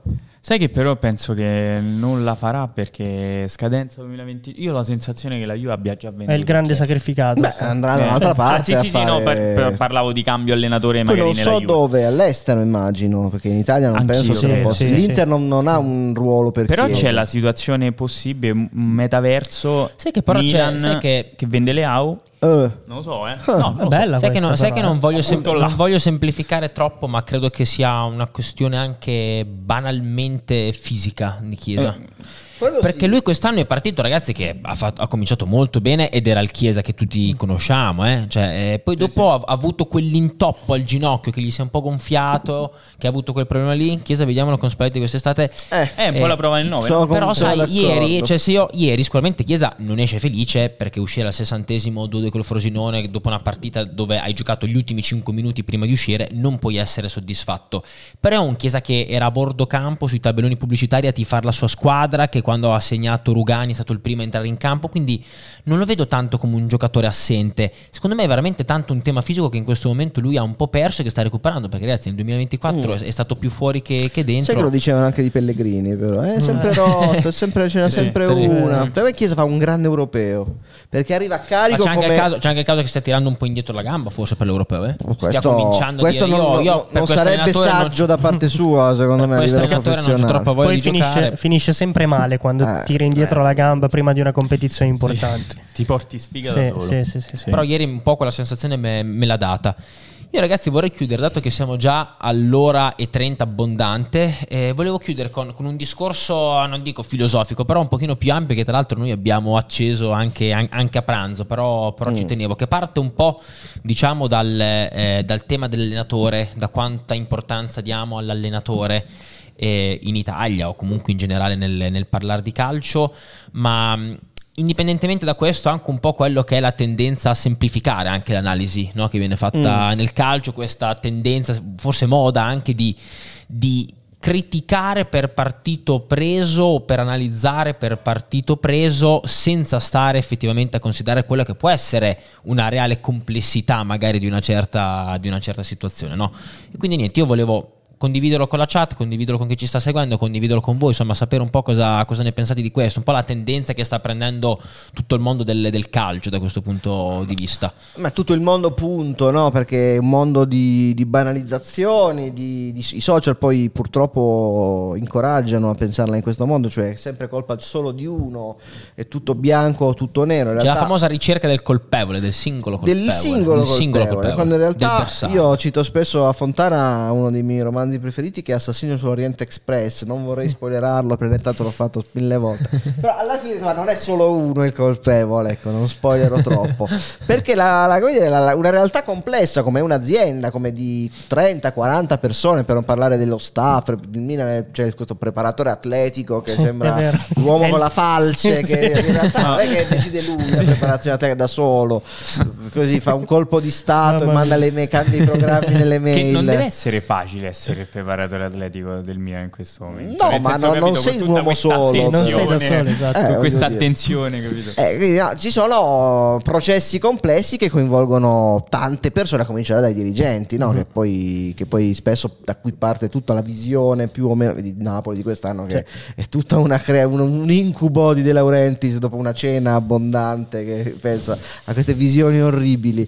Sai che però penso che non la farà perché scadenza duemilaventi. Io ho la sensazione che la Juve abbia già venduto. È il grande Chiesa. sacrificato. Beh, sì. andrà da Eh, un'altra parte. Ah, sì, sì, a sì, no, fare... par- parlavo di cambio allenatore Poi magari non nella so Juve. dove, all'estero immagino, perché in Italia non Anch'io penso sia credo. possibile. Sì, L'Inter sì. Non, non ha un ruolo per Però Chiesa. c'è la situazione possibile, un metaverso. Sai che però c'è- Milan sai che- che vende le A U. Eh. Non lo so, eh. No, non È lo bella Sai che, questa non, sai però, che non, eh. voglio sem- Appunto là. non voglio semplificare troppo, ma credo che sia una questione anche banalmente fisica di Chiesa. Quello Perché sì. lui quest'anno è partito, ragazzi, che ha, fatto- ha cominciato molto bene ed era il Chiesa che tutti conosciamo, eh. Cioè, eh, poi dopo ha, ha avuto quell'intoppo al ginocchio che gli si è un po' gonfiato, che ha avuto quel problema lì. Chiesa, vediamolo con Spalletti quest'estate. Eh, È un po' Eh, la prova del nove. sono no? con- Però sai, d'accordo. ieri, cioè se io, ieri sicuramente Chiesa non esce felice perché uscire al sessantesimo due col Frosinone dopo una partita dove hai giocato gli ultimi cinque minuti prima di uscire, non puoi essere soddisfatto. Però è un Chiesa che era a bordo campo sui tabelloni pubblicitari a tifare la sua squadra, che quando ha segnato Rugani è stato il primo a entrare in campo, quindi non lo vedo tanto come un giocatore assente. Secondo me è veramente tanto un tema fisico che in questo momento lui ha un po' perso e che sta recuperando, perché ragazzi nel duemilaventiquattro Mm. è stato più fuori che, che dentro. Sai che lo dicevano anche di Pellegrini, però è sempre Mm. rotto, è sempre, ce n'è Sì, sempre te ne- una. Per me Chiesa fa un grande europeo, perché arriva a Ma carico c'è, anche come... il caso, c'è anche il caso che stia tirando un po' indietro la gamba forse per l'europeo, eh? Stia Questo, cominciando questo a dire non, io, io non- per non questo sarebbe allenatore non- saggio da parte sua, secondo me, a questo livello allenatore non c'è professionale. troppa voglia Poi di finisce, giocare. finisce sempre male quando Eh, tira indietro la gamba prima di una competizione importante. Ti porti sfiga Sì, da solo. sì, sì, sì, sì. Però ieri un po' quella sensazione me, me l'ha data. Io ragazzi vorrei chiudere, dato che siamo già all'ora e trenta abbondante, eh, volevo chiudere con, con un discorso, non dico filosofico, però un pochino più ampio, che tra l'altro noi abbiamo acceso anche, an- anche a pranzo, però, però ci Mm. tenevo, che parte un po' diciamo dal, eh, dal tema dell'allenatore, da quanta importanza diamo all'allenatore eh, in Italia o comunque in generale nel, nel parlare di calcio, ma mh, indipendentemente da questo anche un po' quello che è la tendenza a semplificare anche l'analisi, no, che viene fatta Mm. nel calcio, questa tendenza forse moda anche di, di criticare per partito preso o per analizzare per partito preso senza stare effettivamente a considerare quella che può essere una reale complessità magari di una certa, di una certa situazione, no? E quindi niente, io volevo condividerlo con la chat, condividerlo con chi ci sta seguendo, condividerlo con voi, insomma sapere un po' cosa, cosa ne pensate di questo, un po' la tendenza che sta prendendo tutto il mondo del, del calcio da questo punto di vista. Ma tutto il mondo punto, no? Perché è un mondo di, di banalizzazioni, di, di- i social poi purtroppo incoraggiano a pensarla in questo mondo, cioè è sempre colpa solo di uno, è tutto bianco o tutto nero. In C'è realtà, la famosa ricerca del colpevole, del singolo colpevole. del singolo del singolo colpevole, quando in del realtà bersaglio. io cito spesso a Fontana uno dei miei romanzi preferiti che è Assassino sull'Oriente Express, non vorrei spoilerarlo perché tanto l'ho fatto mille volte, però alla fine insomma, non è solo uno il colpevole, ecco, non spoilerò troppo, perché la, la, come dire, la- la- una realtà complessa come un'azienda come di trenta quaranta persone, per non parlare dello staff, il Milan c'è il questo preparatore atletico che Sì, è sembra vero. l'uomo È con il- la falce, sì, che sì. in realtà non è che decide lui la preparazione atletica da solo, così fa un colpo di stato e Mamma manda mia. le mail, cambia i programmi nelle mail. Che non deve essere facile essere il preparatore atletico del Milan in questo momento. No, Nel ma senso, non- capito, non sei con un tutta uomo questa solo, Non sei da attenzione, solo, esatto. Eh, con voglio questa dire. attenzione, capito? Eh, quindi, no, ci sono processi complessi che coinvolgono tante persone, a cominciare dai dirigenti, no? Mhm. che, poi, che poi spesso da cui parte tutta la visione più o meno di Napoli di quest'anno, che è tutta una crea- un, un incubo di De Laurentiis dopo una cena abbondante che pensa a queste visioni orribili.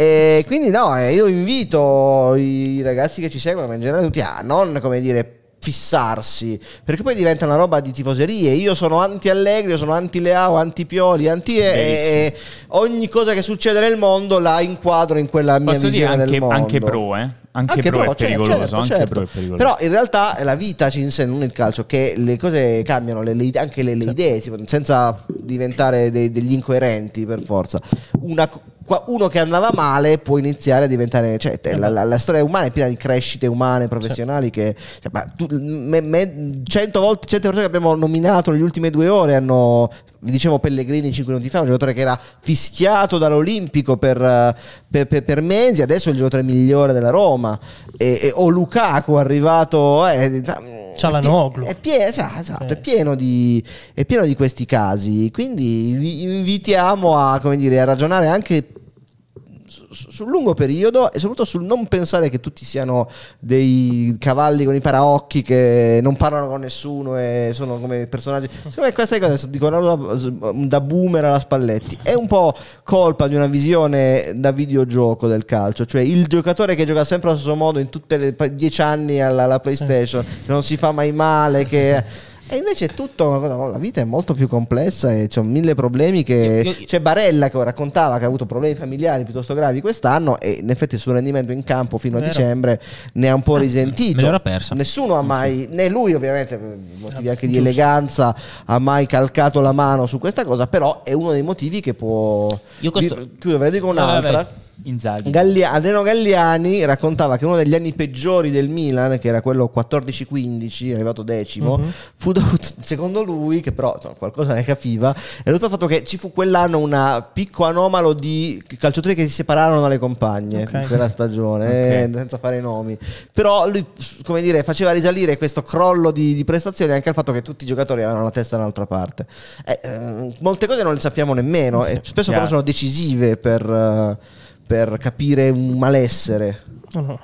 E quindi no, eh, io invito i ragazzi che ci seguono, ma in generale tutti, a non, come dire, fissarsi, perché poi diventa una roba di tifoserie. Io sono anti Allegri, io sono anti Leao, anti Pioli, anti e, e ogni cosa che succede nel mondo la inquadro in quella mia Posso dire visione anche, del mondo. anche pro, eh? Anche, Anche pro, pro, è certo, pericoloso, certo, anche certo. pro è pericoloso. Però in realtà la vita ci insegna, non il calcio, che le cose cambiano, le- le- anche le, le idee, si- senza diventare dei- degli incoerenti per forza. Una, qua- uno che andava male può iniziare a diventare, cioè te- la, la- la storia umana è piena di crescite umane, professionali che cioè, ma tu- me- me- cento volte, cento persone che abbiamo nominato nelle ultime due ore hanno, vi dicevo Pellegrini cinque minuti fa, un giocatore che era fischiato dall'Olimpico per, eh, per, per- per mesi, adesso è il giocatore migliore della Roma. E, e- o Lukaku arrivato, eh, Çalhanoğlu. è, pieno, esatto, esatto, Eh. è pieno di è pieno di questi casi, quindi vi invitiamo a, come dire, a ragionare anche sul lungo periodo e soprattutto sul non pensare che tutti siano dei cavalli con i paraocchi che non parlano con nessuno e sono come personaggi. Secondo me queste cose dicono da boomer alla Spalletti, è un po' colpa di una visione da videogioco del calcio, cioè il giocatore che gioca sempre allo stesso modo in tutte le dieci anni alla, alla PlayStation, sì. non si fa mai male, che e invece è tutto una cosa, la vita è molto più complessa e c'è mille problemi che io, io, c'è Barella che raccontava che ha avuto problemi familiari piuttosto gravi quest'anno e in effetti il suo rendimento in campo fino Vero. a dicembre ne ha un po' risentito. Me l'era persa. Nessuno ha mai, né lui ovviamente per motivi anche di eleganza, ha mai calcato la mano su questa cosa, però è uno dei motivi che può io questo... chiudo, ve ne dico un'altra. No, Gallia- Adriano Galliani raccontava che uno degli anni peggiori del Milan, che era quello quattordici quindici, arrivato decimo, uh-huh. fu dovuto, secondo lui, che però no, qualcosa ne capiva, è dovuto al fatto che ci fu quell'anno un picco anomalo di calciatori che si separarono dalle compagne okay. in quella stagione, okay. eh, senza fare nomi. Però lui, come dire, faceva risalire questo crollo di, di prestazioni anche al fatto che tutti i giocatori avevano la testa da un'altra parte. Eh, eh, molte cose non le sappiamo nemmeno, sì, e spesso chiaro. però sono decisive per... Uh, per capire un malessere. No,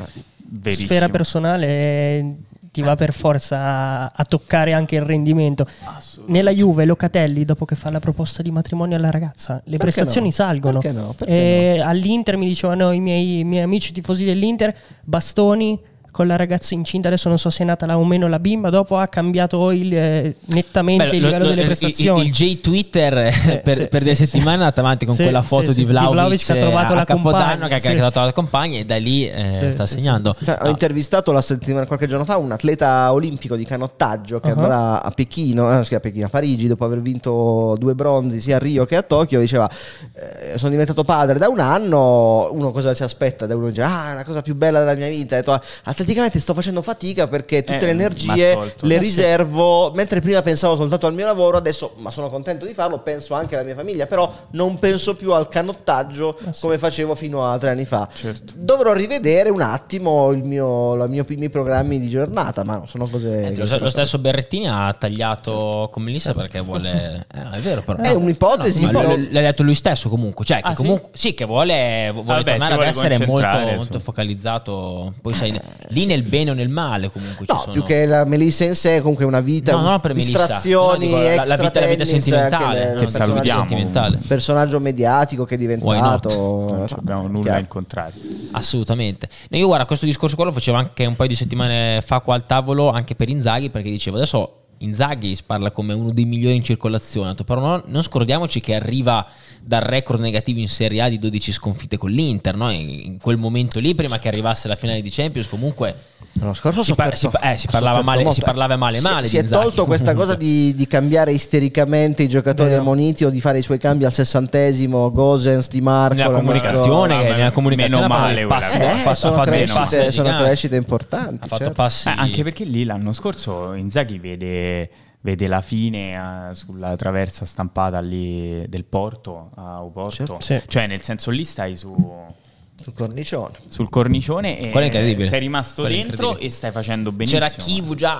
no. Sfera personale ti va per forza a toccare anche il rendimento. Nella Juve Locatelli, dopo che fa la proposta di matrimonio alla ragazza, le Perché prestazioni no? salgono. Perché no? Perché e no? All'Inter mi dicevano i miei, i miei amici tifosi dell'Inter, Bastoni con la ragazza incinta, adesso non so se è nata la o meno la bimba, dopo ha cambiato il, eh, nettamente Beh, il livello lo, delle prestazioni. Il, il, il J-Twitter sì, per, sì, per sì, delle sì, settimane è andato avanti con sì, quella foto sì, di Vlahovic, di Vlahovic che ha trovato a, la a Capodanno compagna, che ha sì. trovato la compagna e da lì eh, sì, sta sì, segnando. Sì, sì. Cioè, ho no. intervistato la settimana, qualche giorno fa un atleta olimpico di canottaggio che uh-huh. andrà a Pechino, eh, a Pechino, a Parigi, dopo aver vinto due bronzi sia a Rio che a Tokyo, diceva eh, sono diventato padre da un anno, uno cosa si aspetta? Da uno dice ah è la cosa più bella della mia vita, e detto, atleticamente sto facendo fatica perché tutte eh, le energie le riservo, mentre prima pensavo soltanto al mio lavoro, adesso ma sono contento di farlo, penso anche alla mia famiglia, però non penso più al canottaggio eh sì. come facevo fino a tre anni fa. Certo. Dovrò rivedere un attimo il mio, la mio, i miei programmi di giornata, ma no, sono cose... Eh, lo, lo stesso Berrettini ha tagliato come lista perché vuole... Eh, è vero però. È un'ipotesi. No, no, l'ha detto lui stesso comunque, cioè che ah, comunque sì? sì che vuole, vuole ah, tornare ad essere molto, molto focalizzato, poi sai eh, lì sì. nel bene o nel male comunque. No, sono... più che la Melissa in sé, comunque una vita, no, no, per distrazioni, no, extra la, la, vita, la vita sentimentale, le, che salutiamo, sentimentale. Personaggio mediatico che è diventato, non abbiamo nulla chiaro. in contrario. Assolutamente. No, io guarda, questo discorso qua lo facevo anche un paio di settimane fa qua al tavolo anche per Inzaghi, perché dicevo adesso Inzaghi si parla come uno dei migliori in circolazione, però non, non scordiamoci che arriva dal record negativo in Serie A di dodici sconfitte con l'Inter, no? in quel momento lì, prima che arrivasse la finale di Champions, comunque l'anno scorso si, par- si, eh, si parlava male, molto. si parlava male si, male si è Inzaghi, tolto questa cosa di, di cambiare istericamente i giocatori Vero. ammoniti o di fare i suoi cambi al sessantesimo, Gosens, Di Marco, nella comunicazione, che, nella comunicazione meno male, passi, eh, passi, sono, fatto crescite, passi sono crescite importanti, ha fatto certo. passi eh, anche perché lì l'anno scorso Inzaghi vede vede la fine uh, sulla traversa stampata lì del porto a Oporto, certo. sì. cioè nel senso lì stai su sul cornicione sul cornicione e sei rimasto Quello dentro e stai facendo benissimo. C'era Chivu già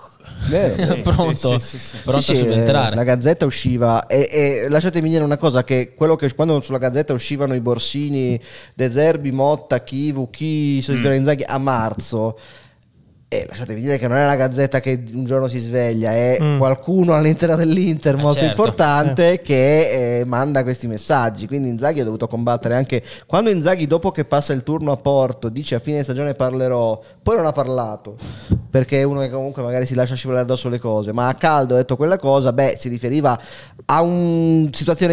Vero, sì, pronto, sì, sì, sì, sì. pronto sì, a sì, subentrare. La Gazzetta usciva e, e lasciatemi dire una cosa, che quello che quando sulla Gazzetta uscivano i Borsini, De Zerbi, Motta, Chivu, chi mm. Inzaghi a marzo, e lasciatevi dire che non è la Gazzetta che un giorno si sveglia, è mm. qualcuno all'interno dell'Inter eh molto certo, importante sì. che eh, manda questi messaggi. Quindi Inzaghi ha dovuto combattere anche quando Inzaghi, dopo che passa il turno a Porto, dice a fine stagione parlerò, poi non ha parlato perché è uno che comunque magari si lascia scivolare addosso le cose, ma a caldo ha detto quella cosa, beh, si riferiva a una situazione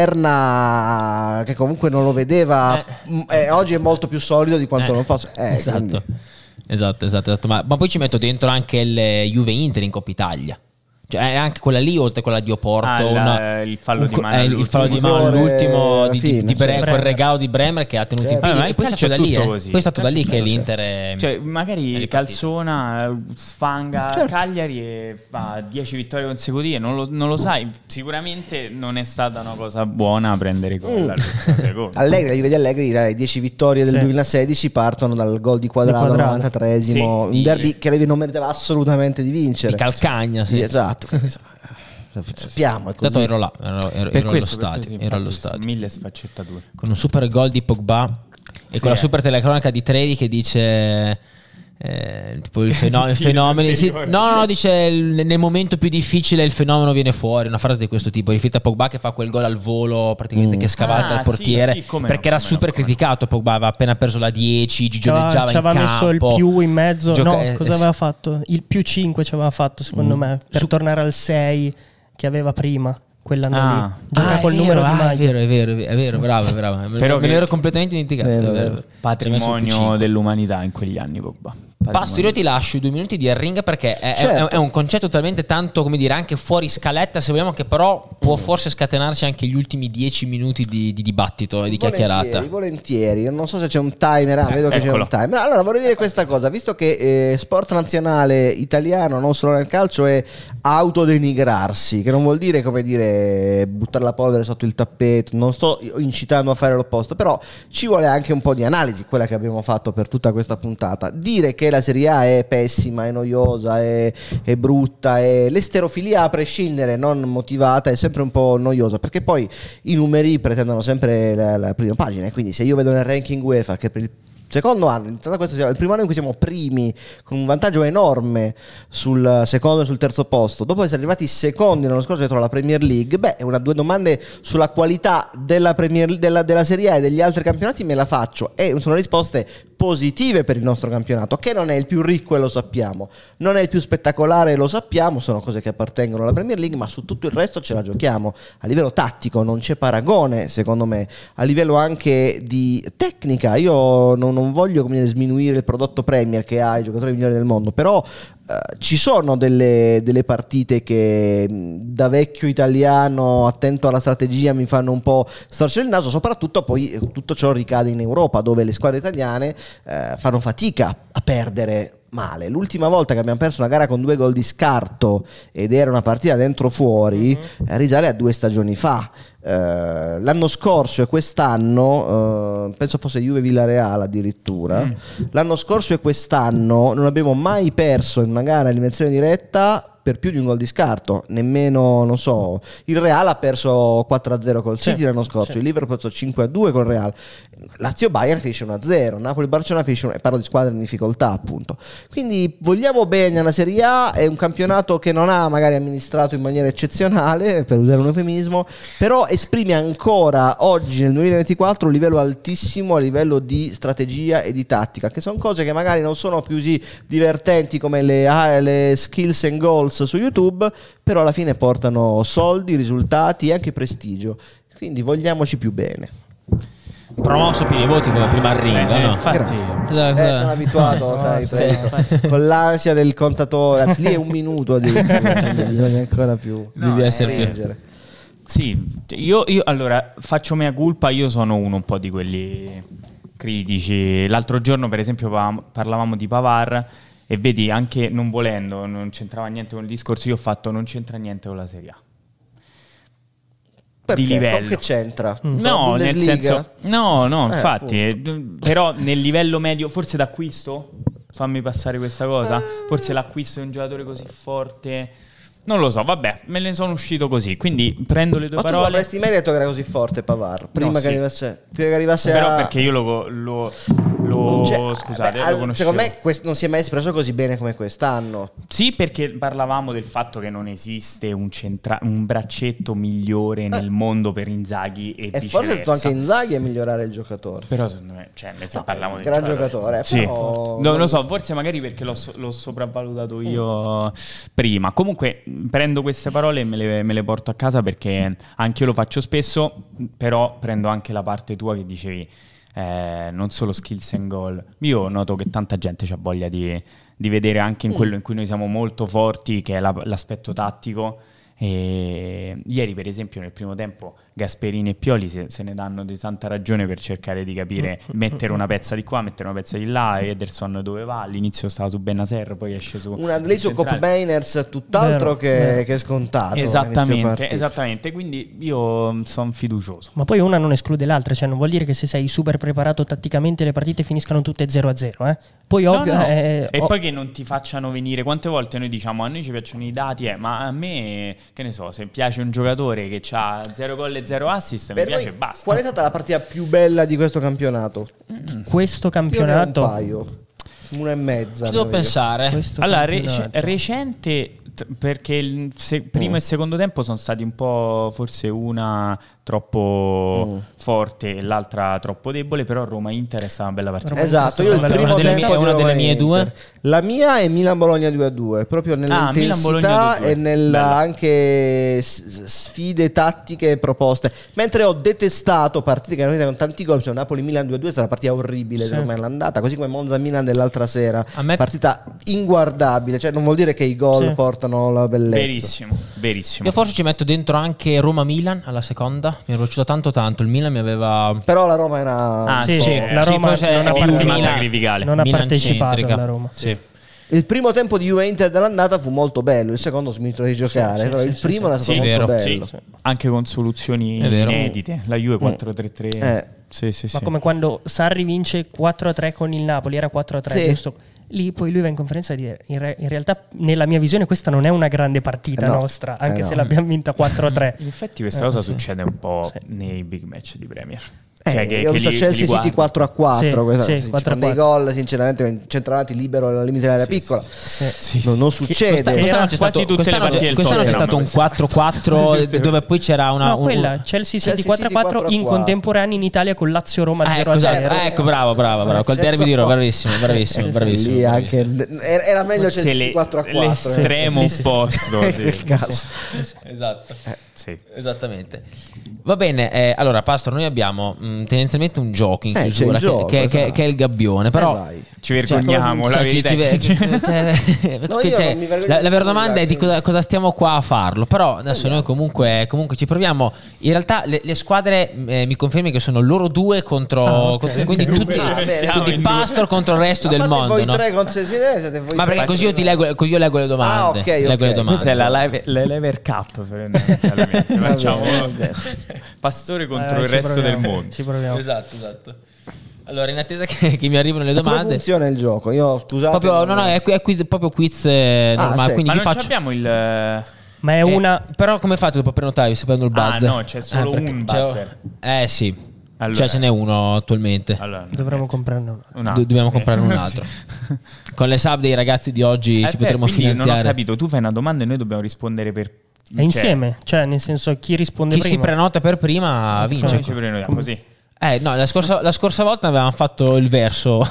interna che comunque non lo vedeva eh. Eh, oggi è molto più solido di quanto eh. non fosse eh, esatto. Quindi. Esatto, esatto, esatto. Ma, ma poi ci metto dentro anche il Juve Inter in Coppa Italia. Cioè anche quella lì, oltre a quella di Oporto, ah, una, il fallo un, di mano, eh, il fallo di mano all'ultimo di, fine, di, di Bre- cioè, quel regalo di Bremer che ha tenuto certo. in piedi. Ah, e poi è stato da lì, eh. poi è stato da lì che l'Inter è, cioè magari è calzona, sfanga certo. Cagliari e fa dieci vittorie consecutive, non lo, non lo sai, sicuramente non è stata una cosa buona prendere gol. Mm. Allegri, la Juve di Allegri, le dieci vittorie del sì. duemilasedici partono dal gol di Quadrado al novantatreesimo, sì. un derby che Allegri non meritava assolutamente di vincere. Di Calcagna, sì. Esatto. sappiamo. È così. Tanto ero là, ero, ero, Per ero questo, allo stadio, per ero allo questo, stadio. mille sfaccettature. Con un super gol di Pogba e Sì, con la eh. super telecronaca di Trevi che dice eh, tipo il fenomeno, il Sì, fenomeno non sì, ti ricordi. no no dice il- nel momento più difficile il fenomeno viene fuori, una frase di questo tipo riferita a Pogba che fa quel gol al volo praticamente Mm. che scavalca Ah, il portiere, sì, sì, come perché no, era come super no, come criticato. Pogba aveva appena preso la dieci, Ci aveva, gigioneggiava ci in aveva campo, messo il più in mezzo. gioca- no, eh, cosa eh, aveva fatto? Il più cinque ci aveva fatto, secondo Mm. me, per Su- tornare al sei che aveva prima. Quell'anno Ah. lì. Gioca Ah, è col vero, numero di ah, è maglia. vero, è vero, è vero, è vero, bravo, bravo. Me, Però me che- ne ero completamente dimenticato. Vero, è vero. vero. Ci ha messo il più Patrimonio cinque. dell'umanità in quegli anni, Pogba. Pasto, io ti lascio i due minuti di Arringa perché è, è- Certo. è un concetto talmente tanto, come dire, anche fuori scaletta, se vogliamo, che però può forse scatenarci anche gli ultimi dieci minuti di, di dibattito e di chiacchierata. Volentieri, volentieri. Io non so se c'è un timer. Ah, Eh, vedo che c'è eccolo. un timer. Allora vorrei dire questa cosa: visto che eh, sport nazionale italiano, non solo nel calcio, è autodenigrarsi, che non vuol dire, come dire, buttare la polvere sotto il tappeto. Non sto incitando a fare l'opposto, però ci vuole anche un po' di analisi, quella che abbiamo fatto per tutta questa puntata. Dire che la Serie A è pessima, è noiosa, è, è brutta, è l'esterofilia a prescindere, non motivata, è sempre un po' noiosa, perché poi i numeri pretendono sempre la, la prima pagina, e quindi se io vedo nel ranking UEFA che per il secondo anno, iniziato questo, il primo anno in cui siamo primi con un vantaggio enorme sul secondo e sul terzo posto, dopo essere arrivati secondi l'anno scorso dietro la Premier League, beh, una due domande sulla qualità della, Premier, della, della Serie A e degli altri campionati me la faccio, e sono risposte positive per il nostro campionato, che non è il più ricco e lo sappiamo, non è il più spettacolare e lo sappiamo, sono cose che appartengono alla Premier League, ma su tutto il resto ce la giochiamo. A livello tattico non c'è paragone, secondo me, a livello anche di tecnica. Io non, non voglio, come dire, sminuire il prodotto Premier che ha i giocatori migliori del mondo, però eh, ci sono delle, delle partite che mh, da vecchio italiano attento alla strategia mi fanno un po' storcere il naso, soprattutto poi eh, tutto ciò ricade in Europa, dove le squadre italiane eh, fanno fatica a perdere male. L'ultima volta che abbiamo perso una gara con due gol di scarto ed era una partita dentro fuori, mm-hmm. eh, risale a due stagioni fa. Uh, l'anno scorso e quest'anno, uh, penso fosse Juve Villareal addirittura, mm. l'anno scorso e quest'anno non abbiamo mai perso in una gara eliminazione diretta per più di un gol di scarto, nemmeno, non so, il Real ha perso quattro a zero col City Sì, l'anno scorso, sì. il Liverpool ha perso cinque a due col Real, Lazio-Bayern finisce uno a zero, Napoli-Barcellona finisce uno, e parlo di squadre in difficoltà appunto. Quindi vogliamo bene alla Serie A, è un campionato che non ha magari amministrato in maniera eccezionale, per usare un eufemismo, però esprime ancora oggi nel duemilaventiquattro un livello altissimo a livello di strategia e di tattica, che sono cose che magari non sono più così divertenti come le, ah, le skills and goals su YouTube, però alla fine portano soldi, risultati e anche prestigio, quindi vogliamoci più bene. Promosso pieni i voti come prima Arringa, Eh, no? infatti, Grazie. Cosa- Eh, cosa- sono abituato No, dai, sì. prego. Con l'ansia del contatore, anzi lì è un minuto addirittura, quindi bisogna ancora più Devi essere più- stringere. Sì, io, io allora faccio mea culpa, io sono uno un po' di quelli critici. L'altro giorno, per esempio, pa- parlavamo di Pavard e vedi, anche non volendo, non c'entrava niente con il discorso, io ho fatto non c'entra niente con la Serie A. Perché? Di livello. Che c'entra? No, La nel Bundesliga? senso, no, no, Eh, infatti, eh, però nel livello medio, forse d'acquisto, fammi passare questa cosa, forse l'acquisto di un giocatore così forte, non lo so, vabbè, me ne sono uscito così, quindi prendo le tue Ma tu parole. avresti mai detto che era così forte Pavard? Prima No, che sì. arrivasse, prima che arrivasse Però a... perché io lo, lo, lo Cioè, scusate, beh, lo al- conoscevo. secondo me quest- non si è mai espresso così bene come quest'anno. Sì, perché parlavamo del fatto che non esiste un, centra- un braccetto migliore nel mondo per Inzaghi e, E viceversa. forse è stato anche Inzaghi a migliorare il giocatore. Però secondo me, cioè, se No, parliamo è un di gran giocatore, sì. però- Non lo so, forse magari perché l'ho, so- l'ho sopravvalutato io prima. Comunque prendo queste parole e me le, me le porto a casa, perché anche io lo faccio spesso, però prendo anche la parte tua che dicevi, eh, non solo skills and goal. Io noto che tanta gente ha voglia di, di vedere anche in quello in cui noi siamo molto forti, che è la- l'aspetto tattico. E ieri per esempio nel primo tempo Gasperini e Pioli se, se ne danno di tanta ragione per cercare di capire, mettere una pezza di qua, mettere una pezza di là. Ederson dove va? All'inizio stava su Bennacer, poi esce su un Adlesio Cop Mainers tutt'altro Vero, che, vero. che scontato. Esattamente, esattamente, quindi io sono fiducioso. Ma poi una non esclude l'altra, cioè non vuol dire che se sei super preparato tatticamente le partite finiscano tutte zero a zero, eh? Poi ovvio No, no. eh, E oh, poi che non ti facciano venire. Quante volte noi diciamo a noi ci piacciono i dati, eh, ma a me, che ne so, se piace un giocatore che ha zero gol e zero assist, Per mi piace noi, e basta. qual è stata la partita più bella di questo campionato? questo Io ne ho un campionato paio, una e mezza. Ci devo ne ho io. pensare. questo Allora, rec- campionato. recente, t- perché il se- primo Mm. e secondo tempo sono stati un po', forse una troppo Mm. forte e l'altra troppo debole, però Roma-Inter è stata una bella partita. Roma- Esatto, io il Una primo delle tempo mie- di una delle Roma mie Inter. due. La mia è Milan-Bologna due a due, proprio Milan-Bologna nell'intensità due a due. e nella Bella. anche s- sfide tattiche proposte. Mentre ho detestato partite che hanno vinto con tanti gol, cioè Napoli-Milan due a due è stata una partita orribile, Sì. secondo me l'andata, così come Monza-Milan dell'altra sera. A me- Partita inguardabile, cioè non vuol dire che i gol Sì. portano la bellezza. Verissimo, verissimo. Io forse ci metto dentro anche Roma-Milan alla seconda. Mi è piaciuto tanto tanto. Il Milan mi aveva... Però la Roma era Ah, Sì, sì, sì, la sì, Roma forse non ha è più vittima Milan- sacrificale. non ha Milan partecipato centrica. alla Roma. Sì. Il primo tempo di Juve Inter dell'andata fu molto bello, il secondo ho smesso di giocare, sì, però sì, il sì, primo sì. era stato Sì, molto vero. bello. Sì, anche con soluzioni È vero. inedite. La Juve quattro tre tre. Eh. Sì, sì, Ma sì. come quando Sarri vince quattro a tre con il Napoli, era quattro a tre, Sì. giusto? Lì poi lui va in conferenza a dire in, re- in realtà nella mia visione questa non è una grande partita Eh no, nostra, anche eh se no. l'abbiamo vinta quattro a tre. In effetti questa Eh, cosa sì. succede un po' Sì. nei big match di Premier. Eh, Cioè, che- io ho che visto li- Chelsea li City guardi. quattro a quattro, Sì, questa- sì, sì, quattro a con dei quattro. gol sinceramente centrati libero al limite dell'area Sì, piccola. Sì. Sì, sì. Non, non Questa- succede. quest'anno Erano c'è quasi stato, tutte le quest'anno partite c'è, del quest'anno c'è Tottenham, stato un queste. quattro quattro Sì, sì, dove poi c'era una... No, un- quella un- Chelsea City Chelsea quattro a City quattro in quattro a quattro. contemporanea in Italia con Lazio Roma Ah, zero a ecco, zero. esatto, ecco, bravo, bravo, bravo. Col derby di Roma, bravissimo, bravissimo, Sì, sì, bravissimo. Lì bravissimo. anche era era meglio Forse Chelsea le- quattro a quattro. l'estremo Sì, sì. opposto. In sì. quel caso. Esatto. Sì. Esattamente. Va bene, eh, allora Pastor, noi abbiamo mh, tendenzialmente un gioco in Eh, c'è chiusura il che, gioco, che- che- esatto. che è il gabbione, però... Eh, vai. Ci vergogniamo, la Cioè, ci- verità. ci- è- cioè, No, che io c'è- non mi vergogno la, la di vera nulla, domanda è di quindi- cosa, cosa stiamo qua a farlo. Però adesso noi comunque, comunque ci proviamo. In realtà le, le squadre eh, mi confermi che sono loro due contro, Ah, ok. contro- quindi tutti, Ah, bene, quindi in due. Pastor contro il resto A del parte mondo, voi no? tre contro se siete, siete voi Ma tre. perché così io ti leggo, così io leggo le domande. Ah, ok, leggo ok. le domande. Questa è la live, l'Elever Cup. fondamentalmente. Va Facciamo bene, va bene. Pastore contro Eh, il ci resto proviamo, del mondo. Ci proviamo. Esatto, esatto. Allora, in attesa che, che mi arrivino le Come domande, funziona il gioco? Io scusate. proprio, no, no, è, è quiz- proprio quiz eh, Ah, normale. sì. Quindi Ma vi non faccio. abbiamo il. Ma è Eh, una Però come fate dopo prenotarvi se prendo il Ah, buzzer? no, c'è solo perché un c'è- buzzer. Eh sì. Allora- Cioè ce n'è uno attualmente. Allora, dovremmo comprarne una. un altro, Do- dobbiamo sì. comprare un altro. Con le sub dei ragazzi di oggi Eh, ci beh, potremo quindi Non ho finanziare. capito, tu fai una domanda e noi dobbiamo rispondere per. È insieme, cioè nel senso chi risponde Chi prima. si prenota per prima vince. Cioè, ci prenotiamo così. Eh no, la scorsa, la scorsa volta avevamo fatto il verso.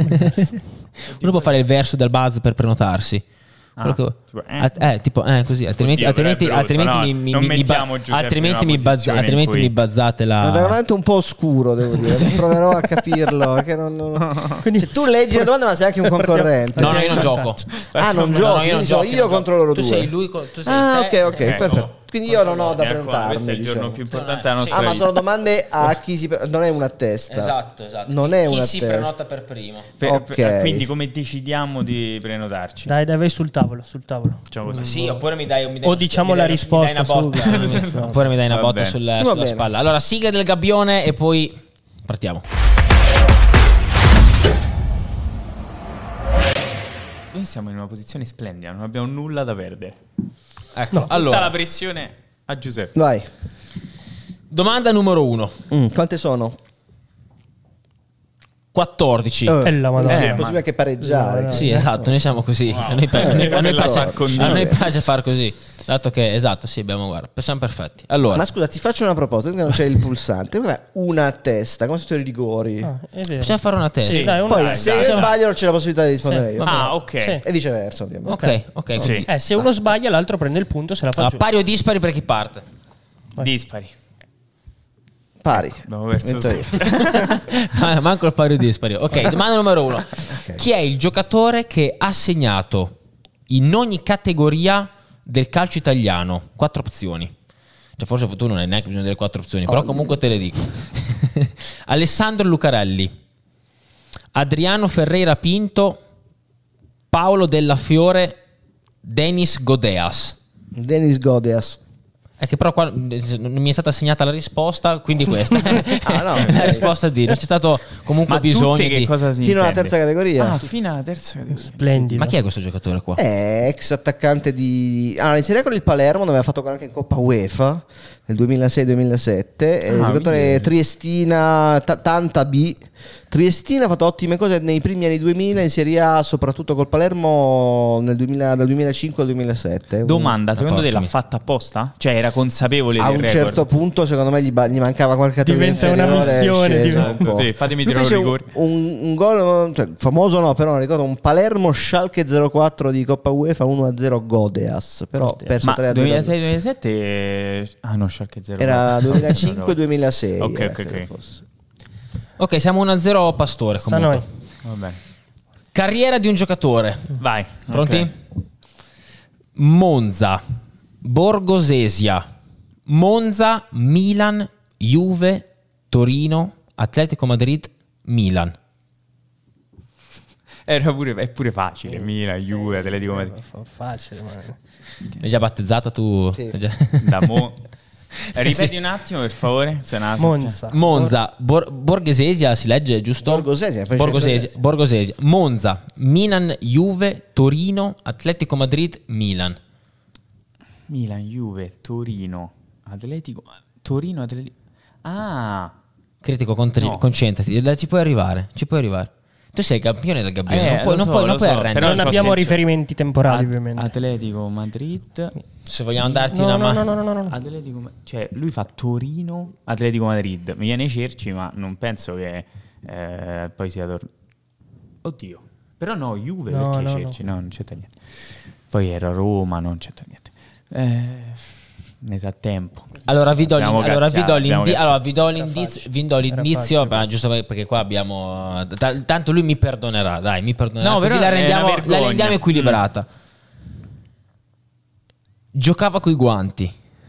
Uno può fare il verso del buzz per prenotarsi. Quello Ah, che- tipo, eh. At- eh, tipo, eh, così, altrimenti, Oddio, però è altrimenti, brutto, altrimenti no? mi, mi, Non mi- mi ba- mettiamo Giuseppe altrimenti in mi una bazza- posizione in altrimenti cui- mi bazzate È la. veramente un po' oscuro, devo dire. Proverò a capirlo. Che non, non- Quindi Cioè, tu leggi la domanda, ma sei anche un concorrente. No, no, io non gioco. Ah, non No, giochi, no, io non quindi sono gioco, io non contro gioco. loro tu due. sei lui, co- tu sei Ah, te, ok, ok, eh, perfetto. Quindi io non ho da Mi raccomando, prenotarmi. questo è il giorno diciamo. più importante della Sì. nostra Ah, ma vita. sono domande a chi si. pre- Non è una testa. Esatto, esatto. Non Chi- è chi una si testa. prenota per primo. Per- Ok. per- quindi come decidiamo di prenotarci? Dai, dai, vai sul tavolo, sul tavolo. Facciamo così. Sì, oppure mi dai, mi dai O una- diciamo mi dai la una- mi dai risposta una botta. subito. Oppure mi dai una Va botta bene. sul- Va sulla bene. spalla. Allora, sigla del gabbione e poi partiamo. Noi siamo in una posizione splendida, non abbiamo nulla da perdere. Ecco, Tutta allora, la pressione a Giuseppe. Vai. domanda numero uno. Mm, quante sono? quattordici. Eh, E la Madonna. sì, Eh, è ma- possibile anche pareggiare. No, no. Sì, esatto, noi siamo così. A noi, pi- a noi- a noi Quella piace, par condicio. a noi piace far così. Dato che, esatto, sì, abbiamo, guarda, siamo perfetti. Allora, Ma scusa, ti faccio una proposta, perché non c'è il pulsante. Vabbè, una a testa, come se tu i rigori. Ah, è vero. possiamo fare una testa? Sì, dai, un- Poi Dai, se dai, io dai. sbaglio c'è la possibilità di rispondere Sì, io. va bene. Ah, ok. Sì. E viceversa, ovviamente. Ok, ok. Sì. quindi- Eh, se uno sbaglia, l'altro prende il punto, se la fa Allora, giù. pari o dispari per chi parte? Dispari. Pari. Abbiamo perso Metto io. Ah, manco il pari o dispari. Ok, domanda numero uno. Chi è il giocatore che ha segnato in ogni categoria del calcio italiano? Quattro opzioni. Cioè forse tu non hai neanche bisogno delle quattro opzioni, però comunque te le dico. Alessandro Lucarelli, Adriano Ferreira Pinto, Paolo Della Fiore, Denis Godeas. Denis Godeas. È che però qua non mi è stata assegnata la risposta, quindi questa Ah, no, la ok. risposta di non c'è stato comunque Ma bisogno tutte che di... cosa si Fino alla intende? terza categoria. Ah, fino alla terza categoria. Splendido. Ma chi è questo giocatore qua? È ex attaccante di... Allora, in Serie A con il Palermo, dove aveva fatto gol anche in Coppa UEFA nel duemilasei duemilasette. È Ah, un giocatore quindi- Triestina, ta- tanta B. Triestina ha fatto ottime cose nei primi anni duemila in Serie A, soprattutto col Palermo nel duemila, dal duemilacinque al duemilasette. Un- Domanda, secondo te l'ha porca fatta apposta? Cioè era consapevole A del un record? certo punto, secondo me, gli, ba- gli mancava qualche categoria Diventa una inferiore, è missione, sceso diventa- un po'. Sì, fatemi Lui tirare un fece rigore. Un, un gol, cioè, famoso no, però non ricordo, un Palermo Schalke zero quattro di Coppa UEFA uno a zero Godeas, però perso Ma tre a zero. duemilasei duemilasette ah no, Schalke zero. Era duemilacinque duemilasei. Ok, eh, ok, credo ok. fosse. Ok, siamo uno a zero Pastore Sta a comunque. noi. Va bene. Carriera di un giocatore. Vai. Pronti? ok. Monza, Borgosesia, Monza, Milan, Juve, Torino, Atletico Madrid, Milan. Era pure, è pure facile. Milan, Juve, Atletico Madrid. Fa- Facile, ma... L'hai già battezzata tu? Sì. Hai già- Da mo. Ripeti un attimo per favore. Se no, Monza. Monza, Bor- Borgosesia si legge giusto? Borgosesia, fai Borgosesia, Borgosesia. Borgosesia, Monza, Milan, Juve, Torino, Atletico Madrid, Milan. Milan, Juve, Torino, Atletico. Torino, Atletico. Ah. Critico, contri- No. concentrati, dai, ci puoi arrivare, ci puoi arrivare. Tu sei il campione del gabbione, Eh, non puoi, lo non so, puoi, non lo puoi so, arrendere. però Non c'ho abbiamo attenzione. riferimenti temporali, At- ovviamente. Atletico Madrid. Se vogliamo darti No, una no, mano. no, no, no, no. Atletico, Ma- cioè lui fa Torino, Atletico Madrid. Mi viene Cerci, ma non penso che eh, poi sia tornato. Oddio. Però no, Juve No, perché no, Cerci? No. non c'entra niente. Poi era Roma, non c'entra niente. Eh, ne sa tempo. Allora vi do, Abbiamo l'in- allora, vi do cazziato, l'indi- abbiamo allora, vi do Era l'indizio, facile. vi do Era l'indizio facile, ma giusto per- perché qua abbiamo ta- tanto lui mi perdonerà, dai, mi perdonerà. No, Così però la è una rendiamo, la vergogna. rendiamo equilibrata. Giocava coi guanti.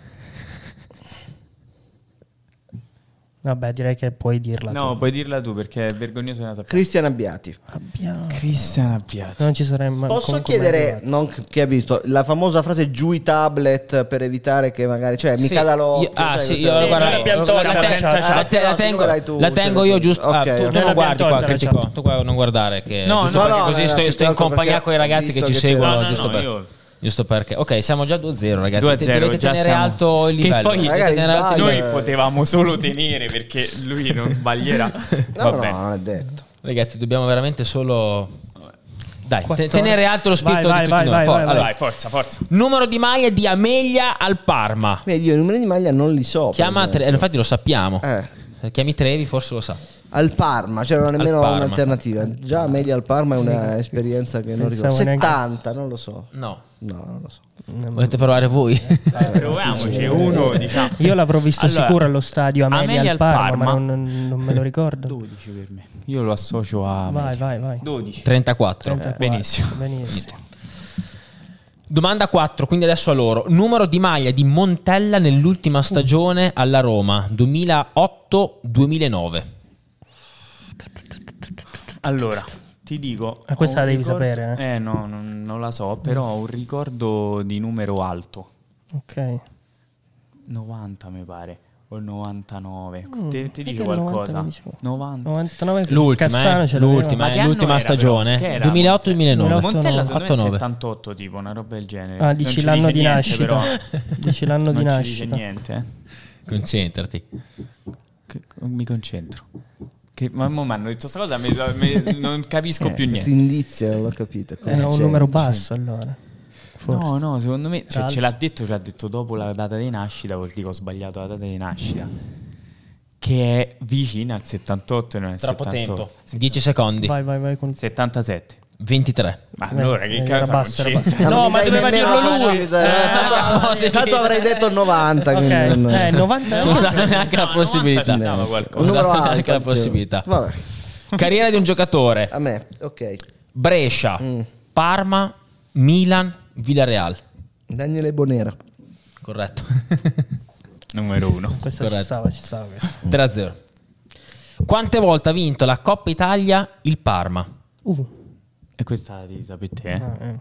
Vabbè, direi che puoi dirla No, tu. puoi dirla tu perché è vergognoso che la sappiamo. Cristian Abbiati. Abbiamo... Cristian Abbiati. Non ci saremmo Posso comunque chiedere, mai arrivati. non chi ha visto, la famosa frase giù i tablet per evitare che magari, cioè mi Sì, cada l'occhio. io- ah, sai, sì, queste io cose. guarda, noi l'abbiamo la- tolta la, la te- chat. la te- la Ah, tengo, siccome l'hai tu, la tengo ce io l'hai tu. giusto. ah, Ok, tu, ok. tu Noi non l'abbiamo guardi qua, tolta la critico. chat. Tu qua non guardare che No, giusto no, perché no, così no, sto, più sto che in altro compagnia perché con i ragazzi visto che ci che seguono, c'era- No, no, giusto no, per- io- giusto perché. Ok, siamo già due a zero, ragazzi. due a Te- zero, dovete già tenere siamo- alto il Che livello. poi- dovete Magari tenere alto il sbaglia. Noi livello. potevamo solo tenere perché lui non sbaglierà. No, Va no, bene. non è detto. Ragazzi, dobbiamo veramente solo dai, te- Quattordici. tenere alto lo spirito Vai, di vai, tutti vai, noi. vai, For- vai, allora, Vai, forza, forza. numero di maglia di Amelia al Parma. Vedi, io i numeri di maglia non li so. per Chiama esempio. Tre- infatti lo sappiamo. Eh. Se chiami Trevi forse lo sa. Al Parma, c'era nemmeno Parma. un'alternativa. Già media al Parma è un'esperienza che non ricordo. Pensavo neanche- settanta, non lo so. No. No, non lo so. Volete provare voi? Eh, proviamoci, uno diciamo. Io l'avrò visto Allora, sicuro allo stadio Amelia, Amelia al al Parma, Parma. ma non, non me lo ricordo. dodici per me. Io lo associo a Vai, vai, vai. dodici. trentaquattro. trentaquattro. benissimo. Benissimo. Domanda quattro, quindi adesso a loro. Numero di maglia di Montella nell'ultima stagione alla Roma, duemilaotto duemilanove. Allora, ti dico. Ah, questa ho un la devi ricordo- sapere, Eh, no, non, non la so, però ho un ricordo di numero alto. Ok. novanta mi pare. O novantanove. Mm, Ti, ti perché dice il qualcosa? novanta mi dicevo? novanta. novantanove L'ultima, Cassano eh, ce l'aveva. l'ultima, Ma eh, che anno l'ultima era, stagione. però? Che era? duemilaotto duemilanove. duemilaotto, Montella no. secondo me è otto nove. settantotto, tipo una roba del genere. Ah, Non dici ci l'anno dice di niente, nascita. però. Dici l'anno di non ci nascita. dice niente. eh. Concentrati. Che- mi concentro. Che, ma mo mi hanno detto questa cosa, mi- mi- non capisco più Questo niente. indizio non l'ho capito. Come Era un c'è? numero basso allora. Forse. No, no, secondo me cioè, Tra ce l'ha detto, ce l'ha detto dopo la data di nascita, vuol dire che ho sbagliato la data di nascita. Che è vicina al settantotto e non è Troppo settantotto. tempo. dieci secondi. Vai, vai, vai con settantasette. ventitré. Ma Beh, allora che era cosa basso, era c'entra? basso. Non No, mi ma dai doveva nemmeno dirlo la lui. possibilità. Eh, tanto, no, sì. tanto avrei detto il novanta. Ok, quindi non- eh, novanta Non ho dato neanche la no, possibilità. novanta ci dava Non qualcosa. ho Un numero dato alto neanche la anch'io. possibilità. Vabbè. Carriera di un giocatore. A me, ok. Brescia, Mm. Parma, Milan, Villarreal. Daniele Bonera. Corretto. Numero uno. Questa Corretto. ci stava, ci stava questa. tre a zero. Quante volte ha vinto la Coppa Italia il Parma? Uh. E questa di sapete, eh? Ah, eh.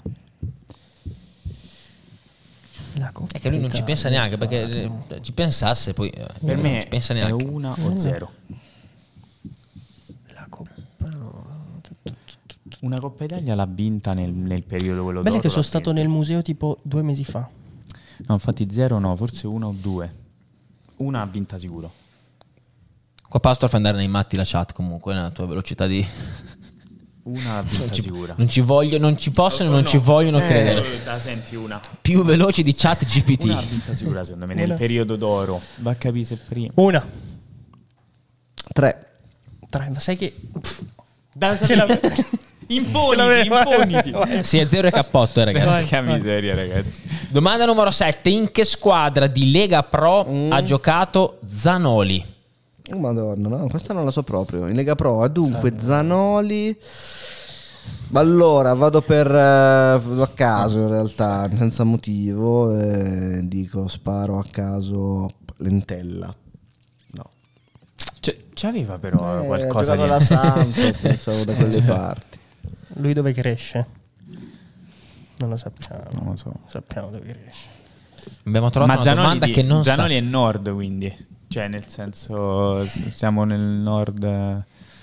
La Coppa È che lui non ci Italia. pensa neanche, perché eh, ci pensasse poi eh, Per non me ci pensa è neanche. una o zero. La Coppa no. Una Coppa Italia l'ha vinta nel, nel periodo quello Bello d'oro, che sono l'ha stato vinta. nel museo tipo due mesi fa. No, infatti zero no, forse una o due. Una ha vinta sicuro. Qua Pastor fa andare nei matti la chat comunque, nella tua velocità di... Una ha vinta Non ci, sicura. non ci voglio, non ci possono, non No. ci vogliono Eh, credere. la senti una. Più veloci di chat G P T. Una ha vinta sicura secondo me nel Una. periodo d'oro. Va a capire se prima. Una. Tre. Tre, ma sai che... Pff, Da, ce la- imponiti, imponiti. Sì, è zero e cappotto, eh, ragazzi. Che miseria, ragazzi. Domanda numero sette. In che squadra di Lega Pro ha giocato Zanoli? Oh, Madonna, no, questa non la so proprio. In Lega Pro, dunque Zanoli. Allora, vado per eh, vado a caso in realtà, senza motivo. eh, dico, sparo a caso Lentella. No. Cioè, c'aveva però Eh, qualcosa ha di... giocato alla Samp, pensavo da quelle parti. Lui dove cresce? Non lo sappiamo. Non lo so. Sappiamo dove cresce. Abbiamo trovato Ma una Zanoli, domanda di- che non Zanoli sa. è nord, quindi. Cioè, nel senso, s- siamo nel nord. eh.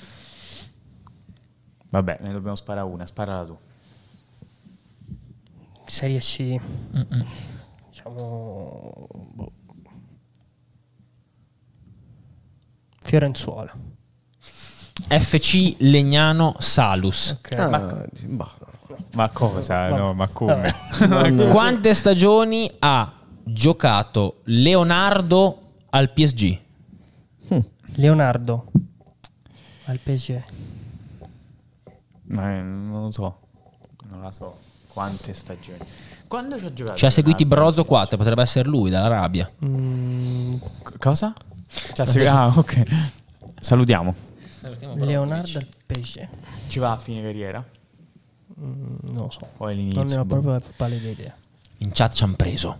Vabbè, ne dobbiamo sparare una. Sparala tu. Serie C. Mm-mm. Diciamo... boh. Fiorenzuola. F C Legnano Salus. Ok. Ah, Ma- boh. Ma cosa? Va- No, ma come? Non- Quante stagioni ha giocato Leonardo al P S G? Leonardo. Al P S G. Ma eh, non lo so. Non la so. Quante stagioni. Quando ci ha giocato? Ci ha seguiti Leonardo? Brozo quattro, potrebbe essere lui dall'Arabia. Mm, C- cosa? Ci ha segui- ah, ok. Salutiamo. Leonardo al P S G. Ci va a fine carriera? Mm, non lo so. O all'inizio? Non ne ho boh. proprio la pallida idea. In chat ci hanno preso.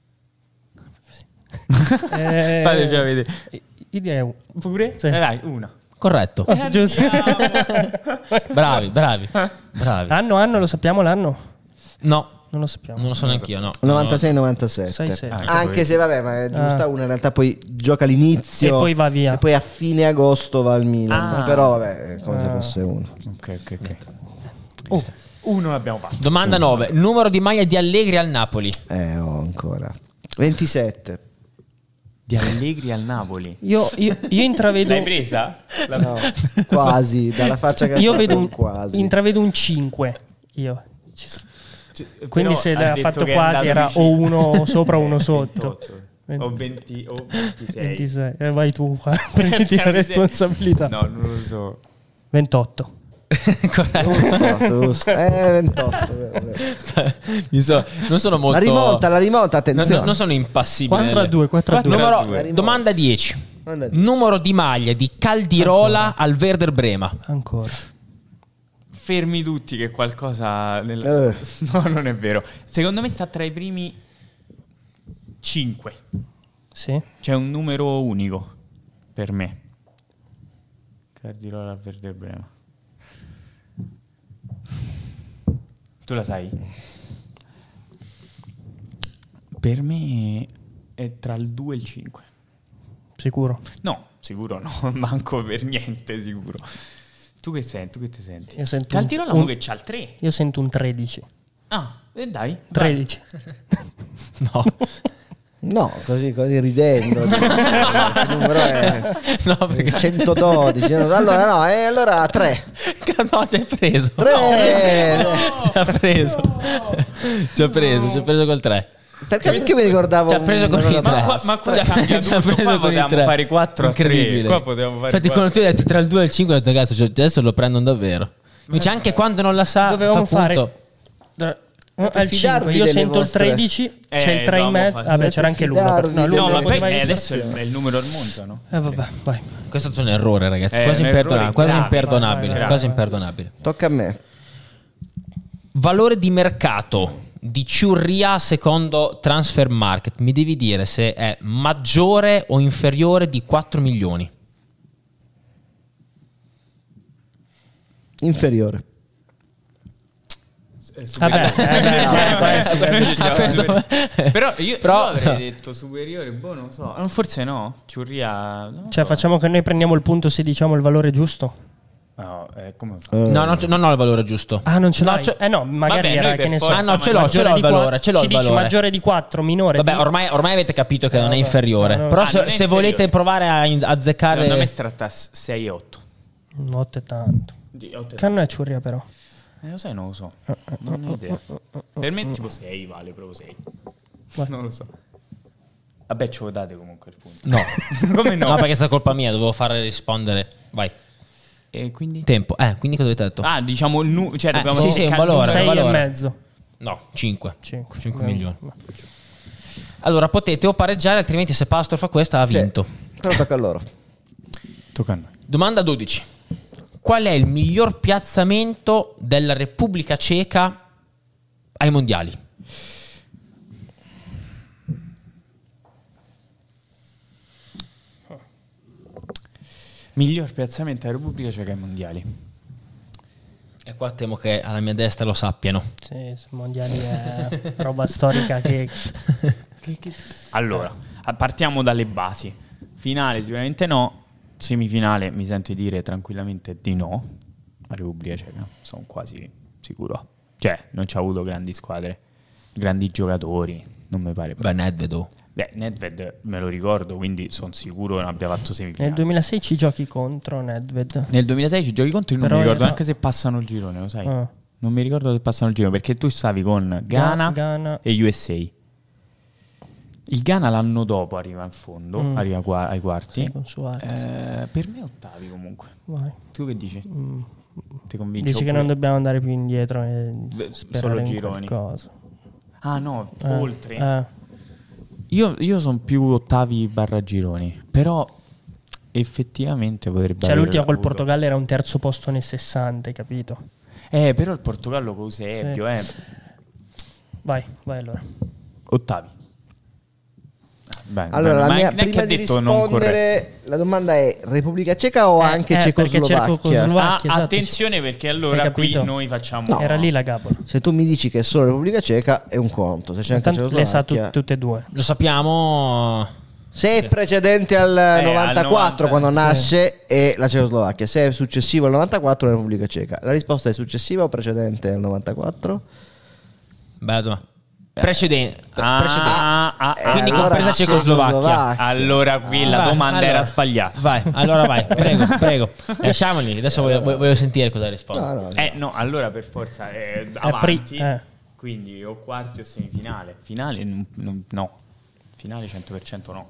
Eh, Fateci vedere. io direi un- Pure? Sì. Eh, dai, una. Corretto. Oh, giusto. Bravi, bravi. Bravi. Anno, anno, lo sappiamo l'anno? No, Non lo sappiamo. non lo so neanche io, no. novantasei novantasette. sei sette. Ah, Anche se vabbè, ma è giusta Ah. una in realtà poi gioca all'inizio E poi va via. e poi a fine agosto va al Milan. Ah. Però vabbè, è come se Ah. fosse uno. Ok, ok, ok. Oh, Uno l'abbiamo fatto. Domanda nove. Numero di maglia di Allegri al Napoli. Eh, ho ancora. ventisette. Di Allegri al Napoli. io, io, io intravedo... L'hai presa? La- No, quasi, dalla faccia che ha Io fatto, vedo un, quasi. intravedo un cinque. Io. Ci st- Cioè, Quindi però se ha l'ha detto fatto che è quasi andato era vicino. o uno sopra o uno Eh, sotto. ventotto. O venti o ventisei. ventisei. Eh, vai tu qua, prenditi la Porca miseria. responsabilità. No, non lo so. ventotto. Corretto. Giusto, giusto. Eh, ventotto. vero, vero. Mi so- non sono molto... La rimonta, la rimonta, No, attenzione. no, non sono impassibile. quattro a due, quattro a due. Numero- due. domanda dieci. Domanda dieci. Numero di maglia di Caldirola al Werder Brema. Ancora. Fermi tutti che qualcosa... Nel... Eh. No, non è vero. Secondo me sta tra i primi cinque. Sì. C'è un numero unico per me. Cardirola al Werder Brema. Tu la sai? Per me è tra il due e il cinque. Sicuro. No, sicuro no, manco per niente sicuro. Tu che senti? Tu che ti senti? Io sento Caldirola un- mo che c'ha il tre. Io sento un tredici. Ah, e dai. tredici. No. No, così, così ridendo. Il numero è No, perché... centododici. Allora, no, e allora tre. No, ci hai preso. tre. Ci ha preso. Ci ha preso, ci ha preso col tre. Perché, perché mi ricordavo Ci ha preso un- con una i roba- tre. Ma qua- ma qua Ci ha- cambia ci ha tutto, preso qua con i potevamo tre. fare quattro a tre. Incredibile. Qua potevamo fare Infatti, quando tu hai detto tra il due e il cinque, ho detto, cazzo, cioè, adesso lo prendono davvero. Invece anche quando non la sa, Dovevamo fa punto. fare da- Dovete al fidarvi cinque. Io delle sento il vostre- tredici, Eh, c'è il tre in dovevamo mezzo. fare- Vabbè, c'era anche l'uno. fidarvi No, delle- No, l'uno ma poi poteva eh, essere- adesso è il, è il numero al montano. Eh vabbè, vai. Questo è stato un errore, ragazzi. È quasi un imperdonabile. errore Quasi grave. imperdonabile. Vai, vai, quasi vai. imperdonabile. Tocca a me. Valore di mercato di Ciurria secondo Transfer Market. Mi devi dire se è maggiore o inferiore di quattro milioni. Inferiore. Vabbè, eh, beh, Questo- però io, Però- io avrei detto superiore, boh, non so. Ah, forse no, Ciurria. non cioè so. facciamo che noi prendiamo il punto se diciamo il valore giusto. No, eh, come fa? Eh, No, non, non ho il valore giusto. Ah, non ce No, l'hai? c'è- Eh no, magari Vabbè, era noi che per ne so. forza, Ah, no, ce l'ho, maggiore ce l'ho di il valore, qua- ce l'ho ci il dici valore. maggiore di quattro, minore Vabbè, di... ormai, ormai avete capito che Eh, non è vabbè. inferiore. No, no. Però Ah, se, non è se inferiore. volete provare a in- azzeccare... Secondo me starà a sei e otto. otto è tanto. Che anno è Ciurria però? Eh, lo sai, non lo so. Non ho idea. Per me tipo sei vale, proprio sei. Non lo so. Vabbè, ce lo date comunque il punto. No. Come no? No, perché è stata colpa mia, dovevo fare rispondere. Vai. E quindi? Tempo. Eh, quindi cosa avete detto? Ah, diciamo, il nu- cioè Eh, dobbiamo sì, sì, un cercare il valore. numero. sei e valore. mezzo. No, cinque. cinque. cinque milioni. Allora potete o pareggiare, altrimenti se Pastor fa questa ha Cioè, vinto. però tocca a loro. Tocca a noi. Domanda dodici. Qual è il miglior piazzamento della Repubblica Ceca ai mondiali? Miglior piazzamento della Repubblica Ceca ai mondiali. E qua temo che alla mia destra lo sappiano. Sì, sì, mondiali è roba storica che... Allora, partiamo dalle basi. Finale sicuramente no. Semifinale mi sento di dire tranquillamente di no. La Repubblica Ceca, sono quasi sicuro. Cioè, non c'ha avuto grandi squadre, grandi giocatori, non mi pare. Beh, Nedved. oh. Beh, Nedved me lo ricordo, quindi sono sicuro non abbia fatto semifinale. Nel duemilasei ci giochi contro Nedved. Nel duemilasei ci giochi contro, io non Però mi ricordo in realtà- neanche se passano il girone, lo sai? Ah. Non mi ricordo se passano il girone, perché tu stavi con Ghana, Ghana. e U S A. Il Ghana l'anno dopo arriva in fondo, Mm. arriva qua ai quarti. Sì, con Suarez. Eh, per me ottavi comunque. Vai. Tu che dici? Mm. Ti convinci? Dici che oppure- non dobbiamo andare più indietro e Beh, sperare solo in gironi. qualcosa. Ah no, Eh, oltre. eh. Io, io sono più ottavi barra gironi, però effettivamente potrebbe Cioè aver l'ultimo col avuto- Portogallo era un terzo posto nei sessanta, hai capito? Eh, però il Portogallo con Eusebio, eh. Vai, vai allora. Ottavi. Bene, Allora, bene, la ma mia, neanche prima ha di detto non corretto. rispondere, la domanda è Repubblica Ceca o Eh, anche eh, perché Cecoslovacchia? Cecoslovacchia. Ah, esatto, attenzione perché Hai allora qui capito? noi facciamo... No. Era lì la gabola. Se tu mi dici che è solo Repubblica Ceca è un conto, se c'è anche Intanto le sa Cecoslovacchia. tu- tutte e due. Lo sappiamo. Se è precedente al al novantaquattro novanta, quando sì. nasce è la Cecoslovacchia, se è successivo al novantaquattro è la Repubblica Ceca. La risposta è successiva o precedente al novantaquattro? Bella domanda. Precedente. Ah, precedente. ah, ah, Eh, ah. Quindi allora compresa Cecoslovacchia. Cecoslovacchia. Allora qui la Vai, domanda allora. era sbagliata. Vai, allora vai, prego, prego. Lasciamoli, adesso voglio, voglio sentire cosa risponde. No, no, Eh no, allora per forza è pri- avanti. eh. Quindi o quarti o semifinale. Finale non- non- no. Finale cento per cento no.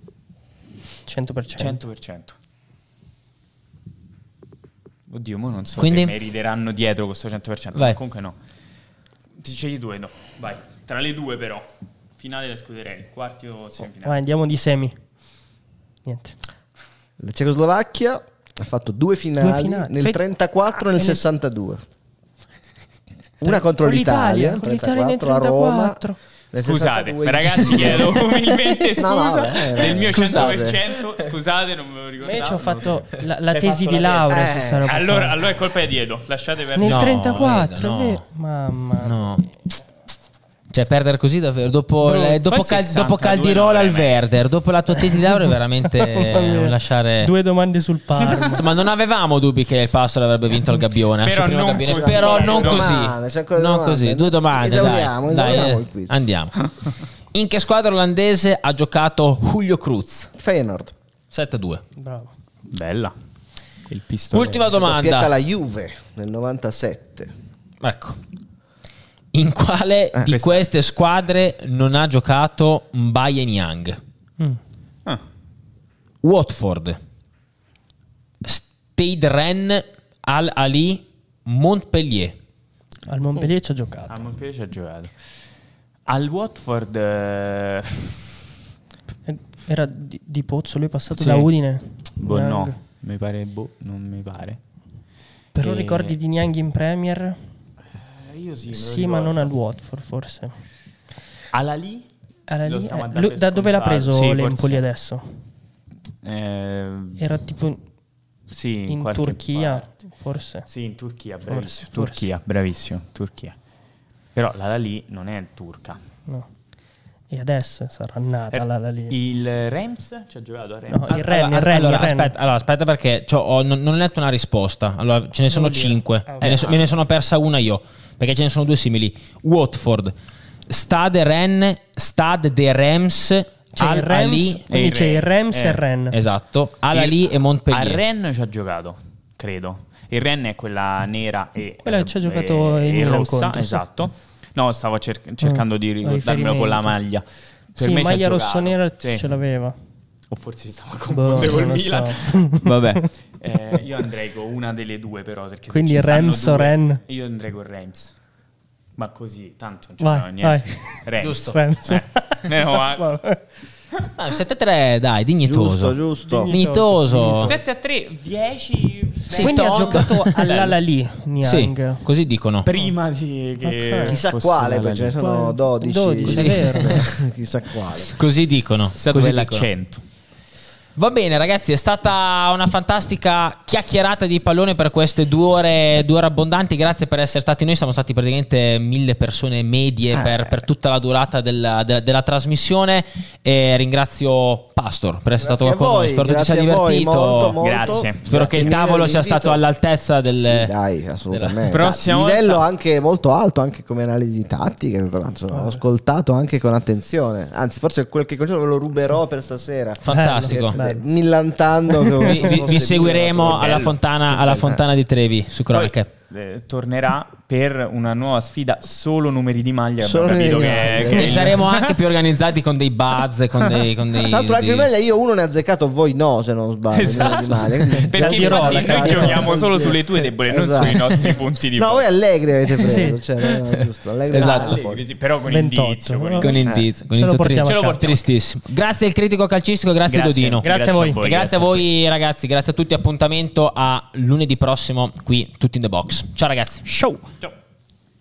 cento per cento. cento per cento. Oddio, mo non so Quindi? se mi rideranno dietro questo cento per cento. Vai. Ma comunque no. Ti scegli due, no. Vai. Tra le due però. Finale la escluderei. Quarti o semifinale. Vai, andiamo di semi. Niente. La Cecoslovacchia ha fatto due finali, Due finali. nel Fe- trentaquattro e Ah, nel e nel- sessantadue. Una contro Con l'Italia, l'Italia, con l'Italia nel trentaquattro a Roma. trentaquattro. Nel Scusate, sessantadue ragazzi, chiedo umilmente scusa No, no, vabbè, del mio scusate. cento per cento. Scusate, non me lo ricordavo. Invece ho non fatto lo so. la, la Hai tesi fatto di la tesi. laurea Eh, su sta roba qua. Allora, allora è colpa di Diedo. Lasciate perdere. Nel No, trentaquattro, no. è vero. Mamma. No. Cioè, perdere così davvero. Dopo, Bro, le- dopo, fai Cal- sessantadue, dopo Caldirola al no, Verder, dopo la tua tesi di laurea, è veramente Mamma mia. un lasciare. Due domande sul Parma. Insomma, non avevamo dubbi che il Pastor avrebbe vinto il Gabbione. il Però suo primo non Gabbione, così. però non Due così. domande, c'è ancora Non domande. così. Due domande. Esauriamo, dai, esauriamo dai, il quiz. andiamo. In che squadra olandese ha giocato Julio Cruz? Feyenoord. sette a due. Bravo. Bella. Il pistone. Ultima Doppietta domanda. la Juve nel novantasette. Ecco. In quale Eh, di questa- queste squadre non ha giocato Mbaye Niang? Mm. Ah, Watford, Stade Rennes, Al Ali, Montpellier. Al Montpellier ci ha giocato. a Montpellier ci ha giocato. Al Watford eh, Eh, Era di, di Pozzo, lui è passato Sì. da Udine. boh, Niang. no, mi pare boh, non mi pare. Però E- ricordi di Niang in Premier? io sì. Sì, ma non al Watford, forse. Alla lì? Alla Lo lì- stiamo eh, a dare lui- per da dove l'ha scontato. preso Sì, l'Empoli forse. adesso? Eh, Era tipo sì, in qualche Turchia, parte. forse. Sì, in Turchia, Forse, bravissimo. forse. Turchia, bravissimo, Turchia. Però la lì non è turca. No. E adesso sarà nata la, la lì. Il Reims ci ha giocato a Reims. No, il Ren, allora, il Ren, allora, il Ren. aspetta, allora, aspetta perché c'ho- ho- non, non ho letto una risposta. Allora, ce ne sono vuol dire? cinque. Ah, ok. me, ne so- me ne sono persa una io. Perché ce ne sono due simili. Watford, Stade Ren, Stade de Reims. C'è il Reims, Al-Ali. quindi e c'è il il Reims e il Eh. Ren. Esatto. Al-Ali e Montpellier. A Rennes ci ha giocato, credo. Il Rennes è quella nera e Quella che ci ha giocato e, il e Milan rossa, contro, sì. esatto. No, stavo cer- cercando Mm, di ricordarmelo con la riferimento. maglia. Per Sì, me ci ha maglia giocato. rossonera Sì. ce l'aveva. O forse ci stavo Boh, confondendo non col lo Milan. so. Vabbè, eh, io andrei con una delle due però. Perché se Quindi ci stanno Reims o due, Ren? Io andrei con Reims. Ma così, tanto non Vai, c'è niente. vai. Reims. Giusto. Reims. Eh, no, ma- Vabbè. Ah, sette a tre, dai, dignitoso. Giusto, giusto. Dignitoso. sette a tre, dieci Sì, Quindi ha Tong. giocato all'Ala lì, Sì, Niang. così dicono. prima di che Ok. Chissà fosse quale, la perché ce ne Liga. sono dodici. dodici, è Sì. vero. Chissà quale. Così dicono. Sa Così dov'è dicono. l'accento. Va bene ragazzi, è stata una fantastica chiacchierata di pallone per queste due ore, due ore abbondanti. Grazie per essere stati noi, siamo stati praticamente mille persone medie per, per tutta la durata della, della- della trasmissione. E ringrazio Pastor per essere Grazie stato a con noi, voi, spero che ti sia grazie a voi, divertito. molto, molto. Grazie. Spero Grazie che il mille tavolo sia dell'invito. stato all'altezza del... Sì, dai, assolutamente. Prossima Dai, livello volta- anche molto alto, anche come analisi tattiche. Insomma, ho ascoltato anche con attenzione. Anzi, forse quel che concetto ve lo ruberò per stasera. Fantastico. Eh, millantando che Vi, vi- vi seguiremo alla bello, fontana, alla fontana di Trevi su Poi, Cronache. eh, tornerà per una nuova sfida solo numeri di maglia. Solo Abbiamo capito numeri di che, maglia. che- E saremo anche più organizzati con dei buzz, con dei... Con dei Tra l'altro, anche dei- meglio, io uno ne ha azzeccato, voi no, se non sbaglio. Esatto. di male. Quindi- Perché Dirò infatti la noi cara. giochiamo solo sulle tue debole, non Esatto. sui nostri punti di No, voi forza. Allegri avete preso. Sì. Cioè, no, giusto, Allegri Esatto. è un po'. Allegri, sì, però con ventotto, indizio. Con no? indizio. Con indizio, con ce lo indizio portiamo tri- a ce lo casa. tristissimo. Grazie al critico calcistico, grazie, Grazie. Dodino. Grazie a voi. E grazie a voi ragazzi, grazie a tutti, appuntamento a lunedì prossimo qui tutti in the box. Ciao ragazzi. Show.